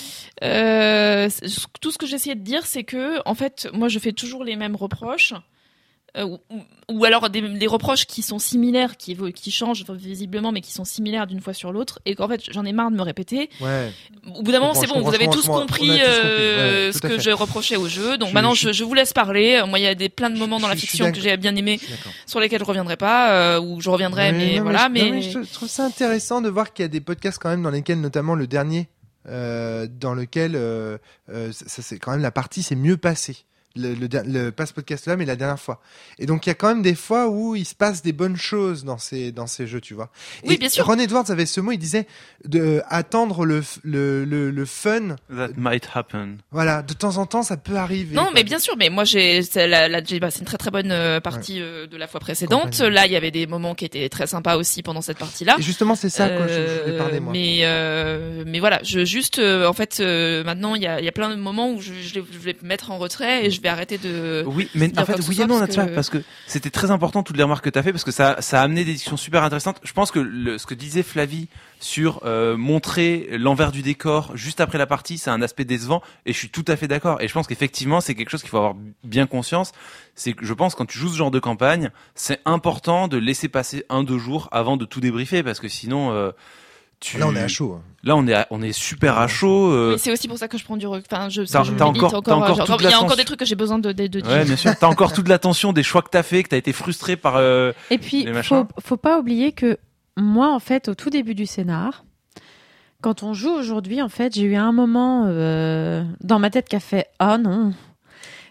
Speaker 5: Euh, c'est- tout ce que j'essayais de dire, c'est que, en fait, moi, je fais toujours les mêmes reproches. Euh, ou, ou- ou alors des, des reproches qui sont similaires, qui, évo- qui changent visiblement, mais qui sont similaires d'une fois sur l'autre, et qu'en fait j'en ai marre de me répéter.
Speaker 2: Ouais.
Speaker 5: Au bout d'un moment,
Speaker 2: Je
Speaker 5: c'est
Speaker 2: comprends,
Speaker 5: bon, vous
Speaker 2: je
Speaker 5: avez
Speaker 2: comprends,
Speaker 5: tous
Speaker 2: je comprends.
Speaker 5: compris,
Speaker 2: On a tous compris,
Speaker 5: euh,
Speaker 2: ouais,
Speaker 5: ce
Speaker 2: tout à
Speaker 5: que
Speaker 2: fait.
Speaker 5: je reprochais au jeu. Donc
Speaker 2: Je-
Speaker 5: maintenant,
Speaker 2: je-
Speaker 5: je, je vous laisse parler. Moi, il y a des plein de moments dans la
Speaker 2: je- je suis
Speaker 5: fiction que
Speaker 2: d'accord.
Speaker 5: j'ai bien aimé,
Speaker 2: D'accord.
Speaker 5: sur lesquels je reviendrai pas, euh, ou je reviendrai,
Speaker 2: Ouais,
Speaker 5: mais
Speaker 2: non,
Speaker 5: voilà.
Speaker 2: je,
Speaker 5: Mais,
Speaker 2: non, mais je trouve ça intéressant de voir qu'il y a des podcasts quand même dans lesquels, notamment le dernier, euh, dans lequel euh, euh, ça, ça, c'est quand même la partie s'est mieux passée. Le, le, der- le pas ce podcast là mais la dernière fois, et donc il y a quand même des fois où il se passe des bonnes choses dans ces dans ces jeux, tu vois.
Speaker 5: Oui,
Speaker 2: Et
Speaker 5: bien sûr.
Speaker 2: Ron Edwards avait ce mot, il disait de euh, attendre le, f- le le le fun,
Speaker 3: That might happen.
Speaker 2: voilà, de temps en temps ça peut arriver.
Speaker 5: Non,
Speaker 2: quoi.
Speaker 5: mais bien sûr, mais moi j'ai c'est la, la j'ai- bah, c'est une très très bonne euh, partie euh, de la fois précédente.
Speaker 2: Complètement.
Speaker 5: Là, il y avait des moments qui étaient très sympas aussi pendant cette partie-là.
Speaker 2: Et justement c'est ça quoi, je, je voulais
Speaker 5: Euh,
Speaker 2: parler moi.
Speaker 5: Mais euh, mais voilà, je juste euh, en fait euh, maintenant il y a il y a plein de moments où je, je, vais- je vais me mettre en retrait et je vais arrêter de
Speaker 3: Oui, mais
Speaker 5: dire
Speaker 3: en
Speaker 5: quoi
Speaker 3: fait,
Speaker 5: que ce
Speaker 3: oui
Speaker 5: soit
Speaker 3: et non,
Speaker 5: parce
Speaker 3: Natacha,
Speaker 5: que-
Speaker 3: parce que c'était très important toutes les remarques que tu as fait, parce que ça, ça a amené des discussions super intéressantes. Je pense que le, ce que disait Flavie sur euh, montrer l'envers du décor juste après la partie, c'est un aspect décevant, et je suis tout à fait d'accord. Et je pense qu'effectivement, c'est quelque chose qu'il faut avoir bien conscience. C'est que je pense quand tu joues ce genre de campagne, c'est important de laisser passer un deux jours avant de tout débriefer, parce que sinon. Euh, tu...
Speaker 2: Là on est à chaud. hein.
Speaker 3: Là, on est, à- on est super à chaud. euh,
Speaker 5: Oui, c'est aussi pour ça que je prends du recul. Enfin, je,
Speaker 3: T'as-
Speaker 5: je
Speaker 3: t'as
Speaker 5: milite
Speaker 3: encore- t'as encore
Speaker 5: genre,
Speaker 3: toute
Speaker 5: il y a
Speaker 3: l'attention.
Speaker 5: encore des trucs que j'ai besoin de, de, de dire.
Speaker 3: Ouais, bien sûr. T'as encore toute l'attention des choix que t'as fait, que t'as été frustré par. Euh...
Speaker 4: Et puis
Speaker 3: Les machins.
Speaker 4: faut faut pas oublier que moi en fait au tout début du scénar, quand on joue aujourd'hui en fait, j'ai eu un moment euh, dans ma tête qui a fait ah non.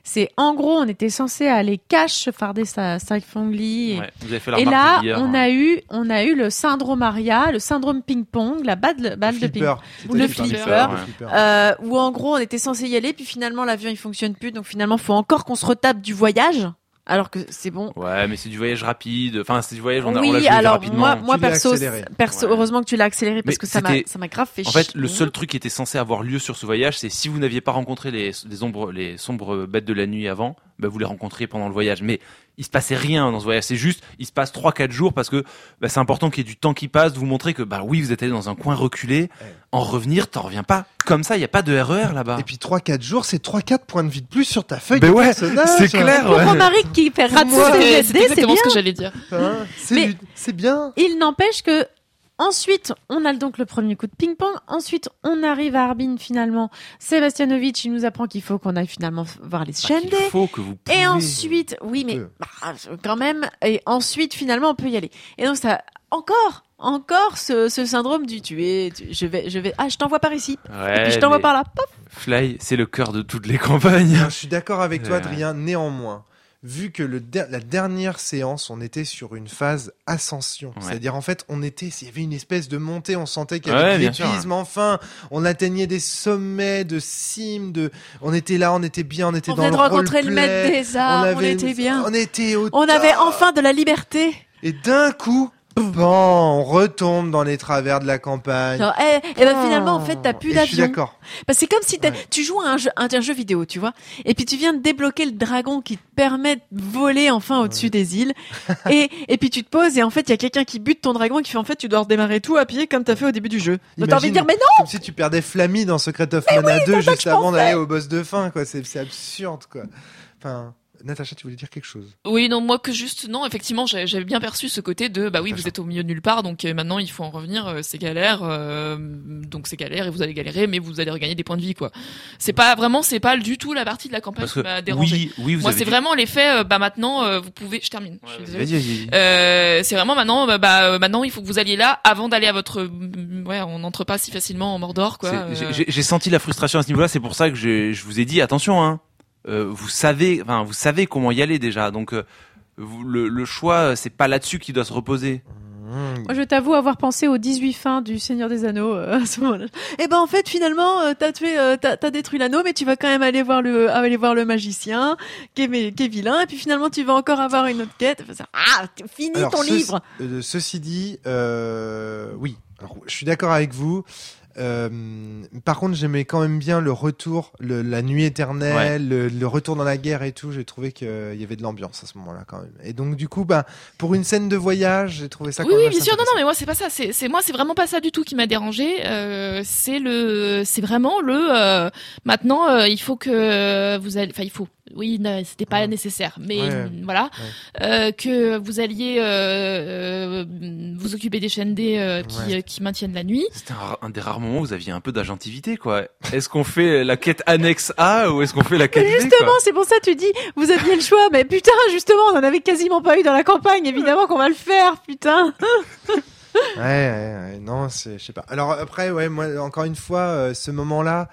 Speaker 4: C'est en gros, on était censé aller cash farder sa Saifongli. Et,
Speaker 3: Ouais, vous avez fait la
Speaker 4: et
Speaker 3: remarque
Speaker 4: là,
Speaker 3: hier,
Speaker 4: on
Speaker 3: hein.
Speaker 4: a eu, on a eu le syndrome Aria, le syndrome ping-pong, la balle, balle de ping.
Speaker 2: Flipper.
Speaker 4: Ou le
Speaker 2: C'était
Speaker 4: flipper.
Speaker 2: le
Speaker 3: ouais.
Speaker 2: flipper.
Speaker 4: Euh, où en gros, on était censé y aller, puis finalement l'avion il fonctionne plus, donc finalement faut encore qu'on se retape du voyage. Alors que c'est bon.
Speaker 3: Ouais, mais c'est du voyage rapide. Enfin, c'est du voyage, on a, on l'a
Speaker 4: Oui,
Speaker 3: joué
Speaker 4: alors
Speaker 3: rapidement.
Speaker 4: moi, moi
Speaker 2: Tu l'as
Speaker 4: perso,
Speaker 2: accéléré.
Speaker 4: perso,
Speaker 3: Ouais.
Speaker 4: heureusement que tu l'as accéléré parce
Speaker 3: Mais
Speaker 4: que ça m'a,
Speaker 3: c'était-
Speaker 4: ça m'a grave fait
Speaker 3: En
Speaker 4: chier.
Speaker 3: fait, le seul truc qui était censé avoir lieu sur ce voyage, c'est si vous n'aviez pas rencontré les, les ombres, les sombres bêtes de la nuit avant, bah vous les rencontriez pendant le voyage. Mais il se passait rien dans ce voyage. C'est juste, il se passe trois quatre jours parce que bah, c'est important qu'il y ait du temps qui passe, de vous montrer que bah oui, vous êtes allé dans un coin reculé. En revenir, t'en reviens pas comme ça. Il y a pas de R E R là-bas.
Speaker 2: Et puis trois quatre jours, c'est trois quatre points de vie de plus sur ta feuille
Speaker 3: Ben
Speaker 2: de
Speaker 3: ouais,
Speaker 2: personnage.
Speaker 3: c'est clair.
Speaker 4: Pour
Speaker 3: ouais.
Speaker 4: Romaric qui fait rater
Speaker 2: moi,
Speaker 4: ses
Speaker 5: C'est
Speaker 4: G S
Speaker 5: c'est
Speaker 4: D, c'est
Speaker 5: exactement
Speaker 4: bien.
Speaker 5: ce que j'allais dire.
Speaker 2: Hein, c'est
Speaker 4: Mais-
Speaker 2: du- c'est bien.
Speaker 4: Il n'empêche que ensuite, on a donc le premier coup de ping-pong. Ensuite, on arrive à Harbin finalement. Sebastianovic, il nous apprend qu'il faut qu'on aille finalement voir les
Speaker 3: Bah,
Speaker 4: chaînes.
Speaker 3: qu'il faut que vous.
Speaker 4: Et
Speaker 3: pouvez.
Speaker 4: ensuite, oui, mais
Speaker 2: peut.
Speaker 4: bah, quand même. Et ensuite, finalement, on peut y aller. Et donc, ça, encore, encore ce, ce syndrome du tu es, tu- je vais, je vais, ah, je t'envoie par ici. et
Speaker 3: Ouais,
Speaker 4: puis je t'envoie
Speaker 3: mais
Speaker 4: par là. Pop.
Speaker 3: Fly, c'est le cœur de toutes les campagnes.
Speaker 2: Non, je suis d'accord avec toi,
Speaker 3: Ouais.
Speaker 2: Adrien. Néanmoins, vu que le der- la dernière séance, on était sur une phase ascension.
Speaker 3: Ouais.
Speaker 2: C'est-à-dire, en fait, on était, il y avait une espèce de montée, on sentait qu'il y
Speaker 3: Ouais,
Speaker 2: avait de
Speaker 3: bien sûr.
Speaker 2: l'épuisme, enfin. On atteignait des sommets de cimes, de, on était là, on était bien, on était
Speaker 4: On
Speaker 2: dans
Speaker 4: venait
Speaker 2: le
Speaker 4: de rencontrer le
Speaker 2: roleplay.
Speaker 4: maître des arts, on,
Speaker 2: avait-
Speaker 4: était bien.
Speaker 2: On était au
Speaker 4: On avait
Speaker 2: top.
Speaker 4: enfin de la liberté.
Speaker 2: Et d'un coup, bon, on retombe dans les travers de la campagne.
Speaker 4: Genre, eh, eh ben finalement, en fait, t'as plus
Speaker 2: Et je suis
Speaker 4: d'avion.
Speaker 2: d'accord.
Speaker 4: Parce que c'est comme si t'as-
Speaker 2: Ouais.
Speaker 4: tu joues à un jeu, un, un jeu vidéo, tu vois, et puis tu viens de débloquer le dragon qui te permet de voler enfin au-dessus des îles, et, et puis tu te poses et en fait il y a quelqu'un qui bute ton dragon et qui fait en fait tu dois redémarrer tout à pied comme t'as fait au début du jeu. Donc t'as envie de dire mais non.
Speaker 2: Comme si tu perdais Flammy dans Secret of Mana deux juste avant d'aller au boss de fin, quoi. C'est, c'est absurde, quoi. Enfin, Natacha, tu voulais dire quelque chose?
Speaker 5: Oui, non, moi que juste, non, effectivement, j'avais j'avais bien perçu ce côté de, bah oui, vous
Speaker 2: D'accord.
Speaker 5: êtes au milieu de nulle part, donc euh, maintenant il faut en revenir, euh, c'est galère, euh, donc c'est galère et vous allez galérer, mais vous allez regagner des points de vie, quoi. C'est pas vraiment, c'est pas du tout la partie de la campagne
Speaker 3: Parce
Speaker 5: qui
Speaker 3: que
Speaker 5: m'a dérangé.
Speaker 3: oui, oui, vous
Speaker 5: Moi,
Speaker 3: avez
Speaker 5: c'est
Speaker 3: dit-
Speaker 5: vraiment l'effet, euh, bah maintenant, euh, vous pouvez, je termine. je suis
Speaker 3: Ouais,
Speaker 5: désolée.
Speaker 3: vas-y, vas-y, vas-y.
Speaker 5: Euh, c'est vraiment maintenant, bah, bah, euh, maintenant il faut que vous alliez là avant d'aller à votre, ouais, on n'entre pas si facilement en Mordor, quoi.
Speaker 3: C'est-
Speaker 5: euh.
Speaker 3: j'ai- J'ai j'ai senti la frustration à ce niveau-là. C'est pour ça que je, je vous ai dit attention. Hein, euh, vous savez, enfin, vous savez comment y aller déjà. Donc euh, vous- le, le choix, c'est pas là-dessus qu'il doit se reposer.
Speaker 2: Mmh.
Speaker 4: Moi, je t'avoue avoir pensé aux dix-huit fins du Seigneur des Anneaux euh, à ce moment-là. Et ben en fait finalement euh, t'as tué, euh, t'as, t'as détruit l'anneau, mais tu vas quand même aller voir le, aller voir le magicien qui est, qui est vilain, et puis finalement tu vas encore avoir une autre quête. Enfin, ça- ah, t- finis
Speaker 2: Alors,
Speaker 4: ton
Speaker 2: ceci-
Speaker 4: livre.
Speaker 2: euh, ceci dit, euh, oui. Alors, je suis d'accord avec vous. Euh, par contre, j'aimais quand même bien le retour, le, la nuit éternelle, le, le retour dans la guerre et tout. J'ai trouvé qu'il y avait de l'ambiance à ce moment-là quand même. Et donc, du coup, bah, pour une scène de voyage, j'ai trouvé ça.
Speaker 5: Oui,
Speaker 2: quand
Speaker 5: oui,
Speaker 2: même
Speaker 5: bien
Speaker 2: assez
Speaker 5: sûr. Non, non,
Speaker 2: intéressant.
Speaker 5: mais moi, c'est pas ça. C'est, c'est moi, c'est vraiment pas ça du tout qui m'a dérangé. Euh, c'est le, c'est vraiment le. Euh, maintenant, euh, il faut que vous allez. Enfin, il faut. Oui, non, c'était pas
Speaker 2: Ouais.
Speaker 5: nécessaire, mais
Speaker 2: Ouais.
Speaker 5: euh, voilà, euh, que vous alliez euh, euh, vous occuper des chaînes D euh, qui,
Speaker 2: Ouais.
Speaker 5: euh, qui maintiennent la nuit.
Speaker 3: C'était un, un des rares moments où vous aviez un peu d'agentivité, quoi. Est-ce qu'on fait la quête annexe A ou est-ce qu'on fait la quête
Speaker 4: Mais
Speaker 3: B,
Speaker 4: justement,
Speaker 3: quoi
Speaker 4: c'est pour ça que tu dis, vous aviez le choix, mais putain, justement, on en avait quasiment pas eu dans la campagne, évidemment qu'on va le faire, putain.
Speaker 2: Ouais, ouais, ouais, non, c'est, je sais pas. Alors après, ouais, moi, encore une fois, euh, ce moment-là,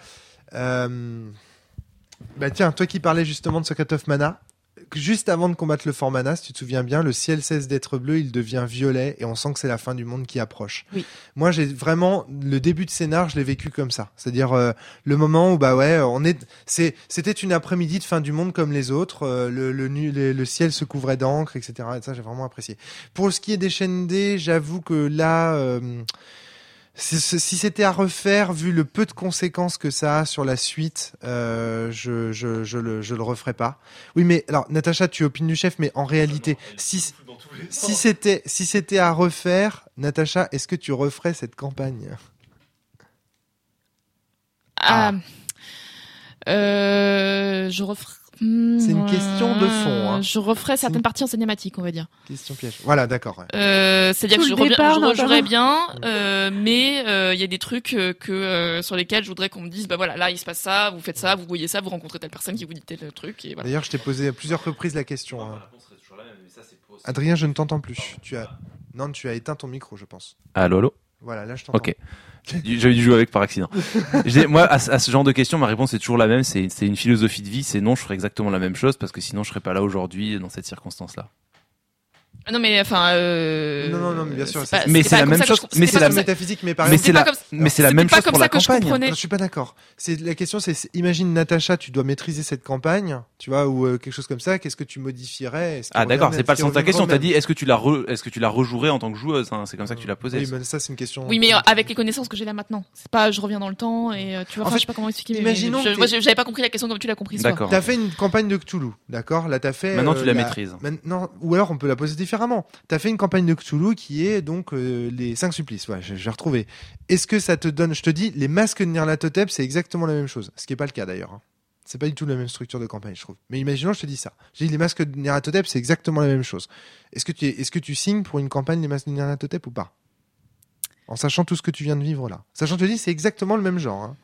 Speaker 2: euh, bah tiens, toi qui parlais justement de Secret of Mana, juste avant de combattre le Fort Mana, si tu te souviens bien, le ciel cesse d'être bleu, il devient violet, et on sent que c'est la fin du monde qui approche.
Speaker 4: Oui.
Speaker 2: Moi, j'ai vraiment le début de scénar, je l'ai vécu comme ça. C'est-à-dire euh, le moment où bah ouais, on est, c'est, c'était une après-midi de fin du monde comme les autres. euh, le, le, nu- le, le ciel se couvrait d'encre, et cetera. Et ça, j'ai vraiment apprécié. Pour ce qui est des chaînes D, j'avoue que là. Euh, Si, si c'était à refaire, vu le peu de conséquences que ça a sur la suite, euh, je, je, je, le, je le referais pas. Oui, mais alors, Natacha, tu opines du chef, mais en réalité, si, si c'était, si c'était à refaire, Natacha, est-ce que tu referais cette campagne?
Speaker 5: Ah. Euh, je referai.
Speaker 2: C'est une question de fond, hein.
Speaker 5: Je referai
Speaker 2: C'est
Speaker 5: certaines
Speaker 2: une-
Speaker 5: parties en cinématique, on va dire.
Speaker 2: Question piège. Voilà, d'accord. Ouais.
Speaker 5: Euh, c'est-à-dire
Speaker 4: Tout
Speaker 5: que je,
Speaker 4: le
Speaker 5: reviens-
Speaker 4: départ,
Speaker 5: je
Speaker 4: notamment.
Speaker 5: rejouerais bien, euh, mais euh, il y a des trucs euh, que euh, sur lesquels je voudrais qu'on me dise, bah voilà, là il se passe ça, vous faites ça, vous voyez ça, vous rencontrez telle personne qui vous dit tel truc, et voilà.
Speaker 2: D'ailleurs, je t'ai posé à plusieurs reprises la question. hein. Adrien, je ne t'entends plus. Tu as, non, tu as éteint ton micro, je pense.
Speaker 3: Allô, allô.
Speaker 2: Voilà, là je t'entends.
Speaker 3: Ok. J'avais dû jouer avec par accident. Je dis, moi, à, à ce genre de questions, ma réponse est toujours la même. C'est, c'est une philosophie de vie. C'est non, je ferais exactement la même chose parce que sinon, je serais pas là aujourd'hui dans cette circonstance-là.
Speaker 5: Non mais enfin. Euh...
Speaker 2: Non non non mais bien sûr.
Speaker 5: C'est pas,
Speaker 3: mais c'est,
Speaker 5: c'est
Speaker 3: la même chose.
Speaker 5: Je,
Speaker 3: mais c'est la
Speaker 2: métaphysique, mais par
Speaker 3: mais
Speaker 2: exemple.
Speaker 3: c'est la,
Speaker 5: comme,
Speaker 3: mais c'est la même chose pour la campagne.
Speaker 2: Non, je suis pas d'accord. C'est la question, c'est, c'est imagine Natacha, tu dois maîtriser cette campagne, tu vois, ou euh, quelque chose comme ça. Qu'est-ce que tu modifierais?
Speaker 3: Ah d'accord, c'est pas le sens de ta question. T'as dit est-ce que tu la re, est-ce que tu la rejouerais en tant que joueuse hein, c'est comme ça que tu l'as posé.
Speaker 2: Oui, mais ça c'est une question.
Speaker 5: Oui, mais avec les connaissances que j'ai là maintenant, c'est pas je reviens dans le temps et tu vois. En enfin, fait, je sais pas comment expliquer.
Speaker 2: Imaginons.
Speaker 5: Mais je, moi, j'avais pas compris la question comme tu l'as compris.
Speaker 3: D'accord.
Speaker 2: T'as fait une campagne de Cthulhu, d'accord? Là, t'as fait.
Speaker 3: Maintenant,
Speaker 2: euh,
Speaker 3: tu la,
Speaker 2: la
Speaker 3: maîtrises.
Speaker 2: Maintenant, ou alors on peut la poser différemment. T'as fait une campagne de Cthulhu qui est donc euh, les cinq supplices. Ouais, je, je vais retrouver. Est-ce que ça te donne, je te dis, les masques de Nyarlathotep, c'est exactement la même chose. Ce qui est pas le cas d'ailleurs. Hein. C'est pas du tout la même structure de campagne, je trouve. Mais imaginons, je te dis ça. J'ai dit les masques de Nyarlathotep, c'est exactement la même chose. Est-ce que tu, es, est-ce que tu signes pour une campagne les masques de Nyarlathotep ou pas? En sachant tout ce que tu viens de vivre là. Sachant que je te dis, c'est exactement le même genre. Hein.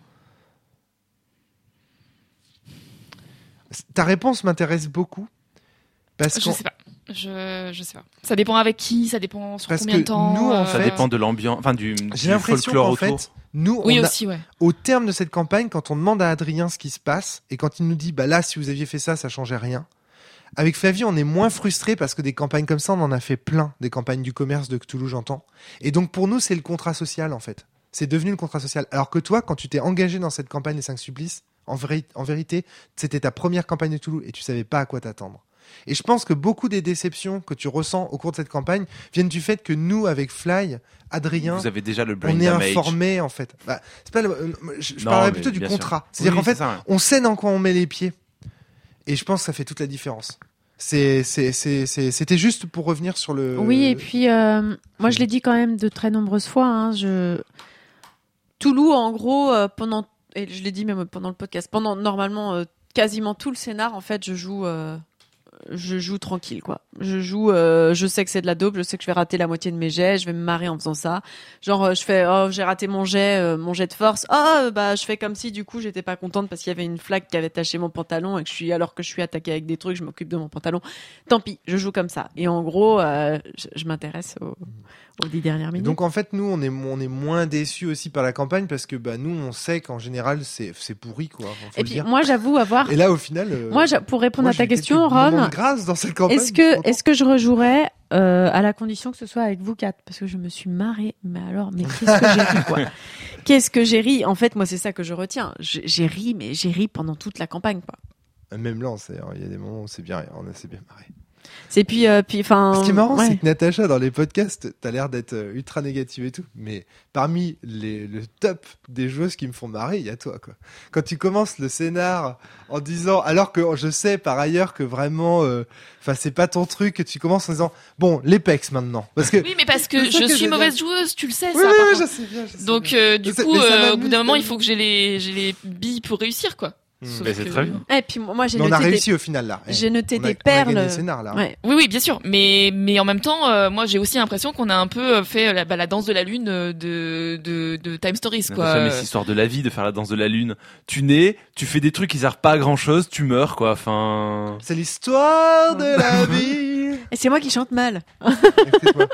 Speaker 2: Ta réponse m'intéresse beaucoup. Parce
Speaker 5: je sais pas. Je, je sais pas. Ça dépend avec qui, ça dépend sur
Speaker 2: parce
Speaker 5: combien de temps.
Speaker 2: Nous, en
Speaker 5: euh...
Speaker 3: Ça
Speaker 2: fait,
Speaker 3: dépend de l'ambiance, enfin du,
Speaker 2: j'ai
Speaker 3: du
Speaker 2: l'impression
Speaker 3: folklore
Speaker 2: qu'en
Speaker 3: autour.
Speaker 2: fait, nous,
Speaker 5: oui
Speaker 2: on a,
Speaker 5: aussi, ouais.
Speaker 2: au terme de cette campagne, quand on demande à Adrien ce qui se passe, et quand il nous dit, bah là, si vous aviez fait ça, ça changeait rien. Avec Flavie, on est moins frustrés parce que des campagnes comme ça, on en a fait plein, des campagnes du commerce de Cthulhu, j'entends. Et donc, pour nous, c'est le contrat social, en fait. C'est devenu le contrat social. Alors que toi, quand tu t'es engagé dans cette campagne des cinq supplices, en, vrai, en vérité, c'était ta première campagne de Cthulhu et tu savais pas à quoi t'attendre. Et je pense que beaucoup des déceptions que tu ressens au cours de cette campagne viennent du fait que nous, avec Fly, Adrien,
Speaker 3: vous avez déjà le brain
Speaker 2: on est
Speaker 3: damage.
Speaker 2: informés en fait. Bah, c'est pas le, je je
Speaker 3: Non,
Speaker 2: parlerais
Speaker 3: mais
Speaker 2: plutôt du
Speaker 3: bien
Speaker 2: contrat.
Speaker 3: sûr.
Speaker 2: C'est-à-dire
Speaker 3: Oui,
Speaker 2: qu'en fait,
Speaker 3: c'est ça, ouais.
Speaker 2: on sait dans quoi on met les pieds. Et je pense que ça fait toute la différence. C'est, c'est, c'est, c'est, c'était juste pour revenir sur le.
Speaker 4: Oui, et puis euh, moi je l'ai dit quand même de très nombreuses fois. Hein, je Toulouse, en gros, euh, pendant et je l'ai dit même pendant le podcast, pendant normalement euh, quasiment tout le scénar, en fait, je joue. Euh... je joue tranquille quoi. Je joue euh, je sais que c'est de la dope, je sais que je vais rater la moitié de mes jets, je vais me marrer en faisant ça. Genre euh, je fais oh j'ai raté mon jet euh, mon jet de force. Oh bah je fais comme si du coup j'étais pas contente parce qu'il y avait une flaque qui avait taché mon pantalon et que je suis alors que je suis attaquée avec des trucs, je m'occupe de mon pantalon. Tant pis, je joue comme ça. Et en gros euh, je, je m'intéresse aux, aux dix dernières minutes.
Speaker 2: Et donc en fait nous on est on est moins déçus aussi par la campagne parce que bah nous on sait qu'en général c'est c'est pourri quoi. Faut
Speaker 4: et
Speaker 2: le
Speaker 4: puis
Speaker 2: dire.
Speaker 4: moi j'avoue avoir
Speaker 2: Et là au final euh...
Speaker 4: moi pour répondre
Speaker 2: moi,
Speaker 4: à ta
Speaker 2: j'ai
Speaker 4: question
Speaker 2: quelques moments
Speaker 4: Ron,
Speaker 2: de grâce dans cette campagne.
Speaker 4: Est-ce que, est-ce que je rejouerais euh, à la condition que ce soit avec vous quatre? Parce que je me suis marrée. Mais alors, mais qu'est-ce que j'ai ri, quoi. Qu'est-ce que j'ai ri. En fait, moi, c'est ça que je retiens. J'ai, j'ai ri, mais j'ai ri pendant toute la campagne, quoi.
Speaker 2: Même là, il y a des moments où c'est bien, on s'est bien marré.
Speaker 4: C'est puis, euh, puis, enfin.
Speaker 2: Ce qui est marrant,
Speaker 4: ouais.
Speaker 2: c'est que Natacha, dans les podcasts, t'as l'air d'être euh, ultra négative et tout. Mais parmi les, le top des joueuses qui me font marrer, il y a toi, quoi. Quand tu commences le scénar en disant, alors que je sais par ailleurs que vraiment, enfin, euh, c'est pas ton truc, que tu commences en disant, bon, l'Apex maintenant. Parce que.
Speaker 5: Oui, mais parce que je
Speaker 2: que
Speaker 5: suis
Speaker 2: je
Speaker 5: mauvaise
Speaker 2: dire.
Speaker 5: joueuse, tu le sais,
Speaker 2: oui,
Speaker 5: ça.
Speaker 2: Oui,
Speaker 5: par
Speaker 2: oui,
Speaker 5: contre.
Speaker 2: je sais bien, je sais
Speaker 5: Donc,
Speaker 2: bien.
Speaker 5: euh, du
Speaker 2: Mais
Speaker 5: coup,
Speaker 2: ça
Speaker 5: euh, au bout
Speaker 2: m'amuse,
Speaker 5: d'un moment,
Speaker 2: mais-
Speaker 5: il faut que j'ai les, j'ai les billes pour réussir, quoi.
Speaker 2: Mmh.
Speaker 5: Sauf
Speaker 3: Mais c'est
Speaker 5: que-
Speaker 3: très bien.
Speaker 4: Et puis, moi, j'ai
Speaker 2: Mais on
Speaker 4: noté
Speaker 2: a réussi
Speaker 4: des,
Speaker 2: au final, là.
Speaker 4: j'ai noté
Speaker 2: on a,
Speaker 4: des
Speaker 2: on a
Speaker 4: perles.
Speaker 2: gagné le scénar, là.
Speaker 4: Ouais.
Speaker 5: Oui, oui, bien sûr. Mais, mais en même temps, euh, moi, j'ai aussi l'impression qu'on a un peu fait la, bah, la danse de la lune euh, de, de, de Time Stories, quoi.
Speaker 3: Natacha, mais c'est l'histoire de la vie de faire la danse de la lune. Tu nais, tu fais des trucs qui servent pas à grand chose, tu meurs, quoi. Enfin.
Speaker 2: C'est l'histoire de la vie.
Speaker 4: Et c'est moi qui chante mal.
Speaker 2: Excuse-moi.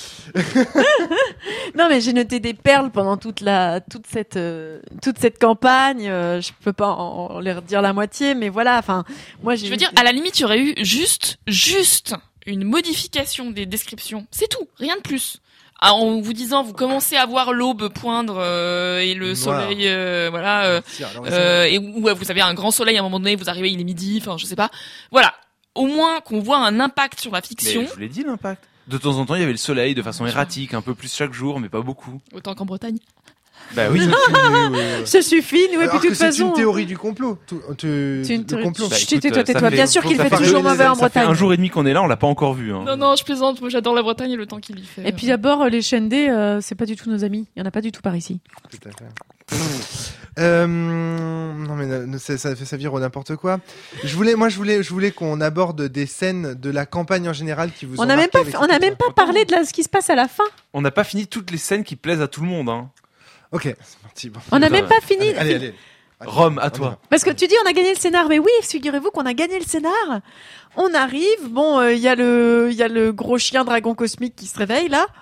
Speaker 4: Non, mais j'ai noté des perles pendant toute la, toute cette, euh, toute cette campagne. Euh, je peux pas en, en les redire la moitié, mais voilà. Enfin, moi, j'ai.
Speaker 5: Je veux dire, à la limite, il y aurait eu juste, juste une modification des descriptions. C'est tout, rien de plus. Ah, en vous disant, vous commencez à voir l'aube poindre euh, et le
Speaker 2: Noir.
Speaker 5: soleil, euh, voilà, euh,
Speaker 2: Si, alors,
Speaker 5: euh, et où ouais, vous avez un grand soleil à un moment donné, vous arrivez, il est midi, enfin, je sais pas. Voilà, au moins qu'on voit un impact sur la fiction.
Speaker 3: Mais je vous l'ai dit, l'impact. De temps en temps, il y avait le soleil de façon erratique, un peu plus chaque jour, mais pas beaucoup.
Speaker 5: Autant qu'en Bretagne.
Speaker 3: Bah oui.
Speaker 2: oui, oui, oui.
Speaker 4: Ça suffit, oui,
Speaker 2: Alors
Speaker 4: puis de
Speaker 2: que
Speaker 4: toute
Speaker 2: c'est
Speaker 4: façon.
Speaker 2: une théorie du complot. Tout, tu,
Speaker 4: C'est une
Speaker 2: de
Speaker 4: théorie-
Speaker 2: complot.
Speaker 3: Bah,
Speaker 4: Chut,
Speaker 3: écoute,
Speaker 4: tais-toi,
Speaker 3: ça
Speaker 4: tais-toi.
Speaker 3: fait-
Speaker 4: Bien sûr
Speaker 3: ça
Speaker 4: qu'il
Speaker 3: fait
Speaker 4: fait toujours
Speaker 2: rêver les
Speaker 4: mauvais en
Speaker 2: hommes,
Speaker 3: Ça fait
Speaker 4: Bretagne.
Speaker 3: un jour et demi qu'on est là, on l'a pas encore vu. Hein.
Speaker 5: Non, non, je plaisante, moi j'adore la Bretagne et le temps qu'il y fait.
Speaker 4: Et puis d'abord, les Shendé, euh, c'est pas du tout nos amis. Il y en a pas du tout par ici.
Speaker 2: Tout à fait. Euh, non mais euh, ça, ça fait ça vire au n'importe quoi. Je voulais, moi je voulais, je voulais qu'on aborde des scènes de la campagne en général qui vous.
Speaker 4: On
Speaker 2: ont
Speaker 4: n'a même
Speaker 2: marqué
Speaker 4: pas,
Speaker 2: avec
Speaker 4: on a
Speaker 2: cette-
Speaker 4: même pas parlé de la, ce qui se passe à la fin.
Speaker 3: On n'a pas fini toutes les scènes qui plaisent à tout le monde. Hein.
Speaker 2: Ok, c'est parti. Bon.
Speaker 4: On n'a
Speaker 3: Putain,
Speaker 4: même pas fini.
Speaker 2: Allez, allez, allez. Allez.
Speaker 3: Rome, à
Speaker 2: On y
Speaker 3: toi.
Speaker 2: va.
Speaker 4: Parce que tu dis on a gagné le scénar, mais oui, figurez-vous qu'on a gagné le scénar. On arrive, bon, il euh, y a le, il y a le gros chien dragon cosmique qui se réveille là.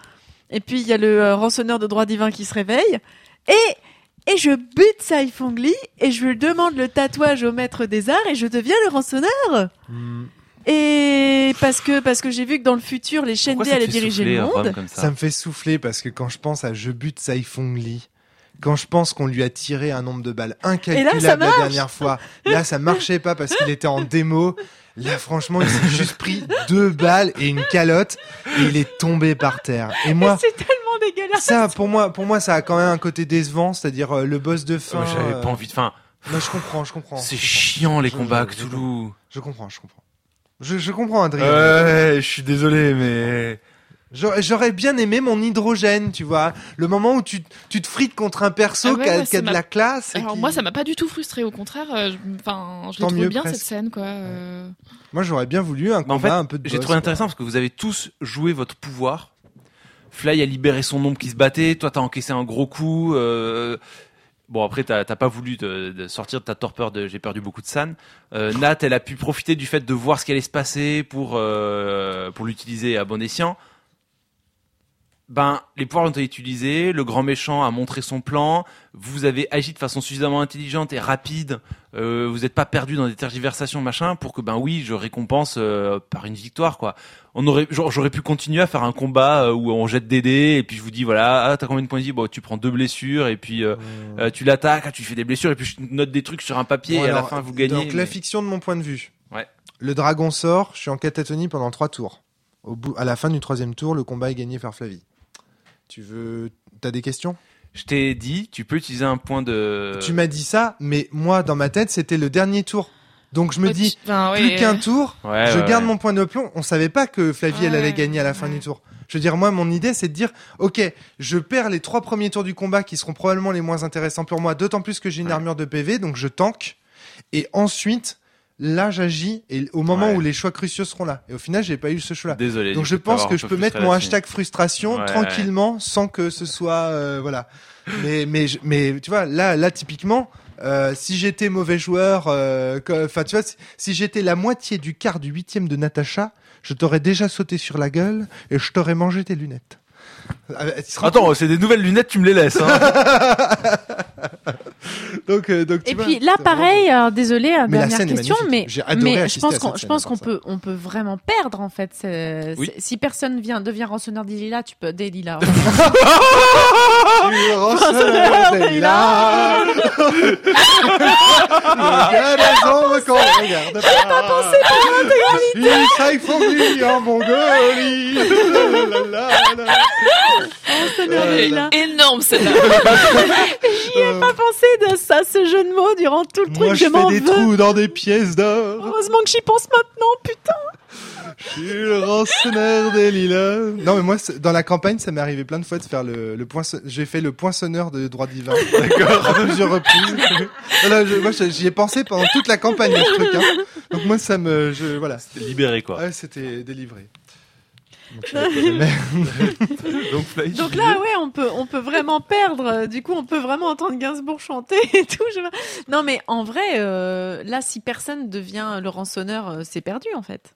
Speaker 4: Et puis il y a le euh, rançonneur de droit divin qui se réveille. Et, et je bute Sai Fong Li et je lui demande le tatouage au maître des arts et je deviens le rançonneur.
Speaker 2: Mm.
Speaker 4: Et parce que, parce que j'ai vu que dans le futur, les chaînes D allaient diriger le monde.
Speaker 2: Ça. ça me fait souffler parce que quand je pense à je bute Sai Fong Li, quand je pense qu'on lui a tiré un nombre de balles incalculable là, la dernière fois, là ça marchait pas parce qu'il était en démo. Là franchement il s'est juste pris deux balles et une calotte et il est tombé par terre. Et moi,
Speaker 4: et c'est tellement dégueulasse.
Speaker 2: Ça pour moi, pour moi ça a quand même un côté décevant, c'est-à-dire euh, le boss de fin.
Speaker 3: Oh, j'avais
Speaker 2: euh...
Speaker 3: pas envie de fin.
Speaker 2: Non, je comprends, je comprends.
Speaker 3: C'est
Speaker 2: je comprends.
Speaker 3: chiant les
Speaker 2: je,
Speaker 3: combats
Speaker 2: je,
Speaker 3: Cthulhu.
Speaker 2: Je comprends, je comprends. Je, je comprends Adrien.
Speaker 3: Ouais, je suis désolé mais.
Speaker 2: J'aurais, j'aurais bien aimé mon hydrogène, tu vois. Le moment où tu, tu te frites contre un perso
Speaker 5: ah ouais,
Speaker 2: qui a,
Speaker 5: ouais,
Speaker 2: qui a de la classe.
Speaker 5: Alors
Speaker 2: qui...
Speaker 5: moi, ça m'a pas du tout frustré. Au contraire, enfin, euh, je l'ai trouvé bien presque. Cette scène, quoi. Euh...
Speaker 2: Moi, j'aurais bien voulu un combat
Speaker 3: en fait,
Speaker 2: un peu de
Speaker 3: j'ai
Speaker 2: boss,
Speaker 3: trouvé intéressant
Speaker 2: quoi.
Speaker 3: parce que vous avez tous joué votre pouvoir. Fly a libéré son ombre qui se battait. Toi, t'as encaissé un gros coup. Euh... Bon, après, t'as, t'as pas voulu de, de sortir de ta torpeur de j'ai perdu beaucoup de San. Euh, Nat, elle a pu profiter du fait de voir ce qui allait se passer pour, euh, pour l'utiliser à bon escient. Ben, les pouvoirs ont été utilisés, le grand méchant a montré son plan, vous avez agi de façon suffisamment intelligente et rapide, euh, vous n'êtes pas perdu dans des tergiversations machin pour que ben oui, je récompense euh, par une victoire quoi. On aurait, j'aurais pu continuer à faire un combat euh, où on jette des dés et puis je vous dis voilà, ah, t'as combien de points de vie? Bon, tu prends deux blessures et puis euh, mmh. euh, tu l'attaques, ah, tu fais des blessures et puis je note des trucs sur un papier bon, et alors, à la fin vous gagnez.
Speaker 2: Donc
Speaker 3: mais...
Speaker 2: la fiction de mon point de vue.
Speaker 3: Ouais.
Speaker 2: Le dragon sort, je suis en catatonie pendant trois tours. Au bout, à la fin du troisième tour, le combat est gagné par Flavie. Tu veux... T'as des questions?
Speaker 3: Je t'ai dit, tu peux utiliser un point de...
Speaker 2: Tu m'as dit ça, mais moi, dans ma tête, c'était le dernier tour. Donc je me
Speaker 5: ouais,
Speaker 2: dis,
Speaker 5: tu... enfin,
Speaker 2: plus
Speaker 5: ouais,
Speaker 2: qu'un
Speaker 5: ouais.
Speaker 2: tour,
Speaker 3: ouais,
Speaker 2: je
Speaker 3: ouais,
Speaker 2: garde
Speaker 3: ouais.
Speaker 2: mon point de plomb. On savait pas que Flavie,
Speaker 5: ouais,
Speaker 2: elle allait gagner à la fin
Speaker 5: ouais.
Speaker 2: du tour. Je veux dire, moi, mon idée, c'est de dire, ok, je perds les trois premiers tours du combat qui seront probablement les moins intéressants pour moi, d'autant plus que j'ai une
Speaker 3: ouais.
Speaker 2: armure de P V, donc je tank. Et ensuite... Là, j'agis et au moment
Speaker 3: ouais.
Speaker 2: où les choix cruciaux seront là. Et au final, j'ai pas eu ce choix-là.
Speaker 3: Désolé.
Speaker 2: Donc je pense que je peux mettre mon
Speaker 3: là-dessus.
Speaker 2: hashtag frustration
Speaker 3: ouais,
Speaker 2: tranquillement,
Speaker 3: ouais.
Speaker 2: sans que ce soit euh, voilà. Mais mais mais tu vois, là là typiquement, euh, si j'étais mauvais joueur, enfin euh, tu vois, si, si j'étais la moitié du quart du huitième de Natacha, je t'aurais déjà sauté sur la gueule et je t'aurais mangé tes lunettes.
Speaker 3: Attends, c'est des nouvelles lunettes, tu me les laisses. Hein.
Speaker 2: donc, euh, donc, tu
Speaker 4: et
Speaker 2: vois,
Speaker 4: puis là, pareil, alors, désolé,
Speaker 2: mais
Speaker 4: dernière
Speaker 2: la
Speaker 4: question, mais,
Speaker 2: J'ai adoré
Speaker 4: mais je pense qu'on,
Speaker 2: cette
Speaker 4: je pense
Speaker 2: scène,
Speaker 4: qu'on
Speaker 2: ça.
Speaker 4: peut, on peut vraiment perdre en fait. C'est,
Speaker 3: oui.
Speaker 4: c'est, si personne vient devient rançonneur des lilas, tu peux des lilas.
Speaker 2: Rançonneur des lilas. Regarde qu'on regarde pas.
Speaker 4: J'ai pas pensé pour l'intégralité.
Speaker 2: Ça il faut lui en Mongolie.
Speaker 4: Rançonneur des lilas.
Speaker 5: Énorme celle-là.
Speaker 4: J'y ai pas pensé de ça, ce jeu de mots durant tout le truc.
Speaker 2: Moi, je,
Speaker 4: je m'en
Speaker 2: fais des
Speaker 4: veux.
Speaker 2: trous dans des pièces d'or.
Speaker 4: Heureusement que j'y pense maintenant, putain.
Speaker 2: Je suis le rançonneur des lilas. Non, mais moi, dans la campagne, ça m'est arrivé plein de fois de faire le, le poinçon... J'ai fait le poinçonneur de droit divin. D'accord. À plusieurs reprises. Voilà, je, moi, j'y ai pensé pendant toute la campagne, à ce truc, hein. Donc moi, ça me, je, voilà.
Speaker 3: C'était libéré, quoi.
Speaker 2: Ouais, c'était délivré. Donc, je...
Speaker 3: Donc, Fly,
Speaker 4: Donc là, ouais, on peut, on peut vraiment perdre. Du coup, on peut vraiment entendre Gainsbourg chanter et tout. Je... Non, mais en vrai, euh, là, si personne devient le rançonneur, euh, c'est perdu, en fait.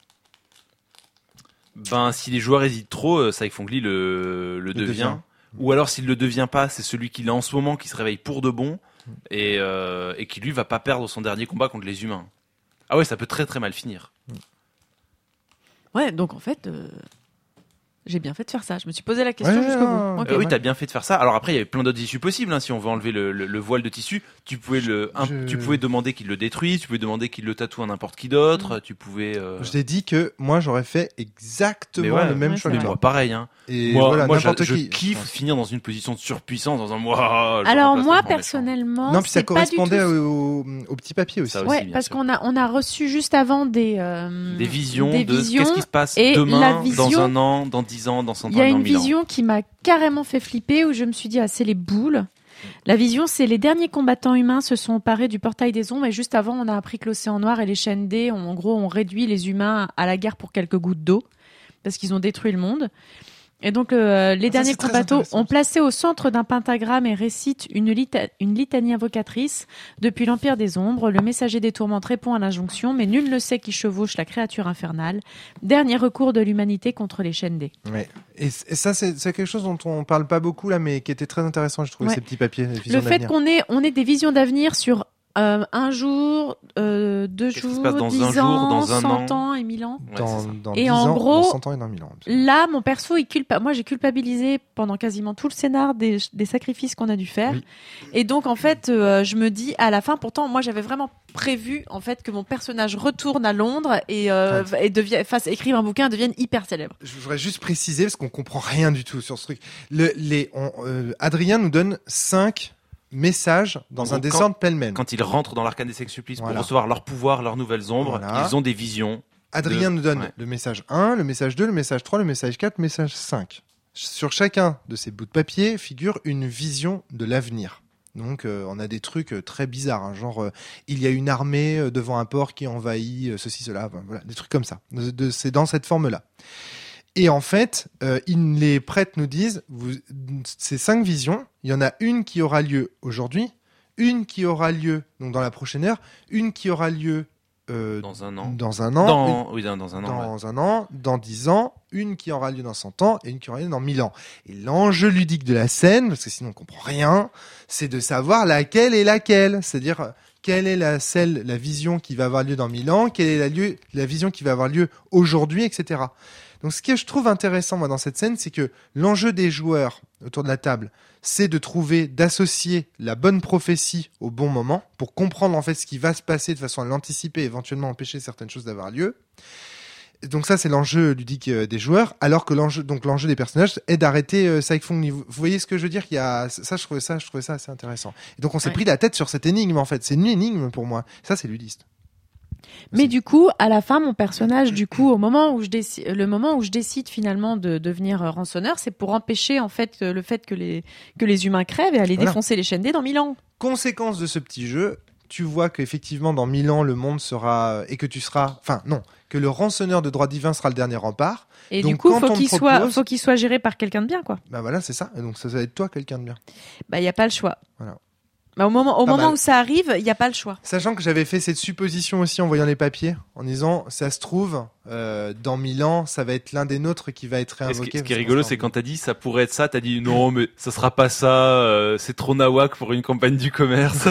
Speaker 3: Ben, si les joueurs hésitent trop, euh, Sai Fong Li le, le,
Speaker 2: Le
Speaker 3: devient.
Speaker 2: devient.
Speaker 3: Ou alors, s'il le devient pas, c'est celui qui l'a en ce moment qui se réveille pour de bon et, euh, et qui lui va pas perdre son dernier combat contre les humains. Ah ouais, ça peut très très mal finir.
Speaker 4: Ouais, donc en fait, euh, j'ai bien fait de faire ça. Je me suis posé la question
Speaker 2: Ouais,
Speaker 4: jusqu'au
Speaker 2: non,
Speaker 4: bout. Ok.
Speaker 3: Euh, oui,
Speaker 2: ouais.
Speaker 3: t'as bien fait de faire ça. Alors après, il y avait plein d'autres issues possibles. Hein. Si on veut enlever le, le, le voile de tissu, tu pouvais le, un,
Speaker 2: Je-
Speaker 3: tu pouvais demander qu'il le détruise, tu pouvais demander qu'il le tatoue à n'importe qui d'autre. Tu pouvais. Euh...
Speaker 2: Je t'ai dit que moi, j'aurais fait exactement
Speaker 3: Mais ouais,
Speaker 2: le même
Speaker 4: ouais,
Speaker 2: choix
Speaker 4: c'est
Speaker 2: que
Speaker 3: Mais
Speaker 4: vrai.
Speaker 2: toi.
Speaker 3: moi, pareil. Hein.
Speaker 2: Et
Speaker 3: moi,
Speaker 2: voilà,
Speaker 3: moi
Speaker 2: n'importe
Speaker 3: je,
Speaker 2: qui.
Speaker 3: je kiffe
Speaker 2: Ouais.
Speaker 3: finir dans une position de surpuissance, dans un moi.
Speaker 4: Alors moi, personnellement,
Speaker 2: Non, puis ça
Speaker 4: c'est pas du
Speaker 2: correspondait
Speaker 4: tout...
Speaker 2: au, au, au petit papier aussi.
Speaker 3: Ça aussi,
Speaker 4: Ouais,
Speaker 3: bien
Speaker 4: parce
Speaker 3: sûr.
Speaker 4: qu'on a, on a reçu juste avant des, euh,
Speaker 3: Des visions
Speaker 4: des
Speaker 3: de
Speaker 4: visions.
Speaker 3: qu'est-ce qui se passe
Speaker 4: et
Speaker 3: demain,
Speaker 4: la vision-
Speaker 3: dans un an, dans dix ans, dans cent ans,
Speaker 4: Il y a
Speaker 3: et dans
Speaker 4: une
Speaker 3: mille ans.
Speaker 4: vision qui m'a carrément fait flipper où je me suis dit, ah, c'est les boules. La vision, c'est les derniers combattants humains se sont emparés du portail des ombres et juste avant, on a appris que l'océan noir et les chaînes D, ont, en gros, ont réduit les humains à la guerre pour quelques gouttes d'eau parce qu'ils ont détruit le monde. Et donc, euh, les
Speaker 2: Ça,
Speaker 4: derniers
Speaker 2: c'est très
Speaker 4: combattants
Speaker 2: intéressant.
Speaker 4: ont placé au centre d'un pentagramme et récitent une, lita- une litanie invocatrice. Depuis l'Empire des Ombres, le messager des tourmentes répond à l'injonction, mais nul ne sait qui chevauche la créature infernale. Dernier recours de l'humanité contre les Shendé.
Speaker 2: Ouais. Et, c- et ça, c'est, c'est quelque chose dont on parle pas beaucoup là, mais qui était très intéressant, je trouve,
Speaker 4: Ouais.
Speaker 2: ces petits papiers. Les visions
Speaker 4: Le fait
Speaker 2: d'avenir.
Speaker 4: qu'on ait, on ait des visions d'avenir sur euh, un jour, euh, deux
Speaker 3: Qu'est-ce qui se
Speaker 4: jours,
Speaker 3: passe dans
Speaker 4: dix
Speaker 3: un jour,
Speaker 4: ans,
Speaker 3: dans un
Speaker 4: cent
Speaker 3: an
Speaker 4: ans et mille ans.
Speaker 3: Ouais,
Speaker 2: dans,
Speaker 3: c'est ça.
Speaker 2: dans
Speaker 4: Et
Speaker 2: dix
Speaker 4: en
Speaker 2: ans,
Speaker 4: gros,
Speaker 2: dans cent ans et dans mille ans. absolument.
Speaker 4: Là, mon perso, il culpa... moi, j'ai culpabilisé pendant quasiment tout le scénar des, des sacrifices qu'on a dû faire.
Speaker 2: Oui.
Speaker 4: Et donc, en fait, euh, je me dis, à la fin, pourtant, moi, j'avais vraiment prévu, en fait, que mon personnage retourne à Londres et, euh, et devienne, fasse écrire un bouquin, devienne hyper célèbre.
Speaker 2: Je voudrais juste préciser, parce qu'on comprend rien du tout sur ce truc. Le, les, on, euh, Adrien nous donne cinq messages dans
Speaker 3: En
Speaker 2: un
Speaker 3: gros,
Speaker 2: dessin pêle-mêle.
Speaker 3: Quand ils rentrent dans l'arcane des sex supplices
Speaker 2: Voilà.
Speaker 3: pour recevoir leur pouvoir, leurs nouvelles ombres,
Speaker 2: Voilà.
Speaker 3: ils ont des visions.
Speaker 2: Adrien
Speaker 3: de-
Speaker 2: nous donne
Speaker 3: ouais.
Speaker 2: le message un, le message deux, le message trois, le message quatre, le message cinq. Sur chacun de ces bouts de papier figure une vision de l'avenir. Donc euh, on a des trucs euh, très bizarres, hein, genre euh, il y a une armée euh, devant un port qui envahit euh, ceci, cela, enfin, voilà, des trucs comme ça. De, de- c'est dans cette forme-là. Et en fait, euh, ils, les prêtres nous disent, vous, ces cinq visions, il y en a une qui aura lieu aujourd'hui, une qui aura lieu donc dans la prochaine heure, une qui aura lieu euh,
Speaker 3: Dans un an.
Speaker 2: dans un an,
Speaker 3: Dans, oui, dans, dans un
Speaker 2: une-
Speaker 3: an. ouais.
Speaker 2: dans un an, dans dix ans, une qui aura lieu dans cent ans et une qui aura lieu dans mille ans. Et l'enjeu ludique de la scène, parce que sinon on comprend rien, c'est de savoir laquelle est laquelle. C'est-à-dire, euh, quelle est la, celle, la vision qui va avoir lieu dans mille ans, quelle est la, lieu, la vision qui va avoir lieu aujourd'hui, et cetera. Donc ce que je trouve intéressant moi dans cette scène, c'est que l'enjeu des joueurs autour de la table, c'est de trouver, d'associer la bonne prophétie au bon moment pour comprendre en fait ce qui va se passer de façon à l'anticiper et éventuellement empêcher certaines choses d'avoir lieu. Et donc ça c'est l'enjeu ludique euh, des joueurs, alors que l'enjeu donc l'enjeu des personnages est d'arrêter euh, Saifung Li. Vous, vous voyez ce que je veux dire? Il y a ça, je trouvais ça, je trouvais ça assez intéressant. Et donc on s'est
Speaker 4: Ouais.
Speaker 2: pris la tête sur cette énigme en fait. C'est une énigme pour moi. Ça c'est ludiste.
Speaker 4: Mais du coup, à la fin, mon personnage, du coup, au moment où je décide, le moment où je décide finalement de devenir euh, rançonneur, c'est pour empêcher en fait euh, le fait que les que les humains crèvent et aller
Speaker 2: Voilà.
Speaker 4: défoncer les Shendé dans mille ans.
Speaker 2: Conséquence de ce petit jeu, tu vois qu'effectivement dans mille ans le monde sera et que tu seras, enfin non, que le rançonneur de droit divin sera le dernier rempart.
Speaker 4: Et
Speaker 2: Donc,
Speaker 4: du coup,
Speaker 2: quand
Speaker 4: faut
Speaker 2: on
Speaker 4: qu'il
Speaker 2: te
Speaker 4: soit,
Speaker 2: propose-
Speaker 4: faut qu'il soit géré par quelqu'un de bien, quoi.
Speaker 2: Bah voilà, c'est ça. Et donc ça va être toi quelqu'un de bien.
Speaker 4: Bah, il y a pas le choix.
Speaker 2: Voilà.
Speaker 4: Bah, au moment, au
Speaker 2: Pas
Speaker 4: moment
Speaker 2: mal.
Speaker 4: où ça arrive, il y a pas le choix.
Speaker 2: Sachant que j'avais fait cette supposition aussi en voyant les papiers, en disant, ça se trouve, euh, dans mille ans, ça va être l'un des nôtres qui va être
Speaker 3: Et ce qui,
Speaker 2: réinvoqué.
Speaker 3: ce qui est
Speaker 2: parce
Speaker 3: rigolo,
Speaker 2: qu'on
Speaker 3: c'est
Speaker 2: sera
Speaker 3: quand t'as dit ça pourrait être ça, t'as dit non, mais ça sera pas ça, euh, c'est trop nawak pour une campagne du commerce.
Speaker 2: en-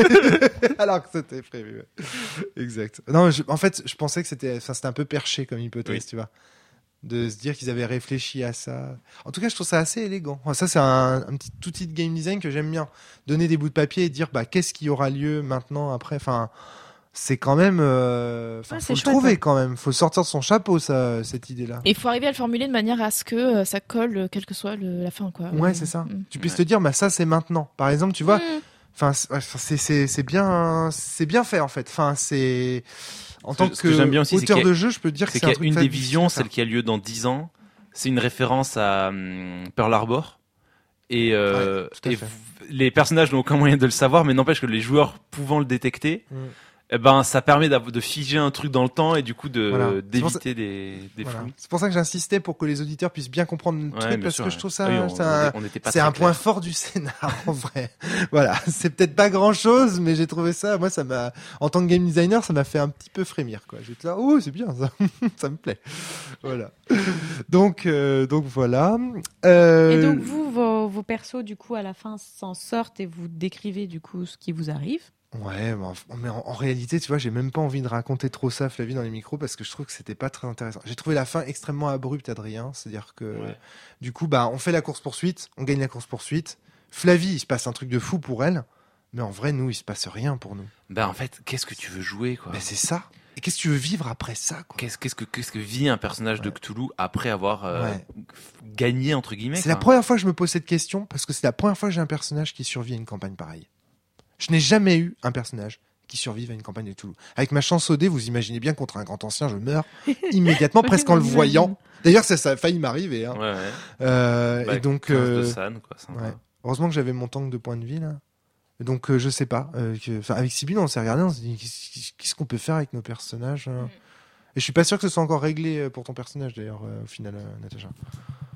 Speaker 2: Alors que c'était prévu. ouais. Exact. Non, je- en fait, je pensais que c'était, enfin, c'était un peu perché comme hypothèse,
Speaker 3: Oui.
Speaker 2: tu vois. De se dire qu'ils avaient réfléchi à ça. En tout cas, je trouve ça assez élégant. Enfin, ça, c'est un, un petit outil de game design que j'aime bien. Donner des bouts de papier et dire, bah, qu'est-ce qui aura lieu maintenant, après. Enfin, c'est quand même, euh, enfin,
Speaker 4: Ouais,
Speaker 2: faut
Speaker 4: c'est
Speaker 2: le
Speaker 4: chouette,
Speaker 2: trouver
Speaker 4: ouais.
Speaker 2: quand même. Faut sortir de son chapeau, ça, cette idée-là.
Speaker 5: Et il faut arriver à le formuler de manière à ce que euh, ça colle, euh, quelle que soit le- la fin, quoi.
Speaker 2: Ouais, c'est ça.
Speaker 5: Mm.
Speaker 2: Tu puisses
Speaker 3: Ouais.
Speaker 2: te dire, bah, ça, c'est maintenant. Par exemple, tu vois,
Speaker 5: Mm.
Speaker 2: enfin, c'est- ouais, enfin, c'est, c'est, c'est bien, c'est bien fait, en fait. Enfin, c'est, en
Speaker 3: Ce
Speaker 2: tant
Speaker 3: que- ce
Speaker 2: que,
Speaker 3: que j'aime bien aussi, c'est
Speaker 2: auteur
Speaker 3: qu'il y a-
Speaker 2: de jeu, je peux te dire que
Speaker 3: C'est
Speaker 2: c'est un
Speaker 3: qu'il y a
Speaker 2: truc
Speaker 3: une
Speaker 2: fait
Speaker 3: des
Speaker 2: difficile
Speaker 3: visions,
Speaker 2: à faire.
Speaker 3: celle qui a lieu dans dix ans, c'est une référence à hum, Pearl Harbor. Et, euh,
Speaker 2: Ouais, tout à
Speaker 3: et
Speaker 2: fait.
Speaker 3: v- les personnages n'ont aucun moyen de le savoir, mais n'empêche que les joueurs pouvant le détecter,
Speaker 2: Mm.
Speaker 3: eh ben, ça permet d'av- de figer un truc dans le temps et du coup de,
Speaker 2: Voilà. C'est pour
Speaker 3: d'éviter des, des
Speaker 2: Voilà.
Speaker 3: flous.
Speaker 2: C'est pour ça que j'insistais pour que les auditeurs puissent bien comprendre le
Speaker 3: Ouais,
Speaker 2: truc,
Speaker 3: bien
Speaker 2: parce
Speaker 3: sûr,
Speaker 2: que
Speaker 3: ouais.
Speaker 2: je trouve ça,
Speaker 3: Ah oui, on-
Speaker 2: c'est un,
Speaker 3: on était pas
Speaker 2: c'est
Speaker 3: très
Speaker 2: un point
Speaker 3: clair.
Speaker 2: fort du scénar, en vrai. Voilà. C'est peut-être pas grand chose, mais j'ai trouvé ça, moi, ça m'a, en tant que game designer, ça m'a fait un petit peu frémir, quoi. J'étais là, oh, c'est bien, ça. Ça me plaît. Voilà. Donc, euh, donc voilà. Euh,
Speaker 4: Et donc vous, vos, vos persos, du coup, à la fin, s'en sortent et vous décrivez du coup ce qui vous arrive.
Speaker 2: Ouais, mais en, mais en- en réalité, tu vois, j'ai même pas envie de raconter trop ça, Flavie, dans les micros, parce que je trouve que c'était pas très intéressant. J'ai trouvé la fin extrêmement abrupte, Adrien. C'est-à-dire que,
Speaker 3: Ouais.
Speaker 2: du coup, bah, on fait la course-poursuite, on gagne la course-poursuite. Flavie, il se passe un truc de fou pour elle, mais en vrai, nous, il se passe rien pour nous.
Speaker 3: Ben, en fait, qu'est-ce que tu veux jouer, quoi?
Speaker 2: Mais c'est ça. Et qu'est-ce que tu veux vivre après ça, quoi?
Speaker 3: Qu'est-ce, qu'est-ce que, qu'est-ce que vit un personnage de
Speaker 2: Ouais.
Speaker 3: Cthulhu après avoir euh,
Speaker 2: Ouais.
Speaker 3: gagné, entre guillemets?
Speaker 2: C'est la
Speaker 3: quoi.
Speaker 2: première fois que je me pose cette question, parce que c'est la première fois que j'ai un personnage qui survit à une campagne pareille. Je n'ai jamais eu un personnage qui survive à une campagne de Toulouse. Avec ma chance au dé, vous imaginez bien, contre un grand ancien, je meurs immédiatement, presque en le voyant. D'ailleurs, ça, ça a failli m'arriver. Hein.
Speaker 3: Ouais, ouais.
Speaker 2: Euh,
Speaker 3: Bah,
Speaker 2: et donc,
Speaker 3: quinze
Speaker 2: euh,
Speaker 3: de San, quoi. sympa.
Speaker 2: ouais. Heureusement que j'avais mon tank de points de vie, là. Donc, euh, je sais pas. Euh, que- enfin, avec Sybille, on s'est regardé, on s'est dit, qu'est-ce qu'est-ce qu'on peut faire avec nos personnages euh
Speaker 5: Mm.
Speaker 2: Et je suis pas sûr que ce soit encore réglé euh, pour ton personnage, d'ailleurs, euh, au final, euh, Natacha.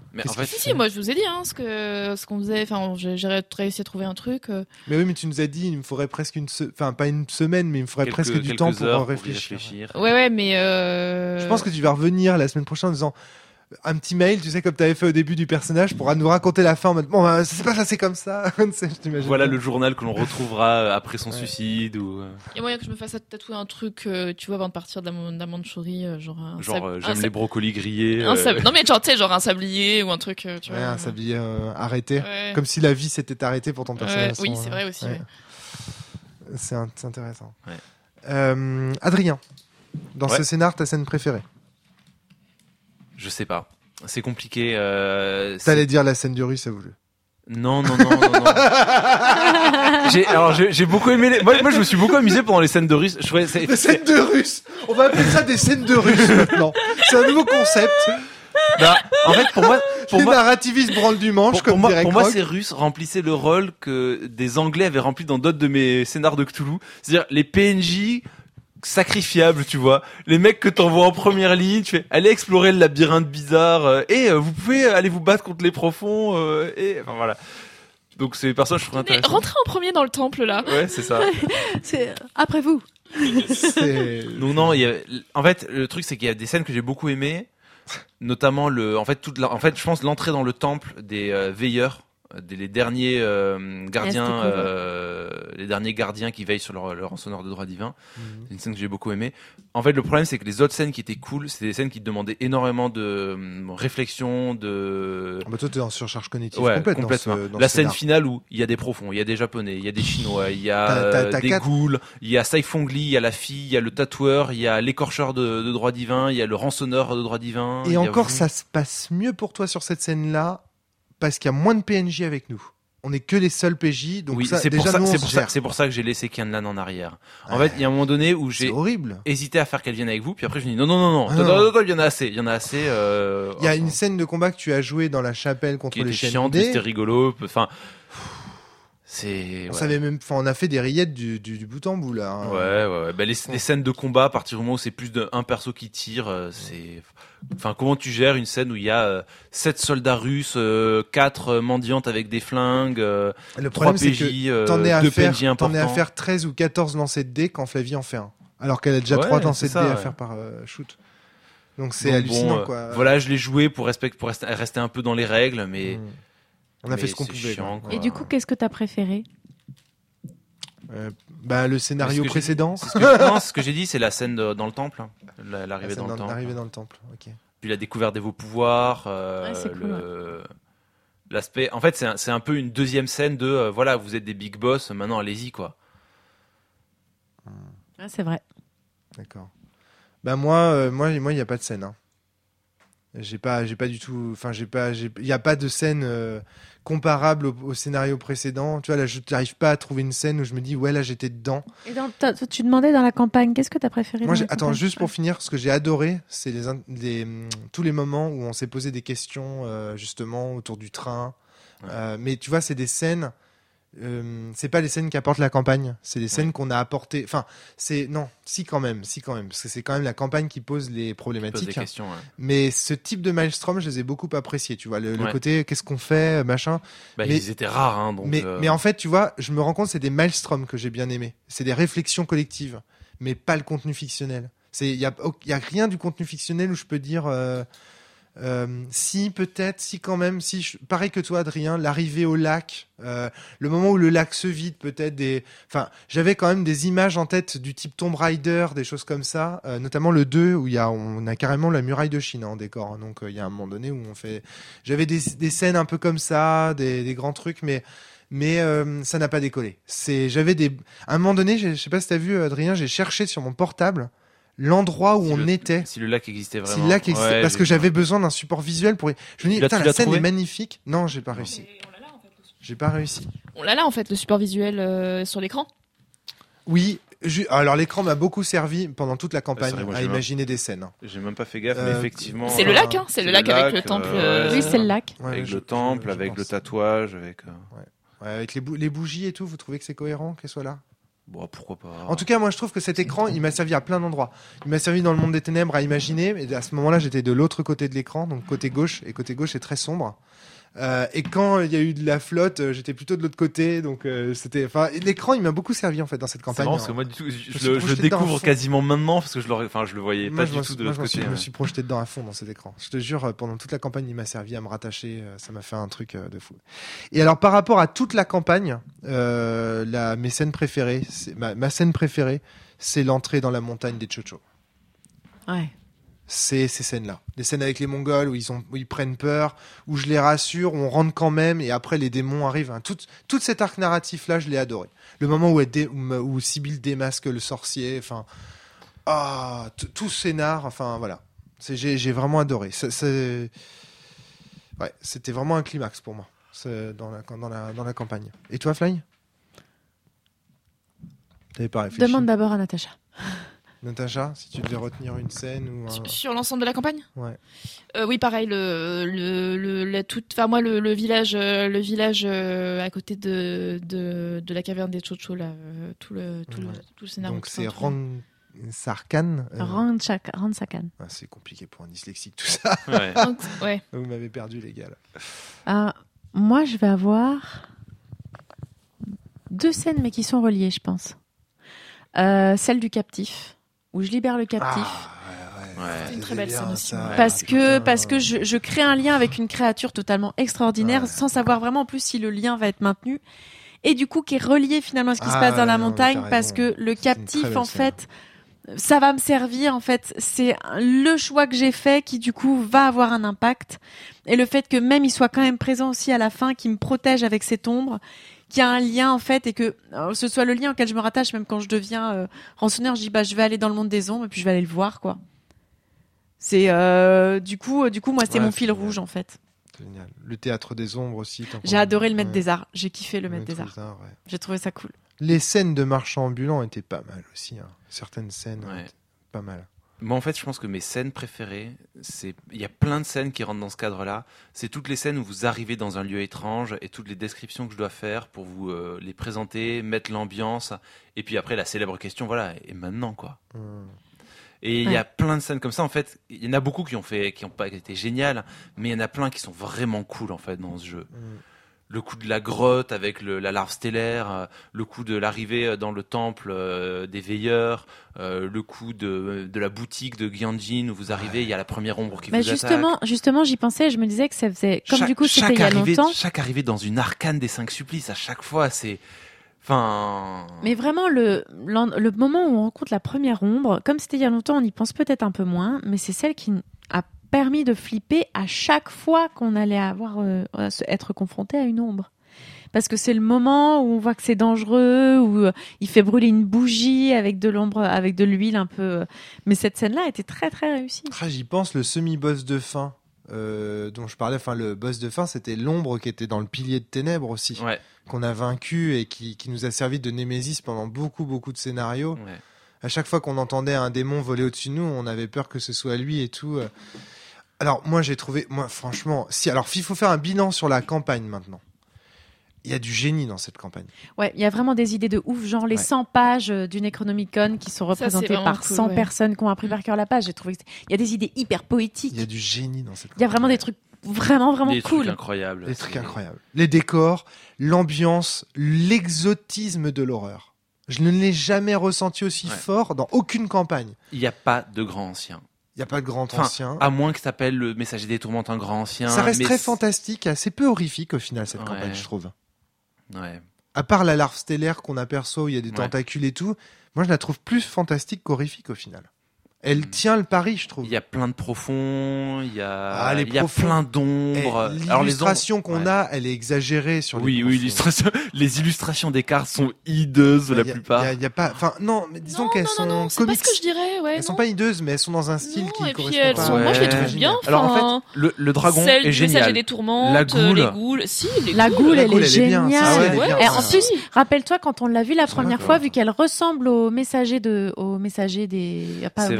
Speaker 3: Mais
Speaker 2: Qu'est-ce
Speaker 3: en fait,
Speaker 5: Si, si, moi je vous ai dit hein, ce que ce qu'on faisait. Enfin, j'ai, j'ai réussi à trouver un truc. euh.
Speaker 2: Mais oui, mais tu nous as dit, il me faudrait presque une, se... enfin pas une semaine, mais il me faudrait
Speaker 3: quelques,
Speaker 2: presque du
Speaker 3: quelques
Speaker 2: temps pour
Speaker 3: heures
Speaker 2: en réfléchir.
Speaker 3: réfléchir.
Speaker 5: Ouais, ouais, mais. Euh...
Speaker 2: Je pense que tu vas revenir la semaine prochaine en disant un petit mail, tu sais, comme tu avais fait au début du personnage, pour nous raconter la fin en mode bon, bah, ça s'est pas passé comme ça. Tu sais, je t'imagine
Speaker 3: Voilà
Speaker 2: bien.
Speaker 3: le journal que l'on retrouvera après son
Speaker 2: Ouais.
Speaker 3: suicide ou euh,
Speaker 5: Il y a moyen que je me fasse tatouer un truc, euh, tu vois, avant de partir d'un d'un manchourie, euh, genre un.
Speaker 3: genre
Speaker 5: sab-
Speaker 3: euh,
Speaker 5: un
Speaker 3: j'aime
Speaker 5: sab-
Speaker 3: les brocolis grillés.
Speaker 5: un
Speaker 3: euh,
Speaker 5: sab- Non mais genre, tu sais, genre un sablier ou un truc, euh, tu
Speaker 2: Ouais,
Speaker 5: vois.
Speaker 2: un sablier euh, arrêté.
Speaker 5: Ouais.
Speaker 2: Comme si la vie s'était arrêtée pour ton personnage.
Speaker 5: Ouais, oui,
Speaker 2: Sans-
Speaker 5: c'est vrai aussi.
Speaker 2: ouais.
Speaker 5: Ouais.
Speaker 2: C'est un- c'est intéressant.
Speaker 3: Ouais.
Speaker 2: Euh, Adrien, dans
Speaker 3: Ouais.
Speaker 2: ce scénar, ta scène préférée?
Speaker 3: Je sais pas. C'est compliqué. Euh, c'est-
Speaker 2: T'allais dire la scène du russe, ça voulu.
Speaker 3: Non, non, non, non, non. j'ai, alors, j'ai, j'ai beaucoup aimé les... moi, moi, je me suis beaucoup amusé pendant les scènes de russe. Je trouvais, c'est,
Speaker 2: Des
Speaker 3: c'est-
Speaker 2: scènes de russe. On va appeler ça des scènes de russe maintenant. C'est un nouveau concept.
Speaker 3: bah, en fait, pour moi, pour
Speaker 2: Les
Speaker 3: moi,
Speaker 2: narrativistes branlent du manche,
Speaker 3: pour, pour
Speaker 2: comme
Speaker 3: moi,
Speaker 2: dirait
Speaker 3: pour moi,
Speaker 2: Croc.
Speaker 3: ces Russes remplissaient le rôle que des Anglais avaient rempli dans d'autres de mes scénars de Cthulhu. C'est-à-dire, les P N J sacrifiables, tu vois. Les mecs que t'envoies en première ligne, tu fais, allez explorer le labyrinthe bizarre, euh, et euh, vous pouvez aller vous battre contre les profonds, euh, et, enfin voilà. Donc, ces personnages, je trouve
Speaker 5: Mais
Speaker 3: intéressants.
Speaker 5: rentrez en premier dans le temple là.
Speaker 3: Ouais, c'est ça.
Speaker 4: C'est après vous.
Speaker 2: C'est-
Speaker 3: Donc non, il y a... en fait, le truc c'est qu'il y a des scènes que j'ai beaucoup aimées, notamment le, en fait toute, la... en fait, je pense l'entrée dans le temple des euh, veilleurs, des les derniers euh, gardiens,
Speaker 4: Ouais, c'était cool, ouais.
Speaker 3: euh, les derniers gardiens qui veillent sur leur, leur rançonneur de droit divin.
Speaker 2: Mhm.
Speaker 3: C'est une scène que j'ai beaucoup aimée. En fait, le problème c'est que les autres scènes qui étaient cool, c'était des scènes qui demandaient énormément de euh, réflexion, de
Speaker 2: Ah bah toi, t'es en surcharge cognitive
Speaker 3: ouais,
Speaker 2: complète.
Speaker 3: complètement.
Speaker 2: Dans ce, dans
Speaker 3: La
Speaker 2: ce
Speaker 3: scène
Speaker 2: scénar.
Speaker 3: finale où il y a des profonds, il y a des japonais, il y a des chinois, il y a
Speaker 2: T'as- t'as-
Speaker 3: euh,
Speaker 2: t'as
Speaker 3: des
Speaker 2: quatre-
Speaker 3: ghouls, il y a Saifong Li, il y a la fille, il y a le tatoueur, il y a l'écorcheur de, de droit divin, il y a le rançonneur de droit divin. il
Speaker 2: Et
Speaker 3: y a
Speaker 2: encore,
Speaker 3: vous.
Speaker 2: ça se passe mieux pour toi sur cette scène-là parce qu'il y a moins de P N J avec nous. On n'est que les seuls P J, donc
Speaker 3: oui,
Speaker 2: ça,
Speaker 3: c'est pour
Speaker 2: déjà
Speaker 3: ça,
Speaker 2: nous, on
Speaker 3: c'est
Speaker 2: se
Speaker 3: pour ça,
Speaker 2: gère.
Speaker 3: c'est pour ça que j'ai laissé Kianlan en arrière. En
Speaker 2: Ouais.
Speaker 3: fait, il y a un moment donné où
Speaker 2: C'est
Speaker 3: j'ai
Speaker 2: horrible.
Speaker 3: hésité à faire qu'elle vienne avec vous, puis après je me dis non non non non,
Speaker 2: Ah
Speaker 3: attends,
Speaker 2: non.
Speaker 3: attends, attends, il y en a assez, il y en a assez. Euh,
Speaker 2: Il y a
Speaker 3: enfin,
Speaker 2: une scène de combat que tu as joué dans la chapelle contre
Speaker 3: qui
Speaker 2: les
Speaker 3: était
Speaker 2: chaînes
Speaker 3: chiante,
Speaker 2: D.
Speaker 3: mais c'était rigolo. Enfin, c'est
Speaker 2: On
Speaker 3: ouais.
Speaker 2: savait même, enfin, on a fait des rillettes du, du, du bout en bout là. hein.
Speaker 3: Ouais, ouais, ouais. Bah, les, les scènes de combat, à partir du moment où c'est plus d'un perso qui tire, euh, c'est. Enfin, comment tu gères une scène où il y a euh, sept soldats russes, euh, quatre euh, mendiantes avec des flingues, euh,
Speaker 2: Le
Speaker 3: trois
Speaker 2: problème, c'est
Speaker 3: P J,
Speaker 2: que
Speaker 3: euh,
Speaker 2: t'en es à
Speaker 3: deux
Speaker 2: faire,
Speaker 3: P N J
Speaker 2: t'en
Speaker 3: importants.
Speaker 2: es à faire treize ou quatorze lancers de dés quand Flavie en fait un. Alors qu'elle a déjà
Speaker 3: Ouais,
Speaker 2: trois lancers
Speaker 3: c'est
Speaker 2: de dés
Speaker 3: ça,
Speaker 2: à
Speaker 3: ouais.
Speaker 2: faire par euh, shoot. Donc c'est
Speaker 3: Donc,
Speaker 2: hallucinant
Speaker 3: bon, euh,
Speaker 2: quoi.
Speaker 3: Voilà, je l'ai joué pour, respect, pour rester, rester un peu dans les règles, mais.
Speaker 2: Mm. On a
Speaker 3: mais
Speaker 2: fait ce qu'on
Speaker 3: c'est
Speaker 2: pouvait.
Speaker 3: chiant,
Speaker 2: quoi.
Speaker 3: quoi.
Speaker 4: Et du coup, qu'est-ce que t'as préféré?
Speaker 2: Euh, bah le
Speaker 3: Mais
Speaker 2: scénario
Speaker 3: ce que j'ai-
Speaker 2: précédent.
Speaker 3: C'est ce que, non, ce que j'ai dit, c'est la scène de- dans le temple, hein. La-
Speaker 2: La
Speaker 3: l'arrivée
Speaker 2: scène
Speaker 3: dans le
Speaker 2: dans-
Speaker 3: temple.
Speaker 2: l'arrivée dans le temple. Ok.
Speaker 3: Puis la découverte de vos pouvoirs, euh,
Speaker 4: Ouais, c'est cool,
Speaker 3: le- l'aspect. En fait, c'est un, c'est un peu une deuxième scène de euh, voilà, vous êtes des big boss, maintenant allez-y quoi.
Speaker 4: Ouais, c'est vrai.
Speaker 2: D'accord. Bah moi, euh, moi, moi, il y a pas de scène. Hein. J'ai pas, j'ai pas du tout. Enfin, j'ai pas, j'ai- il y a pas de scène euh, comparable au, au scénario précédent. Tu vois là, je n'arrive pas à trouver une scène où je me dis ouais là j'étais dedans.
Speaker 4: Et dans, t'as- toi, tu demandais dans la campagne, qu'est-ce que t'as préféré?
Speaker 2: Moi,
Speaker 4: dans
Speaker 2: j'ai-
Speaker 4: la
Speaker 2: attends,
Speaker 4: campagne?
Speaker 2: juste pour
Speaker 4: Ouais.
Speaker 2: finir, ce que j'ai adoré, c'est les, in- les, hum, tous les moments où on s'est posé des questions euh, justement autour du train.
Speaker 3: Ouais.
Speaker 2: Euh, mais tu vois, c'est des scènes. Euh, c'est pas les scènes qui apportent la campagne, c'est les scènes qu'on a apportées. Enfin, c'est non, si quand même, si quand même, parce que c'est quand même la campagne qui pose les
Speaker 3: Je pose des
Speaker 2: problématiques.
Speaker 3: questions. Ouais.
Speaker 2: Mais ce type de Maelstrom, je les ai beaucoup appréciés. Tu vois, le, le
Speaker 3: Ouais.
Speaker 2: côté qu'est-ce qu'on fait, machin.
Speaker 3: Bah,
Speaker 2: Mais-
Speaker 3: ils étaient rares, hein, donc.
Speaker 2: mais,
Speaker 3: euh,
Speaker 2: mais en fait, tu vois, je me rends compte, c'est des Maelstrom que j'ai bien aimés. C'est des réflexions collectives, mais pas le contenu fictionnel. C'est, il y a, y a rien du contenu fictionnel où je peux dire. Euh, euh, si peut-être, si quand même, si je- pareil que toi Adrien, l'arrivée au lac, euh, le moment où le lac se vide, peut-être des, enfin, j'avais quand même des images en tête du type Tomb Raider, des choses comme ça, euh, notamment le deux où il y a, on a carrément la muraille de Chine hein, en décor, hein. Donc euh, il y a un moment donné où on fait, j'avais des, des scènes un peu comme ça, des, des grands trucs, mais mais euh, ça n'a pas décollé. C'est, j'avais des, à un moment donné, j'ai- je sais pas si t'as vu Adrien, j'ai cherché sur mon portable l'endroit où
Speaker 3: si
Speaker 2: on
Speaker 3: le-
Speaker 2: était.
Speaker 3: Si le lac existait
Speaker 2: Si
Speaker 3: vraiment.
Speaker 2: le lac existait,
Speaker 3: Ouais,
Speaker 2: parce
Speaker 3: j'ai-
Speaker 2: que j'avais besoin d'un support visuel pour. Je me dis,
Speaker 3: Tu l'as-
Speaker 2: putain,
Speaker 3: tu
Speaker 2: la
Speaker 3: l'as
Speaker 2: scène
Speaker 3: trouvé
Speaker 2: est magnifique. Non, j'ai pas
Speaker 3: Non.
Speaker 2: réussi.
Speaker 5: Et on l'a là, en fait, le support-
Speaker 2: J'ai pas réussi.
Speaker 5: On l'a là en fait, le support visuel euh, sur l'écran.
Speaker 2: Oui, ju- alors l'écran m'a beaucoup servi pendant toute la campagne
Speaker 3: c'est vrai, moi,
Speaker 2: à
Speaker 3: j'ai
Speaker 2: imaginer des scènes.
Speaker 3: J'ai même pas fait gaffe,
Speaker 2: Euh,
Speaker 3: mais effectivement.
Speaker 5: C'est le
Speaker 3: euh,
Speaker 5: lac, hein, c'est le lac avec le temple. euh,
Speaker 4: Oui, c'est le lac.
Speaker 2: Ouais,
Speaker 3: Avec
Speaker 2: je-
Speaker 3: le temple,
Speaker 2: je- je
Speaker 3: avec
Speaker 2: pense.
Speaker 3: le tatouage, avec. euh,
Speaker 2: Ouais, avec les, bou- les bougies et tout, vous trouvez que c'est cohérent qu'elles soient là?
Speaker 3: Bon, pourquoi pas.
Speaker 2: En tout cas, moi, je trouve que cet écran, il m'a servi à plein d'endroits. Il m'a servi dans le monde des ténèbres à imaginer. Et à ce moment-là, j'étais de l'autre côté de l'écran, donc côté gauche. Et côté gauche est très sombre. Euh, et quand il y a eu de la flotte, euh, j'étais plutôt de l'autre côté. Donc euh, c'était. Enfin, l'écran, il m'a beaucoup servi en fait dans cette
Speaker 3: C'est
Speaker 2: campagne.
Speaker 3: marrant parce que moi, du tout, je,
Speaker 2: Je me
Speaker 3: je
Speaker 2: suis
Speaker 3: le, je
Speaker 2: projeté
Speaker 3: le
Speaker 2: dedans à
Speaker 3: découvre
Speaker 2: fond.
Speaker 3: quasiment maintenant parce que je l'aurais, enfin, je le voyais
Speaker 2: Moi,
Speaker 3: pas
Speaker 2: je
Speaker 3: du
Speaker 2: m'en
Speaker 3: tout
Speaker 2: suis-
Speaker 3: de
Speaker 2: moi,
Speaker 3: l'autre
Speaker 2: je m'en
Speaker 3: côté.
Speaker 2: suis- je me
Speaker 3: ouais.
Speaker 2: suis projeté dedans à fond dans cet écran. Je te jure, euh, pendant toute la campagne, il m'a servi à me rattacher. euh, Ça m'a fait un truc euh, de fou. Et alors, par rapport à toute la campagne, euh, la, mes scènes préférées, c'est, ma, ma scène préférée, c'est l'entrée dans la montagne des Chocho.
Speaker 4: Ouais.
Speaker 2: C'est ces scènes-là. Les scènes avec les Mongols où ils, ont, où ils prennent peur, où je les rassure, où on rentre quand même, et après les démons arrivent. Hein. Tout, tout cet arc narratif-là, je l'ai adoré. Le moment où, elle dé, où, où Sibyl démasque le sorcier, enfin, ah, t- tout ce scénar, enfin voilà. C'est, j'ai, j'ai vraiment adoré. C'est, c'est... Ouais, c'était vraiment un climax pour moi c'est dans, la, dans, la, dans la campagne. Et toi, Fly ? T'avais pas réfléchi.
Speaker 4: Demande d'abord à Natacha.
Speaker 2: Natacha, si tu devais retenir une scène ou un...
Speaker 5: Sur- Sur l'ensemble de la campagne.
Speaker 2: Ouais.
Speaker 5: Euh, oui, pareil. Le, le, le, la toute, enfin moi, le, le village, euh, le village euh, à côté de, de, de la caverne des Chocho, là, euh, tout le, tout
Speaker 2: Ouais.
Speaker 5: le, tout le scénario.
Speaker 2: Donc
Speaker 5: tout
Speaker 2: c'est
Speaker 5: un truc.
Speaker 2: Ran Sarkhan. euh,
Speaker 4: Randchak- Randsakan.
Speaker 2: ah, c'est compliqué pour un dyslexique tout ça.
Speaker 3: Ouais.
Speaker 5: Donc, ouais.
Speaker 2: Vous m'avez perdu les gars. Là.
Speaker 4: Ah, moi, je vais avoir deux scènes, mais qui sont reliées, je pense. Euh, celle du captif, où je libère le captif.
Speaker 2: Ah, ouais,
Speaker 3: Ouais.
Speaker 5: C'est une très belle
Speaker 2: bien,
Speaker 5: scène aussi,
Speaker 2: ça.
Speaker 5: ouais.
Speaker 4: Parce que,
Speaker 2: Putain.
Speaker 4: parce que je, je crée un lien avec une créature totalement extraordinaire,
Speaker 2: Ouais.
Speaker 4: sans savoir vraiment en plus si le lien va être maintenu. Et du coup, qui est relié finalement à ce qui se
Speaker 2: Ah
Speaker 4: passe dans
Speaker 2: ouais,
Speaker 4: la
Speaker 2: non, mais
Speaker 4: montagne,
Speaker 2: t'as
Speaker 4: parce
Speaker 2: raison.
Speaker 4: que le
Speaker 2: C'est une très
Speaker 4: captif,
Speaker 2: belle
Speaker 4: en
Speaker 2: scène.
Speaker 4: fait, ça va me servir. En fait, c'est le choix que j'ai fait qui, du coup, va avoir un impact. Et le fait que même il soit quand même présent aussi à la fin, qui me protège avec cette ombre, qu'il y a un lien, en fait, et que alors, ce soit le lien auquel je me rattache, même quand je deviens euh, rançonneur, je dis, bah, je vais aller dans le monde des ombres, et puis je vais aller le voir, quoi. C'est, euh, du coup, euh, du coup, moi, c'est
Speaker 2: Ouais,
Speaker 4: mon
Speaker 2: c'est
Speaker 4: fil
Speaker 2: génial.
Speaker 4: rouge, en fait.
Speaker 2: Génial. Le théâtre des ombres aussi. tant
Speaker 4: J'ai
Speaker 2: qu'on-
Speaker 4: adoré le maître
Speaker 2: ouais.
Speaker 4: des arts. J'ai kiffé le maître des
Speaker 2: Maître
Speaker 4: arts.
Speaker 2: ouais.
Speaker 4: J'ai trouvé ça cool.
Speaker 2: Les scènes de marchands ambulants étaient pas mal aussi. Hein. Certaines scènes
Speaker 3: Ouais.
Speaker 2: étaient pas mal.
Speaker 3: Moi, en fait, je pense que mes scènes préférées, c'est, il y a plein de scènes qui rentrent dans ce cadre-là. C'est toutes les scènes où vous arrivez dans un lieu étrange et toutes les descriptions que je dois faire pour vous euh, les présenter, mettre l'ambiance. Et puis après, la célèbre question, voilà, et maintenant, quoi.
Speaker 2: Hum.
Speaker 3: Et il
Speaker 4: Ouais.
Speaker 3: y a plein de scènes comme ça. En fait, il y en a beaucoup qui ont fait, qui ont pas été géniales, mais il y en a plein qui sont vraiment cool, en fait, dans ce jeu.
Speaker 2: Hum.
Speaker 3: Le coup de la grotte avec le, la larve stellaire, euh, le coup de l'arrivée dans le temple euh, des veilleurs, euh, le coup de, de la boutique de Gyanjin où vous arrivez, il y a la première ombre qui
Speaker 4: Mais
Speaker 3: vous
Speaker 4: justement, justement, j'y pensais. Je me disais que ça faisait, comme
Speaker 3: attaque.
Speaker 4: du coup,
Speaker 3: Chaque-
Speaker 4: c'était il y a
Speaker 3: chaque arrivée-
Speaker 4: longtemps.
Speaker 3: Chaque arrivée dans une arcane des cinq supplices, à chaque fois, c'est... Enfin...
Speaker 4: Mais vraiment, le, l'en- le moment où on rencontre la première ombre, comme c'était il y a longtemps, on y pense peut-être un peu moins, mais c'est celle qui a permis de flipper à chaque fois qu'on allait avoir, euh, à se- être confronté à une ombre. Parce que c'est le moment où on voit que c'est dangereux, où euh, il fait brûler une bougie avec de l'ombre, avec de l'huile un peu. euh. Mais cette scène-là était très très réussie.
Speaker 2: Ah, j'y pense, le semi-boss de fin euh, dont je parlais, enfin le boss de fin, c'était l'ombre qui était dans le pilier de ténèbres aussi,
Speaker 3: Ouais,
Speaker 2: qu'on a vaincu et qui, qui nous a servi de némésis pendant beaucoup beaucoup de scénarios.
Speaker 3: ouais.
Speaker 2: À chaque fois qu'on entendait un démon voler au-dessus de nous, on avait peur que ce soit lui et tout. euh. Alors moi j'ai trouvé, moi franchement, si alors il faut faire un bilan sur la campagne maintenant. Il y a du génie dans cette campagne.
Speaker 4: Ouais, il y a vraiment des idées de ouf, genre les
Speaker 2: Ouais.
Speaker 4: cent pages euh, du Necronomicon qui sont
Speaker 5: Ça, c'est
Speaker 4: représentées
Speaker 5: vraiment
Speaker 4: par
Speaker 5: cool,
Speaker 4: cent
Speaker 5: ouais.
Speaker 4: personnes qui ont appris par cœur la page. J'ai trouvé que c'est- il y a des idées hyper poétiques.
Speaker 2: Il y a du génie dans cette campagne.
Speaker 4: Il y a vraiment des trucs vraiment vraiment
Speaker 3: Des
Speaker 4: cool.
Speaker 3: trucs incroyables.
Speaker 2: Des trucs
Speaker 3: C'est-
Speaker 2: incroyables. Les décors, l'ambiance, l'exotisme de l'horreur. Je ne l'ai jamais ressenti aussi
Speaker 3: Ouais.
Speaker 2: fort dans aucune campagne.
Speaker 3: Il n'y a pas de grand ancien.
Speaker 2: Il n'y a pas de grand
Speaker 3: Enfin,
Speaker 2: ancien.
Speaker 3: À moins que ça s'appelle le messager des tourmentes un grand ancien.
Speaker 2: Ça reste
Speaker 3: mais
Speaker 2: très
Speaker 3: c'est-
Speaker 2: fantastique, assez peu horrifique au final cette
Speaker 3: Ouais.
Speaker 2: campagne, je trouve.
Speaker 3: Ouais.
Speaker 2: À part la larve stellaire qu'on aperçoit où il y a des
Speaker 3: Ouais.
Speaker 2: tentacules et tout, moi je la trouve plus fantastique qu'horrifique au final. Elle
Speaker 3: Mm.
Speaker 2: tient le pari, je trouve.
Speaker 3: Il y a plein de profonds, il y a,
Speaker 2: Ah, les
Speaker 3: il y a
Speaker 2: profonds.
Speaker 3: plein
Speaker 2: Et
Speaker 3: d'ombres. Alors, les
Speaker 2: l'illustration
Speaker 3: ombres-
Speaker 2: qu'on
Speaker 3: ouais.
Speaker 2: a, elle est exagérée sur les
Speaker 3: Oui, oui,
Speaker 2: profonds.
Speaker 3: l'illustration- les illustrations des cartes sont hideuses
Speaker 2: Il
Speaker 3: la
Speaker 2: y a-
Speaker 3: plupart.
Speaker 2: Il y a, il y a pas, enfin non, mais disons
Speaker 5: Non,
Speaker 2: qu'elles
Speaker 5: non,
Speaker 2: sont
Speaker 5: non, non, c'est
Speaker 2: comics.
Speaker 5: pas ce que je dirais, ouais.
Speaker 2: Elles sont
Speaker 5: non.
Speaker 2: pas hideuses, mais elles sont dans un style
Speaker 5: Non,
Speaker 2: qui
Speaker 5: et puis
Speaker 2: correspond
Speaker 5: elles
Speaker 2: pas.
Speaker 5: sont, moi je les
Speaker 3: Ouais.
Speaker 5: trouve bien.
Speaker 3: Alors en
Speaker 5: enfin,
Speaker 3: fait, le, le dragon
Speaker 5: celle
Speaker 3: est
Speaker 5: du messager
Speaker 3: génial.
Speaker 5: des tourmentes,
Speaker 3: La
Speaker 5: euh,
Speaker 3: goule.
Speaker 5: les ghouls. Si, les
Speaker 4: La
Speaker 5: ghoules.
Speaker 4: goule,
Speaker 2: La
Speaker 4: elle
Speaker 2: goule,
Speaker 4: est
Speaker 2: elle est bien.
Speaker 4: géniale.
Speaker 2: Ah ouais, elle est
Speaker 5: Ouais,
Speaker 2: bien.
Speaker 4: Et
Speaker 5: ouais.
Speaker 4: en plus, rappelle-toi quand on l'a vu la première
Speaker 2: D'accord.
Speaker 4: fois, vu qu'elle ressemble au messager de, au messager des, pas
Speaker 3: C'est
Speaker 4: au
Speaker 3: vrai.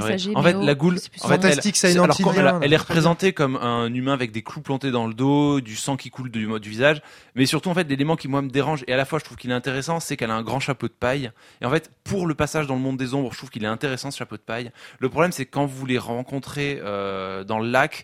Speaker 4: messager.
Speaker 3: En fait,
Speaker 4: Méo,
Speaker 3: la goule,
Speaker 4: je sais plus
Speaker 3: en
Speaker 4: son
Speaker 3: fait,
Speaker 4: nom.
Speaker 2: Fantastique
Speaker 3: elle,
Speaker 2: Silent
Speaker 3: alors,
Speaker 2: Hill,
Speaker 3: quand elle,
Speaker 2: bien,
Speaker 3: elle est
Speaker 2: très
Speaker 3: représentée comme un humain avec des clous plantés dans le dos, du sang qui coule du, du visage, mais surtout en fait l'élément qui moi me dérange et à la fois je trouve qu'il est intéressant, c'est qu'elle a un grand chapeau de paille. Et en fait, pour le passage dans le monde des ombres, je trouve qu'il est intéressant ce chapeau de paille. Le problème, c'est que quand vous les rencontrez euh, dans le lac,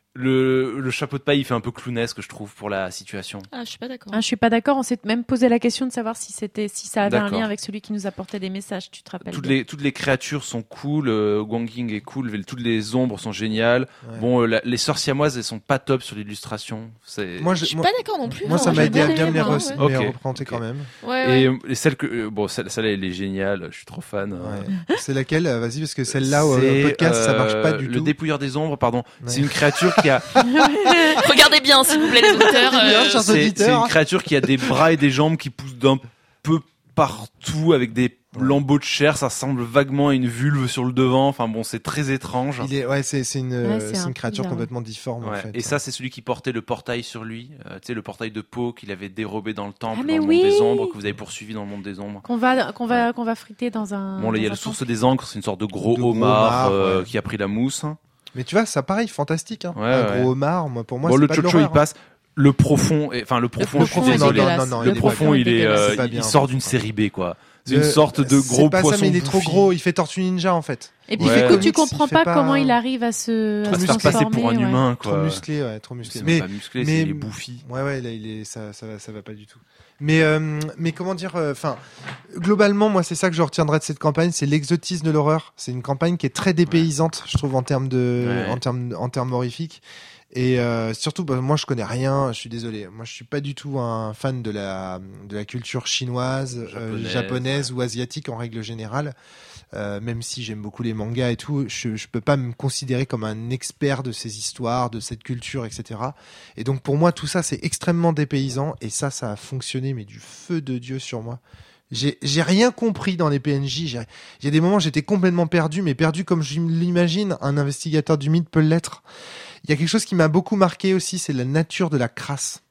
Speaker 3: le, le chapeau de paille il fait un peu clownesque, je trouve, pour la situation.
Speaker 5: Ah, je suis pas d'accord.
Speaker 4: Ah, je suis pas d'accord. On s'est même posé la question de savoir si c'était, si ça avait un
Speaker 3: D'accord.
Speaker 4: lien avec celui qui nous apportait des messages. Tu te rappelles
Speaker 3: Toutes
Speaker 4: bien.
Speaker 3: les, toutes les créatures sont cool, euh, Guanging est cool, les- toutes les ombres sont géniales.
Speaker 2: Ouais.
Speaker 3: Bon, euh, la- les sorciamoises, elles sont pas top sur l'illustration. C'est...
Speaker 2: Moi,
Speaker 5: Je
Speaker 2: je,
Speaker 5: suis
Speaker 2: moi,
Speaker 5: pas d'accord non plus.
Speaker 2: moi,
Speaker 5: hein,
Speaker 2: ça m'a
Speaker 5: j'ai
Speaker 2: aidé à bien
Speaker 5: aimé,
Speaker 2: me les,
Speaker 5: moi,
Speaker 2: re-
Speaker 5: ouais.
Speaker 2: me les
Speaker 3: Ok.
Speaker 2: représenter
Speaker 3: Ok.
Speaker 2: quand même.
Speaker 5: Ouais, ouais.
Speaker 3: Et euh, et celle que euh, bon celle, celle-là elle est géniale, je suis trop fan. euh.
Speaker 2: Ouais. C'est laquelle euh, Vas-y, parce que celle-là, au
Speaker 3: C'est,
Speaker 2: au podcast, ça marche pas
Speaker 3: euh,
Speaker 2: du
Speaker 3: Le
Speaker 2: tout.
Speaker 3: dépouilleur des ombres, pardon.
Speaker 2: Ouais.
Speaker 3: C'est une créature qui a
Speaker 5: Regardez bien, s'il vous plaît, les auditeurs.
Speaker 2: Bien,
Speaker 5: euh,
Speaker 2: chers
Speaker 3: c'est,
Speaker 2: auditeurs.
Speaker 3: c'est une créature qui a des bras et des jambes qui poussent d'un peu partout avec des lambeaux de chair, ça ressemble vaguement à une vulve sur le devant. Enfin bon, c'est très étrange.
Speaker 2: Il est, ouais, c'est, c'est une,
Speaker 4: Ouais, c'est
Speaker 2: c'est
Speaker 4: un
Speaker 2: une
Speaker 4: peu
Speaker 2: créature
Speaker 4: bizarre.
Speaker 2: complètement difforme, en
Speaker 3: Ouais.
Speaker 2: fait.
Speaker 3: Et ça, c'est celui qui portait le portail sur lui. Euh, tu sais, le portail de peau qu'il avait dérobé dans le temple,
Speaker 4: Ah,
Speaker 3: dans
Speaker 4: mais
Speaker 3: le monde
Speaker 4: oui.
Speaker 3: des ombres, que vous avez poursuivi dans le monde des ombres.
Speaker 4: Qu'on va, qu'on va, qu'on va friter dans un.
Speaker 3: Bon, là, il y a
Speaker 4: dans
Speaker 3: le
Speaker 4: un
Speaker 3: source
Speaker 4: temple.
Speaker 3: des encres, c'est une sorte de gros
Speaker 2: De gros
Speaker 3: homard,
Speaker 2: homard,
Speaker 3: euh,
Speaker 2: ouais.
Speaker 3: qui a pris la mousse.
Speaker 2: Mais tu vois, ça pareil, fantastique. Hein.
Speaker 3: Ouais,
Speaker 2: un
Speaker 3: ouais.
Speaker 2: gros homard, moi, pour moi,
Speaker 3: Bon,
Speaker 2: c'est
Speaker 3: le
Speaker 2: pas de
Speaker 3: Chocho, il
Speaker 2: l'horreur, hein.
Speaker 3: passe. Le profond, est- enfin le profond, je suis
Speaker 4: profond est
Speaker 3: désolé.
Speaker 4: dégueulasse.
Speaker 2: Non, non, non,
Speaker 3: le
Speaker 2: il est
Speaker 3: profond,
Speaker 2: pas
Speaker 3: il est,
Speaker 4: dégueulasse.
Speaker 3: euh,
Speaker 2: C'est pas
Speaker 3: il
Speaker 2: bien,
Speaker 3: sort
Speaker 2: le
Speaker 3: d'une
Speaker 2: profond.
Speaker 3: série B, quoi. C'est
Speaker 2: Le-
Speaker 3: une sorte de gros
Speaker 2: C'est pas
Speaker 3: poisson
Speaker 2: ça, mais il est trop
Speaker 3: bouffi.
Speaker 2: gros. Il fait Tortue Ninja, en fait.
Speaker 4: Et puis
Speaker 3: Ouais.
Speaker 4: du coup, tu
Speaker 2: Comics,
Speaker 4: comprends
Speaker 2: il fait
Speaker 4: pas,
Speaker 2: pas-
Speaker 4: comment il arrive à se,
Speaker 3: À
Speaker 2: Trop
Speaker 3: se
Speaker 4: à
Speaker 3: faire
Speaker 4: se
Speaker 3: passer
Speaker 4: transformer,
Speaker 3: pour un
Speaker 4: ouais.
Speaker 3: humain,
Speaker 2: Trop
Speaker 3: quoi.
Speaker 2: musclé, ouais, trop musclé.
Speaker 3: C'est
Speaker 2: Mais,
Speaker 3: pas musclé,
Speaker 2: mais-
Speaker 3: c'est il est bouffi.
Speaker 2: ouais, ouais, là, il est, ça, ça va, ça va pas du tout. Mais, euh, mais comment dire, enfin, globalement, moi, c'est ça que je retiendrai de cette campagne, c'est l'exotisme de l'horreur. C'est une campagne qui est très dépaysante, je trouve, en termes de,
Speaker 3: Ouais.
Speaker 2: en termes, en termes horrifiques. Et euh, surtout, bah, moi, je connais rien. Je suis désolé. Moi, je suis pas du tout un fan de la de la culture chinoise, euh,
Speaker 3: Japonaise,
Speaker 2: japonaise ou asiatique en règle générale. Euh, même si j'aime beaucoup les mangas et tout, je je peux pas me considérer comme un expert de ces histoires, de cette culture, et cetera. Et donc pour moi, tout ça, c'est extrêmement dépaysant. Et ça, ça a fonctionné, mais du feu de Dieu sur moi. J'ai j'ai rien compris dans les P N J. J'ai- Il y a des moments, j'étais complètement perdu, mais perdu comme je l'imagine un investigateur du mythe peut l'être. Il y a quelque chose qui m'a beaucoup marqué aussi, c'est la nature de la crasse.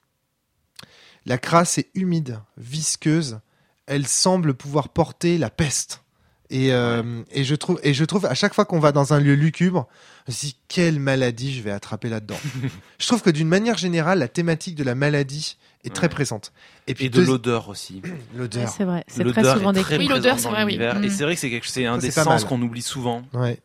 Speaker 2: La crasse est humide, visqueuse. Elle semble pouvoir porter la peste. Et, euh, et je trouve, et je trouve, à chaque fois qu'on va dans un lieu lugubre, je me dis quelle maladie je vais attraper là-dedans. Je trouve que d'une manière générale, la thématique de la maladie est très
Speaker 3: Ouais.
Speaker 2: présente. Et puis
Speaker 3: Et de
Speaker 2: deux-
Speaker 3: l'odeur aussi.
Speaker 4: Ouais,
Speaker 2: l'odeur.
Speaker 4: c'est vrai, c'est très
Speaker 3: L'odeur
Speaker 4: souvent
Speaker 3: est
Speaker 4: décrit.
Speaker 3: très
Speaker 5: Oui, l'odeur,
Speaker 3: présente
Speaker 5: c'est
Speaker 3: dans
Speaker 5: vrai, oui.
Speaker 3: l'univers.
Speaker 4: Mm.
Speaker 3: Et c'est vrai que c'est, quelque- c'est un
Speaker 2: Ça,
Speaker 3: des
Speaker 2: c'est pas
Speaker 3: sens
Speaker 2: mal.
Speaker 3: qu'on oublie souvent.
Speaker 2: Ouais.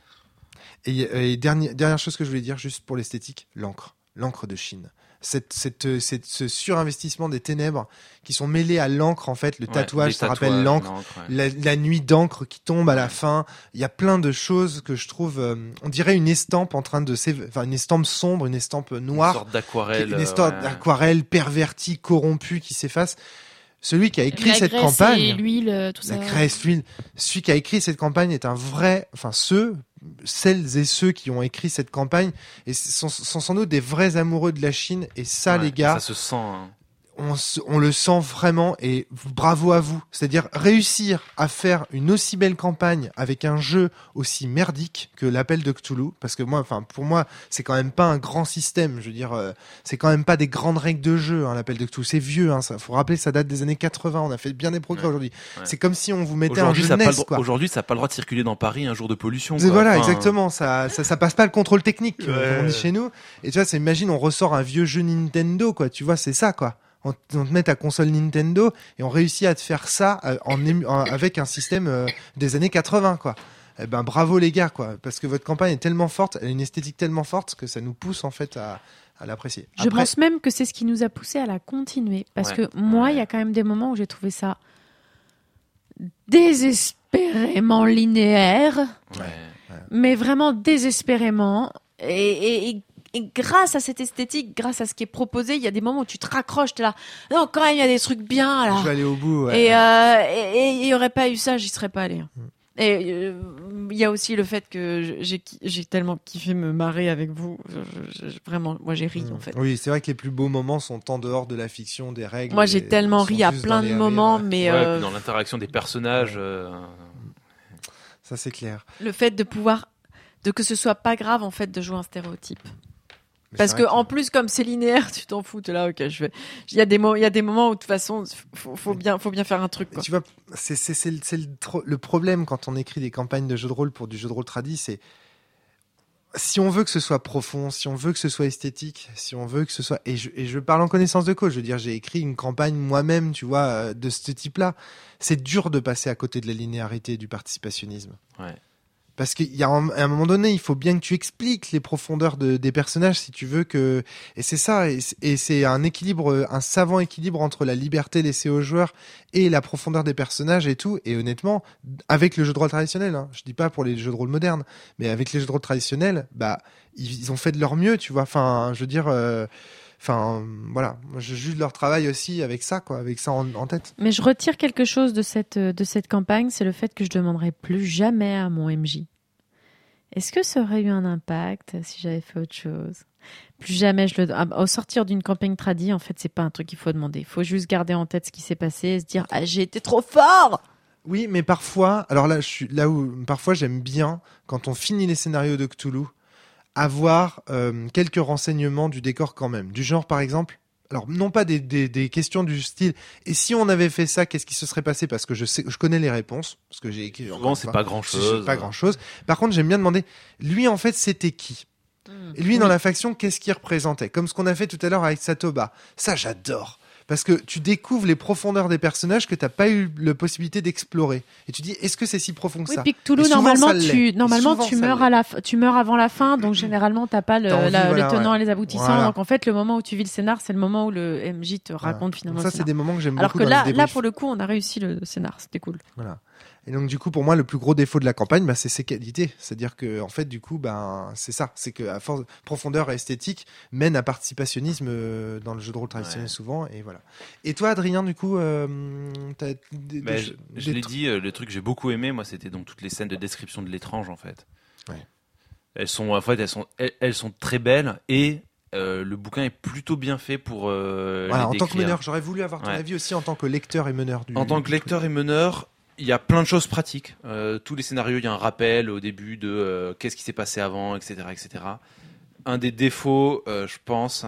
Speaker 2: Et, et dernière, dernière chose que je voulais dire, juste pour l'esthétique, l'encre. L'encre de Chine. Cette, cette, cette, ce surinvestissement des ténèbres qui sont mêlés à l'encre, en fait. Le
Speaker 3: Ouais,
Speaker 2: tatouage,
Speaker 3: les
Speaker 2: ça rappelle
Speaker 3: tatouages,
Speaker 2: l'encre.
Speaker 3: ouais.
Speaker 2: La, la nuit d'encre qui tombe à la fin. Il y a plein de choses que je trouve, euh, on dirait une estampe en train de, s'éve- enfin, une estampe sombre, une estampe
Speaker 3: Une
Speaker 2: noire.
Speaker 3: sorte d'aquarelle.
Speaker 2: Une estampe
Speaker 3: ouais.
Speaker 2: d'aquarelle pervertie, corrompue, qui s'efface. Celui qui a écrit
Speaker 5: La
Speaker 2: cette
Speaker 5: graisse
Speaker 2: campagne.
Speaker 5: et l'huile, euh, tout ça.
Speaker 2: La graisse, l'huile. Celui qui a écrit cette campagne est un vrai, enfin ceux, celles et ceux qui ont écrit cette campagne, et sont, sont sans doute des vrais amoureux de la Chine. Et ça,
Speaker 3: Ouais,
Speaker 2: les gars,
Speaker 3: Ça se sent. hein.
Speaker 2: on, se- on le sent vraiment. Et bravo à vous. C'est-à-dire réussir à faire une aussi belle campagne avec un jeu aussi merdique que l'appel de Cthulhu, parce que moi, enfin pour moi, c'est quand même pas un grand système. Je veux dire, euh, c'est quand même pas des grandes règles de jeu. Hein, l'appel de Cthulhu, c'est vieux. Hein, ça faut rappeler, ça date des années quatre-vingts. On a fait bien des progrès
Speaker 3: Ouais.
Speaker 2: aujourd'hui.
Speaker 3: Ouais.
Speaker 2: C'est comme si on vous mettait un
Speaker 3: Aujourd'hui,
Speaker 2: jeu
Speaker 3: ça
Speaker 2: de
Speaker 3: a pas
Speaker 2: N E
Speaker 3: le
Speaker 2: S,
Speaker 3: droit-
Speaker 2: quoi.
Speaker 3: aujourd'hui, ça n'a pas le droit de circuler dans Paris un jour de pollution.
Speaker 2: C'est-
Speaker 3: quoi.
Speaker 2: Voilà,
Speaker 3: Enfin,
Speaker 2: exactement. Ça, ça, ça passe pas le contrôle technique, euh,
Speaker 3: Ouais.
Speaker 2: comme on dit chez nous. Et tu vois, c'est, imagine, on ressort un vieux jeu Nintendo, quoi. Tu vois, c'est ça, quoi. On, on te met ta console Nintendo et on réussit à te faire ça euh, en, ému- en- avec un système euh, des années quatre-vingts, quoi. Eh ben, bravo les gars, quoi. Parce que votre campagne est tellement forte, elle a une esthétique tellement forte que ça nous pousse, en fait, à, à l'apprécier.
Speaker 4: Je
Speaker 2: Après-
Speaker 4: pense même que c'est ce qui nous a poussé à la continuer. Parce
Speaker 3: Ouais.
Speaker 4: que moi, il
Speaker 3: Ouais.
Speaker 4: y a quand même des moments où j'ai trouvé ça désespérément linéaire,
Speaker 3: Ouais.
Speaker 4: mais vraiment désespérément. Et, et- et- et grâce à cette esthétique, grâce à ce qui est proposé, il y a des moments où tu te raccroches, t'es là. Non, quand même, il y a des trucs bien, là.
Speaker 2: Je vais aller au bout, ouais.
Speaker 4: Et euh, et- et il y aurait pas eu ça, j'y serais pas allée.
Speaker 2: Mm.
Speaker 4: Et euh, il y a aussi le fait que j'ai ki- j'ai tellement kiffé me marrer avec vous. Je- je- vraiment, moi j'ai ri
Speaker 2: Mmh.
Speaker 4: en fait.
Speaker 2: Oui, c'est vrai que les plus beaux moments sont en dehors de la fiction, des règles.
Speaker 4: Moi j'ai
Speaker 2: et
Speaker 4: tellement
Speaker 2: sont
Speaker 4: ri à
Speaker 2: juste
Speaker 4: plein
Speaker 2: dans
Speaker 4: de
Speaker 2: les
Speaker 4: moments,
Speaker 2: rires, ouais.
Speaker 4: mais
Speaker 3: Ouais,
Speaker 4: euh,
Speaker 3: puis dans l'interaction des personnages. euh,
Speaker 2: Ça, c'est clair.
Speaker 4: le fait de pouvoir, de que ce soit pas grave en fait de jouer un stéréotype.
Speaker 2: Mais
Speaker 4: Parce
Speaker 2: c'est
Speaker 4: que
Speaker 2: vrai
Speaker 4: en plus, comme c'est linéaire, tu t'en fous. T'es là, ok, je vais. Il y a des moments, il y a des moments où de toute façon, faut, faut bien, faut bien faire un truc. Quoi.
Speaker 2: Tu vois, c'est c'est c'est le, c'est le, tro- le problème quand on écrit des campagnes de jeux de rôle pour du jeu de rôle tradi, c'est si on veut que ce soit profond, si on veut que ce soit esthétique, si on veut que ce soit et je et je parle en connaissance de cause, je veux dire, j'ai écrit une campagne moi-même, tu vois, euh, de ce type-là. C'est dur de passer à côté de la linéarité et du participationnisme.
Speaker 3: Ouais.
Speaker 2: Parce qu'il y a un, à un moment donné, il faut bien que tu expliques les profondeurs de, des personnages si tu veux que. Et c'est ça, et, c'est- et c'est un équilibre, un savant équilibre entre la liberté laissée aux joueurs et la profondeur des personnages et tout. Et honnêtement, avec le jeu de rôle traditionnel, hein, je dis pas pour les jeux de rôle modernes, mais avec les jeux de rôle traditionnels, bah ils, ils ont fait de leur mieux, tu vois. Enfin, je veux dire. euh, Enfin, voilà, Moi, je juge leur travail aussi avec ça, quoi, avec ça en, en tête.
Speaker 4: Mais je retire quelque chose de cette de cette campagne, c'est le fait que je demanderai plus jamais à mon M J. Est-ce que ça aurait eu un impact si j'avais fait autre chose? Plus jamais je le. ah, Au sortir d'une campagne tradie, en fait, c'est pas un truc qu'il faut demander. Il faut juste garder en tête ce qui s'est passé et se dire ah j'ai été trop fort.
Speaker 2: Oui, mais parfois, alors là, je suis là où parfois j'aime bien quand on finit les scénarios de Cthulhu, avoir euh, quelques renseignements du décor quand même, du genre par exemple. Alors non pas des, des, des questions du style. Et si on avait fait ça, qu'est-ce qui se serait passé? Parce que je sais, je connais les réponses, parce que j'ai écrit. encore
Speaker 3: Souvent,
Speaker 2: une
Speaker 3: c'est
Speaker 2: fois,
Speaker 3: pas grand
Speaker 2: c'est
Speaker 3: chose.
Speaker 2: pas grand chose. Par contre, j'aime bien demander. Lui, en fait, c'était qui? Et lui, dans la faction, qu'est-ce qu'il représentait? Comme ce qu'on a fait tout à l'heure avec Satoba. Ça, j'adore. Parce que tu découvres les profondeurs des personnages que t'as pas eu la possibilité d'explorer. Et tu dis, est-ce que c'est si profond que
Speaker 4: Oui,
Speaker 2: ça?
Speaker 4: puis Cthulhu,
Speaker 2: Et souvent,
Speaker 4: normalement,
Speaker 2: ça l'est.
Speaker 4: tu,
Speaker 2: Et
Speaker 4: normalement,
Speaker 2: souvent,
Speaker 4: tu
Speaker 2: ça
Speaker 4: meurs
Speaker 2: l'est.
Speaker 4: à la, f- tu meurs avant la fin, donc généralement, t'as pas le,
Speaker 2: T'as envie,
Speaker 4: la-
Speaker 2: voilà,
Speaker 4: les tenants
Speaker 2: ouais.
Speaker 4: et les aboutissants.
Speaker 2: Voilà.
Speaker 4: Donc en fait, le moment où tu vis le scénar, c'est le moment où le M J te raconte
Speaker 2: Voilà.
Speaker 4: finalement
Speaker 2: Donc
Speaker 4: le
Speaker 2: ça, c'est
Speaker 4: scénar.
Speaker 2: des moments que j'aime
Speaker 4: Alors
Speaker 2: beaucoup
Speaker 4: que
Speaker 2: dans
Speaker 4: là,
Speaker 2: les
Speaker 4: là,
Speaker 2: débriefs.
Speaker 4: pour le coup, on a réussi le scénar, c'était cool.
Speaker 2: Voilà. Et donc du coup, pour moi, le plus gros défaut de la campagne, bah, c'est ses qualités. C'est-à-dire que, en fait, du coup, ben, c'est ça. C'est que à force de profondeur esthétique mène à participationnisme euh, dans le jeu de rôle traditionnel
Speaker 3: Ouais.
Speaker 2: souvent. Et voilà. Et toi, Adrien, du coup, euh, t'as des,
Speaker 3: Bah,
Speaker 2: des-
Speaker 3: je
Speaker 2: des
Speaker 3: je l'ai
Speaker 2: trucs-
Speaker 3: dit, euh, le truc que j'ai beaucoup aimé, moi, c'était donc toutes les scènes de description de l'étrange, en fait.
Speaker 2: Ouais.
Speaker 3: Elles sont, en fait, elles sont, elles, elles sont très belles et euh, le bouquin est plutôt bien fait pour euh,
Speaker 2: Voilà,
Speaker 3: les
Speaker 2: en tant que
Speaker 3: décrire.
Speaker 2: meneur, j'aurais voulu avoir ton
Speaker 3: Ouais.
Speaker 2: avis aussi en tant que lecteur et meneur du.
Speaker 3: En tant que
Speaker 2: du
Speaker 3: lecteur
Speaker 2: truc.
Speaker 3: et meneur, il y a plein de choses pratiques. Euh, tous les scénarios, il y a un rappel au début de euh, qu'est-ce qui s'est passé avant, et cetera, et cetera. Un des défauts, euh, je pense.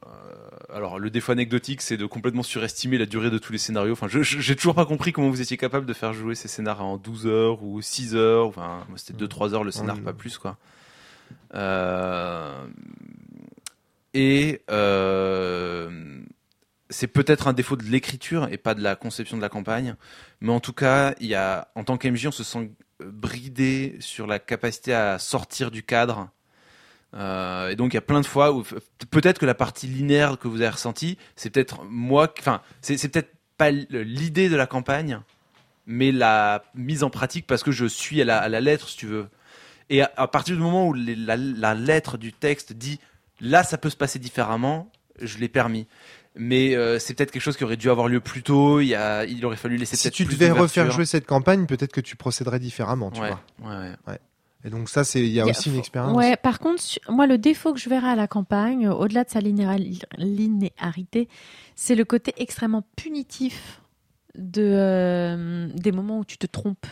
Speaker 3: euh, alors, le défaut anecdotique, c'est de complètement surestimer la durée de tous les scénarios. Enfin, je, je- j'ai toujours pas compris comment vous étiez capable de faire jouer ces scénars en douze heures ou six heures. Enfin, moi, c'était deux trois heures le scénar,
Speaker 2: Oui.
Speaker 3: pas plus, quoi. Euh, et euh, c'est peut-être un défaut de l'écriture et pas de la conception de la campagne, mais en tout cas, il y a, en tant qu'M J, on se sent bridé sur la capacité à sortir du cadre. Euh, et donc il y a plein de fois où peut-être que la partie linéaire que vous avez ressentie, c'est peut-être moi, qui- enfin, c'est, c'est peut-être pas l'idée de la campagne, mais la mise en pratique parce que je suis à la, à la lettre, si tu veux. Et à, à partir du moment où les- la, la lettre du texte dit là, ça peut se passer différemment, je l'ai permis. Mais euh, c'est peut-être quelque chose qui aurait dû avoir lieu plus tôt. Il, y a, il aurait fallu laisser
Speaker 2: Si
Speaker 3: peut-être
Speaker 2: tu
Speaker 3: plus
Speaker 2: devais
Speaker 3: d'ouverture.
Speaker 2: refaire jouer cette campagne, peut-être que tu procéderais différemment, tu
Speaker 3: ouais,
Speaker 2: vois.
Speaker 3: ouais, ouais.
Speaker 2: Et donc ça, c'est, il y a
Speaker 4: Il y a-
Speaker 2: aussi une
Speaker 4: faut-
Speaker 2: expérience.
Speaker 4: Ouais, par contre, su- moi, le défaut que je verrais à la campagne, euh, au-delà de sa linéa- linéarité, c'est le côté extrêmement punitif de, euh, des moments où tu te trompes.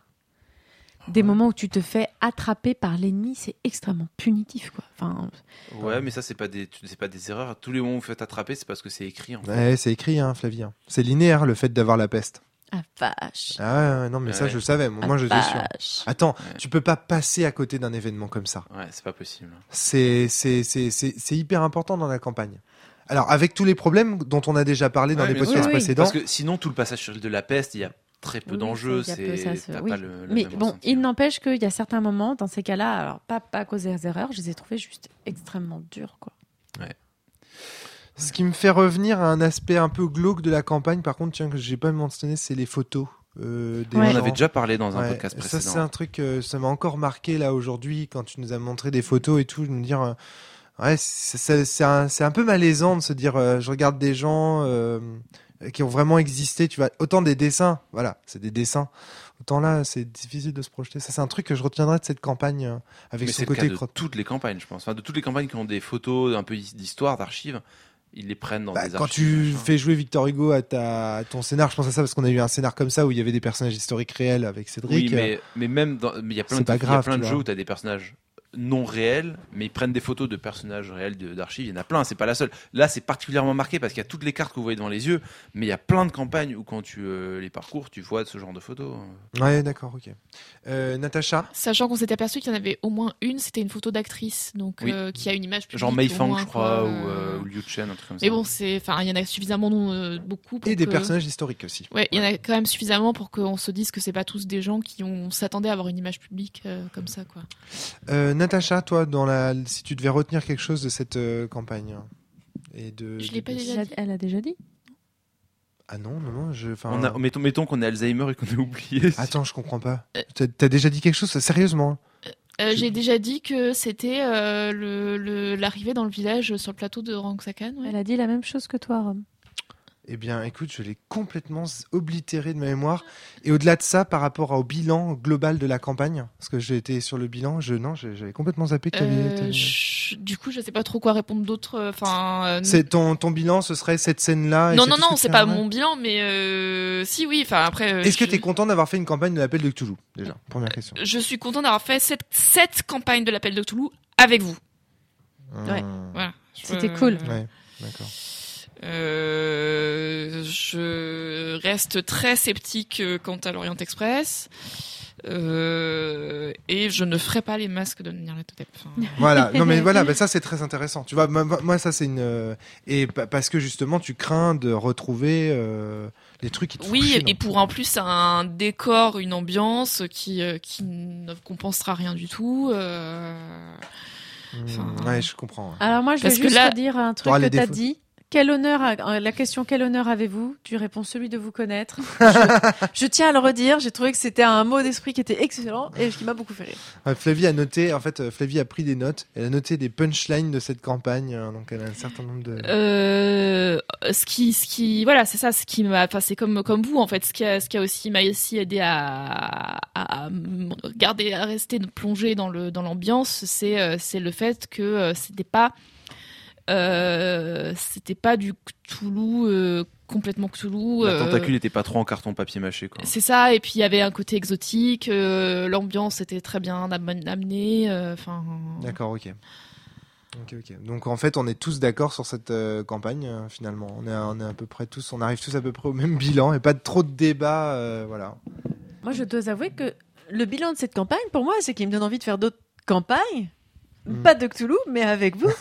Speaker 4: Des moments où tu te fais attraper par l'ennemi, c'est extrêmement punitif, quoi. Enfin,
Speaker 3: Ouais, mais ça c'est pas des, c'est pas des erreurs. Tous les moments où vous faites attraper, c'est parce que c'est écrit. En fait.
Speaker 2: Ouais, c'est écrit, hein, Flavien. C'est linéaire, le fait d'avoir la peste.
Speaker 4: ah vache.
Speaker 2: Ah ouais, ouais, non, mais
Speaker 3: Ouais,
Speaker 2: ça,
Speaker 3: ouais.
Speaker 2: je le savais. Moi,
Speaker 4: ah,
Speaker 2: moi, j'étais sûr.
Speaker 4: vache.
Speaker 2: Attends,
Speaker 3: Ouais.
Speaker 2: tu peux pas passer à côté d'un événement comme ça.
Speaker 3: Ouais, c'est pas possible.
Speaker 2: C'est, c'est, c'est, c'est, c'est hyper important dans la campagne. Alors, avec tous les problèmes dont on a déjà parlé dans
Speaker 3: Ouais,
Speaker 2: les
Speaker 3: bien
Speaker 2: podcasts
Speaker 4: sûr. Oui, oui.
Speaker 2: précédents,
Speaker 3: Parce que sinon, tout le passage sur l'île de la peste, il y a très peu
Speaker 4: Oui,
Speaker 3: d'enjeux.
Speaker 4: ça, il y a peu,
Speaker 3: C'est
Speaker 4: ça se-
Speaker 3: t'as
Speaker 4: oui.
Speaker 3: pas le, le
Speaker 4: Mais
Speaker 3: même
Speaker 4: bon,
Speaker 3: ressenti.
Speaker 4: il n'empêche qu'il y a certains moments, dans ces cas-là, alors pas, pas à cause des erreurs, je les ai trouvés juste extrêmement durs, quoi.
Speaker 2: ce qui me fait revenir à un aspect un peu glauque de la campagne, par contre, tiens, que j'ai pas mentionné, c'est les photos. Euh, des
Speaker 4: Ouais.
Speaker 3: On
Speaker 2: gens.
Speaker 3: avait déjà parlé dans un
Speaker 2: Ouais,
Speaker 3: podcast
Speaker 2: ça, c'est
Speaker 3: précédent.
Speaker 2: un truc, euh, ça m'a encore marqué là aujourd'hui quand tu nous as montré des photos et tout, de me dire, euh, ouais, c'est, c'est, c'est un, c'est un peu malaisant de se dire, euh, je regarde des gens euh, qui ont vraiment existé, tu vois, autant des dessins, voilà, c'est des dessins, autant là, c'est difficile de se projeter. Ça, c'est un truc que je retiendrai de cette campagne euh, avec
Speaker 3: Mais
Speaker 2: son
Speaker 3: c'est le
Speaker 2: côté
Speaker 3: cas de
Speaker 2: crotte.
Speaker 3: toutes les campagnes, je pense. Enfin, de toutes les campagnes qui ont des photos un peu d'histoire, d'archives, ils les prennent dans
Speaker 2: Bah,
Speaker 3: des
Speaker 2: quand
Speaker 3: archives.
Speaker 2: tu
Speaker 3: machin.
Speaker 2: fais jouer Victor Hugo à, ta, à ton scénar, je pense à ça parce qu'on a eu un scénar comme ça où il y avait des personnages historiques réels avec Cédric.
Speaker 3: Oui, mais, mais même dans, mais il y a plein
Speaker 2: c'est
Speaker 3: de,
Speaker 2: pas
Speaker 3: il y a
Speaker 2: grave,
Speaker 3: plein
Speaker 2: tu
Speaker 3: de
Speaker 2: vois.
Speaker 3: jeux où tu as des personnages non réels, mais ils prennent des photos de personnages réels de, d'archives. Il y en a plein, c'est pas la seule. Là, c'est particulièrement marqué parce qu'il y a toutes les cartes que vous voyez devant les yeux, mais il y a plein de campagnes où quand tu euh, les parcours, tu vois ce genre de photos.
Speaker 2: Ouais, d'accord, ok. Euh, Natacha.
Speaker 5: Sachant qu'on s'était aperçu qu'il y en avait au moins une, c'était une photo d'actrice, donc
Speaker 3: Oui.
Speaker 5: euh, qui a une image publique.
Speaker 3: Genre
Speaker 5: au
Speaker 3: Mei Fang,
Speaker 5: moins,
Speaker 3: je crois,
Speaker 5: quoi,
Speaker 3: ou,
Speaker 5: euh,
Speaker 3: euh, ou Liu Chen, un truc comme ça.
Speaker 5: Mais bon, c'est, enfin, il y en a suffisamment euh, beaucoup. Pour
Speaker 2: Et des
Speaker 5: que...
Speaker 2: personnages historiques aussi.
Speaker 5: Ouais, il y en a quand même suffisamment pour qu'on se dise que c'est pas tous des gens qui ont s'attendaient à avoir une image publique euh, comme ça, quoi.
Speaker 2: Euh, Natacha, toi, dans la, si tu devais retenir quelque chose de cette euh, campagne et de.
Speaker 5: Je l'ai
Speaker 2: de-
Speaker 5: pas
Speaker 2: de-
Speaker 5: déjà
Speaker 4: Elle a-
Speaker 5: dit.
Speaker 4: Elle a déjà dit.
Speaker 2: Ah non, non, non, je. enfin,
Speaker 3: On a, mettons, mettons qu'on est Alzheimer et qu'on a oublié.
Speaker 2: Attends, je comprends pas.
Speaker 5: Euh.
Speaker 2: T'as, t'as déjà dit quelque chose, sérieusement?
Speaker 5: Euh,
Speaker 2: Je-
Speaker 5: J'ai déjà dit que c'était euh, le, le- l'arrivée dans le village sur le plateau de Rangsakan. Ouais.
Speaker 4: Elle a dit la même chose que toi, Rome.
Speaker 2: Eh bien, écoute, je l'ai complètement oblitéré de ma mémoire. Et au-delà de ça, par rapport au bilan global de la campagne, parce que j'ai été sur le bilan, je non, j'ai- j'avais complètement zappé que t'avais.
Speaker 5: Euh,
Speaker 2: t'avais-
Speaker 5: je- du coup, je sais pas trop quoi répondre d'autre. Enfin, euh,
Speaker 2: C'est ton, ton bilan, ce serait cette scène-là. et
Speaker 5: non,
Speaker 2: c'est
Speaker 5: non,
Speaker 2: tout ce
Speaker 5: non,
Speaker 2: que
Speaker 5: c'est
Speaker 2: tu
Speaker 5: pas
Speaker 2: aimerais
Speaker 5: mon bilan, mais euh, si, oui. Enfin, après. euh,
Speaker 2: Est-ce que
Speaker 5: je-
Speaker 2: tu es content d'avoir fait une campagne de l'appel de Cthulhu déjà? Première question.
Speaker 5: Je suis content d'avoir fait cette, cette campagne de l'appel de Cthulhu avec vous.
Speaker 4: Ouais.
Speaker 2: Mmh.
Speaker 5: Voilà.
Speaker 4: C'était
Speaker 5: Je-
Speaker 4: cool.
Speaker 2: Ouais, d'accord.
Speaker 5: Euh, je reste très sceptique euh, quant à l'Orient Express. Euh, et je ne ferai pas les masques de Nyarlathotep. Enfin,
Speaker 2: Voilà, non mais voilà, bah, ça c'est très intéressant. Tu vois, moi, moi, ça c'est une euh, et pa- parce que justement tu crains de retrouver euh, les trucs qui te font
Speaker 5: oui,
Speaker 2: chier,
Speaker 5: et
Speaker 2: non.
Speaker 5: pour en plus un décor, une ambiance qui euh, qui ne compensera rien du tout. Euh...
Speaker 2: Mmh,
Speaker 5: enfin,
Speaker 2: ouais, je comprends. ouais.
Speaker 4: Alors moi, je vais
Speaker 5: Parce que
Speaker 4: juste
Speaker 5: là-
Speaker 4: redire un truc
Speaker 2: T'auras
Speaker 4: que
Speaker 2: les
Speaker 4: tu as
Speaker 2: défauts.
Speaker 4: dit. Quel honneur a- la question quel honneur avez-vous? Tu réponds celui de vous connaître. Je, je tiens à le redire, j'ai trouvé que c'était un mot d'esprit qui était excellent et qui m'a beaucoup fait rire.
Speaker 2: Ouais, Flavie a noté, en fait, euh, Flavie a pris des notes. Elle a noté des punchlines de cette campagne, euh, donc elle a un certain nombre de.
Speaker 5: Euh, ce qui, ce qui, voilà, c'est ça, ce qui m'a, enfin, c'est comme, comme vous, en fait, ce qui a, ce qui a aussi m'a aussi aidé à, à, à me garder, à rester plongé dans le, dans l'ambiance, c'est, euh, c'est le fait que euh, c'était pas, euh, c'était pas du Cthulhu, euh, complètement Cthulhu.
Speaker 3: La
Speaker 5: euh,
Speaker 3: tentacule n'était pas trop en carton papier mâché, quoi.
Speaker 5: C'est ça, et puis il y avait un côté exotique, euh, l'ambiance était très bien am- amenée, enfin.
Speaker 2: D'accord, ok. Ok, ok. Donc en fait, on est tous d'accord sur cette euh, campagne euh, finalement. On est, à- on est à peu près tous, on arrive tous à peu près au même bilan et pas de trop de débats, euh, voilà.
Speaker 4: Moi, je dois avouer que le bilan de cette campagne, pour moi, c'est qu'il me donne envie de faire d'autres campagnes.
Speaker 2: Mm.
Speaker 4: Pas de Cthulhu, mais avec vous.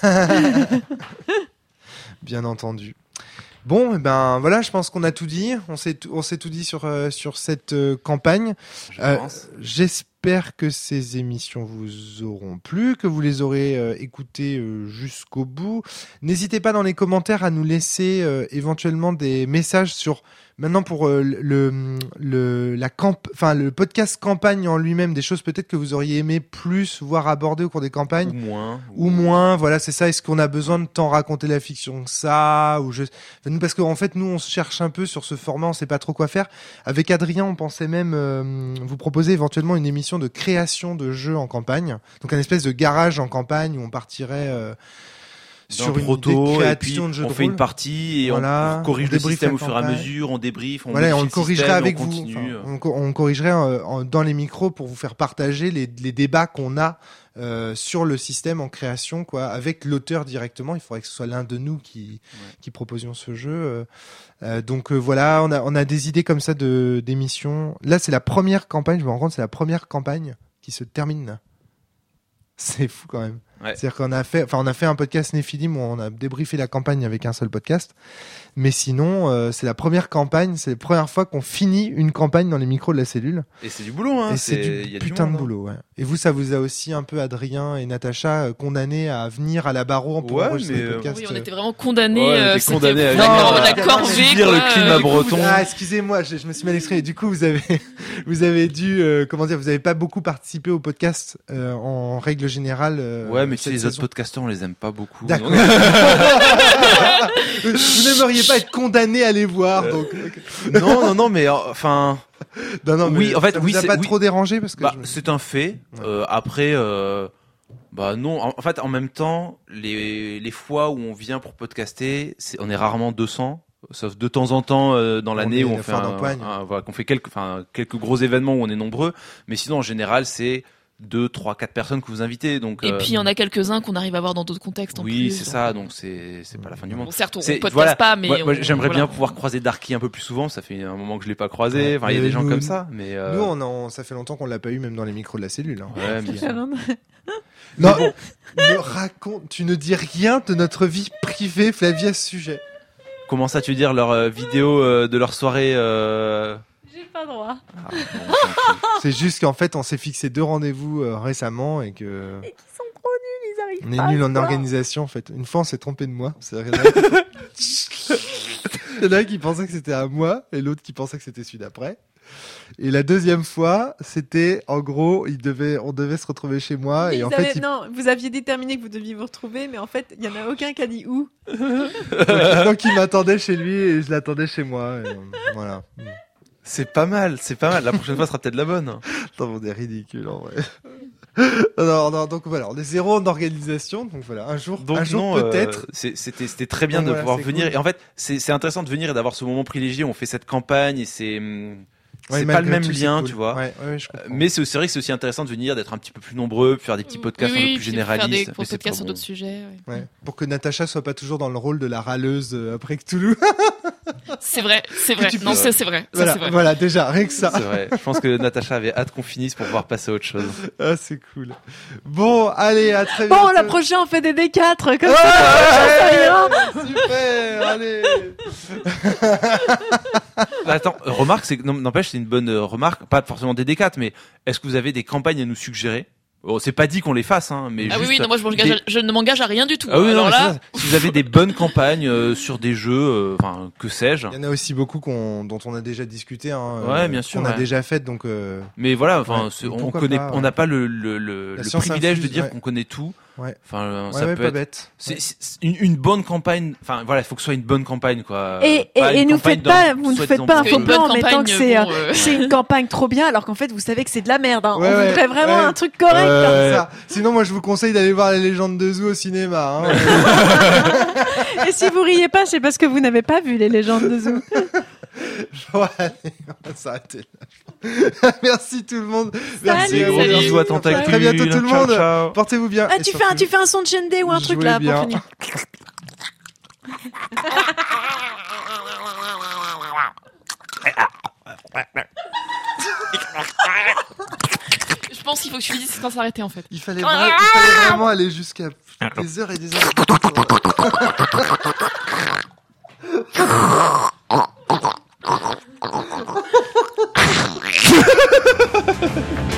Speaker 2: Bien entendu. Bon, et ben voilà, je pense qu'on a tout dit. On s'est tout, on s'est tout dit sur euh, sur cette euh, campagne.
Speaker 3: Je
Speaker 2: Euh,
Speaker 3: pense.
Speaker 2: J'espère que ces émissions vous auront plu, que vous les aurez euh, écoutées euh, jusqu'au bout. N'hésitez pas dans les commentaires à nous laisser euh, éventuellement des messages sur maintenant pour euh, le le la camp, enfin le podcast campagne en lui-même, des choses peut-être que vous auriez aimé plus voir aborder au cours des campagnes.
Speaker 3: Ou moins.
Speaker 2: Ou moins, voilà, c'est ça. Est-ce qu'on a besoin de tant raconter la fiction que ça, ou je, enfin, nous, parce qu'en fait, nous, on se cherche un peu sur ce format, on sait pas trop quoi faire. Avec Adrien, on pensait même euh, vous proposer éventuellement une émission de création de jeux en campagne, donc un espèce de garage en campagne où on partirait euh,
Speaker 3: Dans
Speaker 2: sur
Speaker 3: le
Speaker 2: une
Speaker 3: proto,
Speaker 2: des
Speaker 3: et puis
Speaker 2: créations de jeux
Speaker 3: on
Speaker 2: de
Speaker 3: fait une
Speaker 2: rôle.
Speaker 3: partie et
Speaker 2: Voilà,
Speaker 3: on corrige
Speaker 2: on
Speaker 3: le
Speaker 2: débriefe
Speaker 3: système
Speaker 2: la
Speaker 3: au fur et à
Speaker 2: campagne.
Speaker 3: mesure, on débriefe, on
Speaker 2: Voilà, et on
Speaker 3: modifie
Speaker 2: le corrigerait
Speaker 3: système,
Speaker 2: avec
Speaker 3: on
Speaker 2: vous.
Speaker 3: continue.
Speaker 2: Enfin, on, co- on corrigerait euh, en- dans les micros pour vous faire partager les, les débats qu'on a euh, sur le système en création, quoi, avec l'auteur directement. Il faudrait que ce soit l'un de nous qui,
Speaker 3: Ouais.
Speaker 2: qui proposions ce jeu. euh. Euh, donc euh, voilà, on a, on a des idées comme ça de d'émissions. Là, c'est la première campagne. Je me rends compte, c'est la première campagne qui se termine. C'est fou quand même.
Speaker 3: Ouais.
Speaker 2: C'est-à-dire qu'on a fait, enfin, on a fait un podcast Néphilim où on a débriefé la campagne avec un seul podcast. Mais sinon, euh, c'est la première campagne, c'est la première fois qu'on finit une campagne dans les micros de la cellule.
Speaker 3: Et c'est du boulot, hein.
Speaker 2: et c'est
Speaker 3: il y
Speaker 2: du
Speaker 3: a
Speaker 2: putain de
Speaker 3: monde, hein.
Speaker 2: boulot, ouais. Et vous, ça vous a aussi un peu, Adrien et Natacha, euh, condamnés à venir à la barreau pour
Speaker 3: Ouais,
Speaker 2: enregistrer
Speaker 3: mais,
Speaker 2: le
Speaker 3: euh,
Speaker 2: podcast.
Speaker 5: Oui, on
Speaker 2: euh.
Speaker 5: était vraiment condamnés.
Speaker 3: Ouais, on
Speaker 5: euh,
Speaker 3: était
Speaker 5: c'était
Speaker 3: condamnés à
Speaker 5: vraiment
Speaker 2: vivre,
Speaker 5: la
Speaker 2: euh,
Speaker 5: corvée.
Speaker 3: subir
Speaker 5: quoi,
Speaker 3: le climat
Speaker 5: euh,
Speaker 3: breton.
Speaker 2: Ah, excusez-moi, je, je me suis mal exprimé. Du coup, vous avez, vous avez dû, euh, comment dire, vous avez pas beaucoup participé au podcast euh, en règle générale. euh,
Speaker 3: Ouais, mais tu sais,
Speaker 2: cette
Speaker 3: les autres
Speaker 2: saison.
Speaker 3: podcasteurs, on les aime pas beaucoup.
Speaker 2: D'accord.
Speaker 3: Donc-
Speaker 2: Vous n'aimeriez pas être condamné à les voir, donc.
Speaker 3: non, non, non, mais euh, enfin,
Speaker 2: Non, non, mais
Speaker 3: Oui, en fait,
Speaker 2: ça
Speaker 3: oui,
Speaker 2: vous a
Speaker 3: c'est-
Speaker 2: pas
Speaker 3: oui.
Speaker 2: trop dérangé parce que.
Speaker 3: bah,
Speaker 2: je-
Speaker 3: c'est un fait.
Speaker 2: Ouais.
Speaker 3: Euh, après, euh, bah non. En, en fait, en même temps, les les fois où on vient pour podcaster, c'est, on est rarement deux cents. Sauf de temps en temps euh, dans
Speaker 2: On
Speaker 3: l'année
Speaker 2: est
Speaker 3: où on
Speaker 2: la
Speaker 3: fait
Speaker 2: foire
Speaker 3: un,
Speaker 2: d'empoigne.
Speaker 3: un- voilà, qu'on fait quelques, enfin quelques gros événements où on est nombreux. Mais sinon, en général, c'est deux, trois, quatre personnes que vous invitez. Donc,
Speaker 5: Et
Speaker 3: euh,
Speaker 5: puis il y en a quelques-uns qu'on arrive à voir dans d'autres contextes. En
Speaker 3: oui,
Speaker 5: plus,
Speaker 3: c'est
Speaker 5: donc,
Speaker 3: ça.
Speaker 5: euh,
Speaker 3: Donc c'est c'est pas la fin du monde.
Speaker 5: Bon, certes, on
Speaker 3: C'est-
Speaker 5: podcast
Speaker 3: voilà.
Speaker 5: pas, mais
Speaker 3: Moi, moi,
Speaker 5: on-
Speaker 3: j'aimerais
Speaker 5: voilà.
Speaker 3: bien pouvoir croiser Darky un peu plus souvent. Ça fait un moment que je l'ai pas croisé.
Speaker 2: Ouais.
Speaker 3: Enfin, il y a
Speaker 2: Mais
Speaker 3: des gens
Speaker 2: nous-
Speaker 3: comme ça, mais euh,
Speaker 2: Nous, on en, ça fait longtemps qu'on l'a pas eu, même dans les micros de la cellule. Hein.
Speaker 3: ouais, bien sûr.
Speaker 2: Non, ne raconte, tu ne dis rien de notre vie privée, Flavie, à ce sujet.
Speaker 3: Comment ça, tu veux dire leur euh, vidéo euh, de leur soirée euh...
Speaker 4: J'ai pas droit.
Speaker 3: ah, bon, tant pis.
Speaker 2: C'est juste qu'en fait, on s'est fixé deux rendez-vous euh, récemment et que
Speaker 4: Et qui sont trop nuls, ils arrivent
Speaker 2: on
Speaker 4: pas.
Speaker 2: est nuls
Speaker 4: à
Speaker 2: en
Speaker 4: se voir.
Speaker 2: organisation. En fait, une fois, on s'est trompé de moi. C'est vrai. Il y en a un qui pensait que c'était à moi et l'autre qui pensait que c'était celui d'après. Et la deuxième fois, c'était en gros, il devait, on devait se retrouver chez moi
Speaker 4: Mais
Speaker 2: et
Speaker 4: ils
Speaker 2: en
Speaker 4: avaient-
Speaker 2: fait, il...
Speaker 4: Non, vous aviez déterminé que vous deviez vous retrouver, mais en fait, il y en a aucun qui a dit où.
Speaker 2: donc, donc il m'attendait chez lui et je l'attendais chez moi. Et, euh, voilà.
Speaker 3: C'est pas mal, c'est pas mal. La prochaine fois sera peut-être la bonne.
Speaker 2: Attends, on est ridicule en vrai. non, non, donc voilà, on est zéro en organisation, donc voilà, un jour,
Speaker 3: Donc
Speaker 2: un jour
Speaker 3: non, euh,
Speaker 2: peut-être.
Speaker 3: c'est- c'était c'était très bien
Speaker 2: Donc
Speaker 3: de
Speaker 2: voilà,
Speaker 3: pouvoir
Speaker 2: c'est
Speaker 3: venir.
Speaker 2: cool.
Speaker 3: Et en fait, c'est c'est intéressant de venir et d'avoir ce moment privilégié. On fait cette campagne et c'est hum,
Speaker 2: Ouais,
Speaker 3: c'est pas le
Speaker 2: malgré
Speaker 3: même
Speaker 2: tout, c'est
Speaker 3: lien,
Speaker 2: cool.
Speaker 3: tu vois.
Speaker 2: Ouais, ouais, je comprends.
Speaker 3: Mais c'est c'est vrai que c'est aussi intéressant de venir, d'être un petit peu plus nombreux, faire des petits podcasts
Speaker 5: oui,
Speaker 3: un
Speaker 5: oui,
Speaker 3: peu plus
Speaker 5: puis
Speaker 3: généralistes.
Speaker 5: Faire des
Speaker 3: mais c'est
Speaker 5: podcasts
Speaker 3: pas
Speaker 5: sur
Speaker 3: bon.
Speaker 5: d'autres sujets. ouais.
Speaker 2: Ouais. Pour que Natacha soit pas toujours dans le rôle de la râleuse euh, après Cthulhu.
Speaker 5: C'est vrai, c'est vrai.
Speaker 2: tu
Speaker 5: Non,
Speaker 2: peux-
Speaker 5: c'est c'est vrai. Ça,
Speaker 2: voilà,
Speaker 5: c'est vrai.
Speaker 2: voilà, déjà, rien que ça.
Speaker 3: C'est vrai. Je pense que Natacha avait hâte qu'on finisse pour pouvoir passer à autre chose.
Speaker 2: Ah, c'est cool. Bon, allez, à très
Speaker 4: Bon,
Speaker 2: bientôt.
Speaker 4: la prochaine, on fait des D quatre, comme
Speaker 2: Ouais,
Speaker 4: ça, ça ira.
Speaker 2: super, allez.
Speaker 3: Attends, euh, remarque, c'est que- non, n'empêche, c'est une bonne euh, remarque. Pas forcément des D quatre, mais est-ce que vous avez des campagnes à nous suggérer? Bon, c'est pas dit qu'on les fasse, hein, mais
Speaker 5: Ah oui,
Speaker 3: juste
Speaker 5: oui, non, moi je, m'engage
Speaker 3: des-
Speaker 5: à- je ne m'engage à rien du tout.
Speaker 3: Ah oui,
Speaker 5: Alors
Speaker 3: non, mais
Speaker 5: là,
Speaker 3: c'est ça. Si vous avez des bonnes campagnes euh, sur des jeux, euh, enfin, que sais-je.
Speaker 2: Il y en a aussi beaucoup qu'on, dont on a déjà discuté, hein,
Speaker 3: Ouais,
Speaker 2: euh,
Speaker 3: bien sûr,
Speaker 2: qu'on a
Speaker 3: ouais.
Speaker 2: déjà fait, donc. Euh...
Speaker 3: Mais voilà, enfin,
Speaker 2: Ouais,
Speaker 3: c'est-
Speaker 2: donc
Speaker 3: on
Speaker 2: pourquoi
Speaker 3: connaît,
Speaker 2: pas,
Speaker 3: on
Speaker 2: ouais.
Speaker 3: n'a pas le, le, le,
Speaker 2: La
Speaker 3: le
Speaker 2: science
Speaker 3: privilège de
Speaker 2: infuse,
Speaker 3: dire
Speaker 2: ouais.
Speaker 3: qu'on connaît tout.
Speaker 2: Ouais.
Speaker 3: Enfin, euh,
Speaker 2: Ouais,
Speaker 3: ça
Speaker 2: ouais,
Speaker 3: peut
Speaker 2: pas
Speaker 3: être.
Speaker 2: bête.
Speaker 3: C'est
Speaker 2: Ouais.
Speaker 3: c'est une, une bonne campagne. Enfin, voilà, il faut que ce soit une bonne campagne, quoi.
Speaker 4: Et,
Speaker 3: Pas
Speaker 4: et, et
Speaker 3: une
Speaker 4: nous
Speaker 3: campagne
Speaker 4: faites pas,
Speaker 3: dans-
Speaker 4: vous ne
Speaker 3: soit
Speaker 4: faites
Speaker 3: dans-
Speaker 4: pas un
Speaker 5: parce
Speaker 4: faux
Speaker 5: qu'une
Speaker 4: plan en
Speaker 5: bonne
Speaker 4: mettant
Speaker 5: campagne,
Speaker 4: que c'est,
Speaker 5: bon,
Speaker 4: euh,
Speaker 5: euh,
Speaker 4: c'est une campagne trop bien, alors qu'en fait, vous savez que c'est de la merde. Hein.
Speaker 2: Ouais,
Speaker 4: on
Speaker 2: ouais,
Speaker 4: voudrait vraiment
Speaker 2: ouais.
Speaker 4: un truc correct.
Speaker 2: Comme
Speaker 3: Ouais.
Speaker 2: ça. Sinon, moi, je vous conseille d'aller voir les légendes de Zoo au cinéma. Hein.
Speaker 4: Et si vous riez pas, c'est parce que vous n'avez pas vu les légendes de Zoo.
Speaker 2: Bon, allez, on va s'arrêter là. Merci tout le monde. Merci.
Speaker 4: Salut,
Speaker 2: à vous.
Speaker 3: Gros
Speaker 4: salut.
Speaker 3: bisous à
Speaker 2: Très
Speaker 3: Tentacule.
Speaker 2: Très bientôt tout le
Speaker 3: Ciao,
Speaker 2: monde.
Speaker 3: ciao.
Speaker 2: Portez-vous bien.
Speaker 4: Ah,
Speaker 2: Et
Speaker 4: tu fais,
Speaker 2: surtout,
Speaker 4: un, tu fais un son de G N D ou un truc
Speaker 2: jouez
Speaker 4: là
Speaker 2: bien.
Speaker 4: pour finir.
Speaker 5: je pense qu'il faut que je lui dise quand s'arrêter en fait.
Speaker 2: Il fallait, vra- il fallait vraiment aller jusqu'à des heures et des heures. de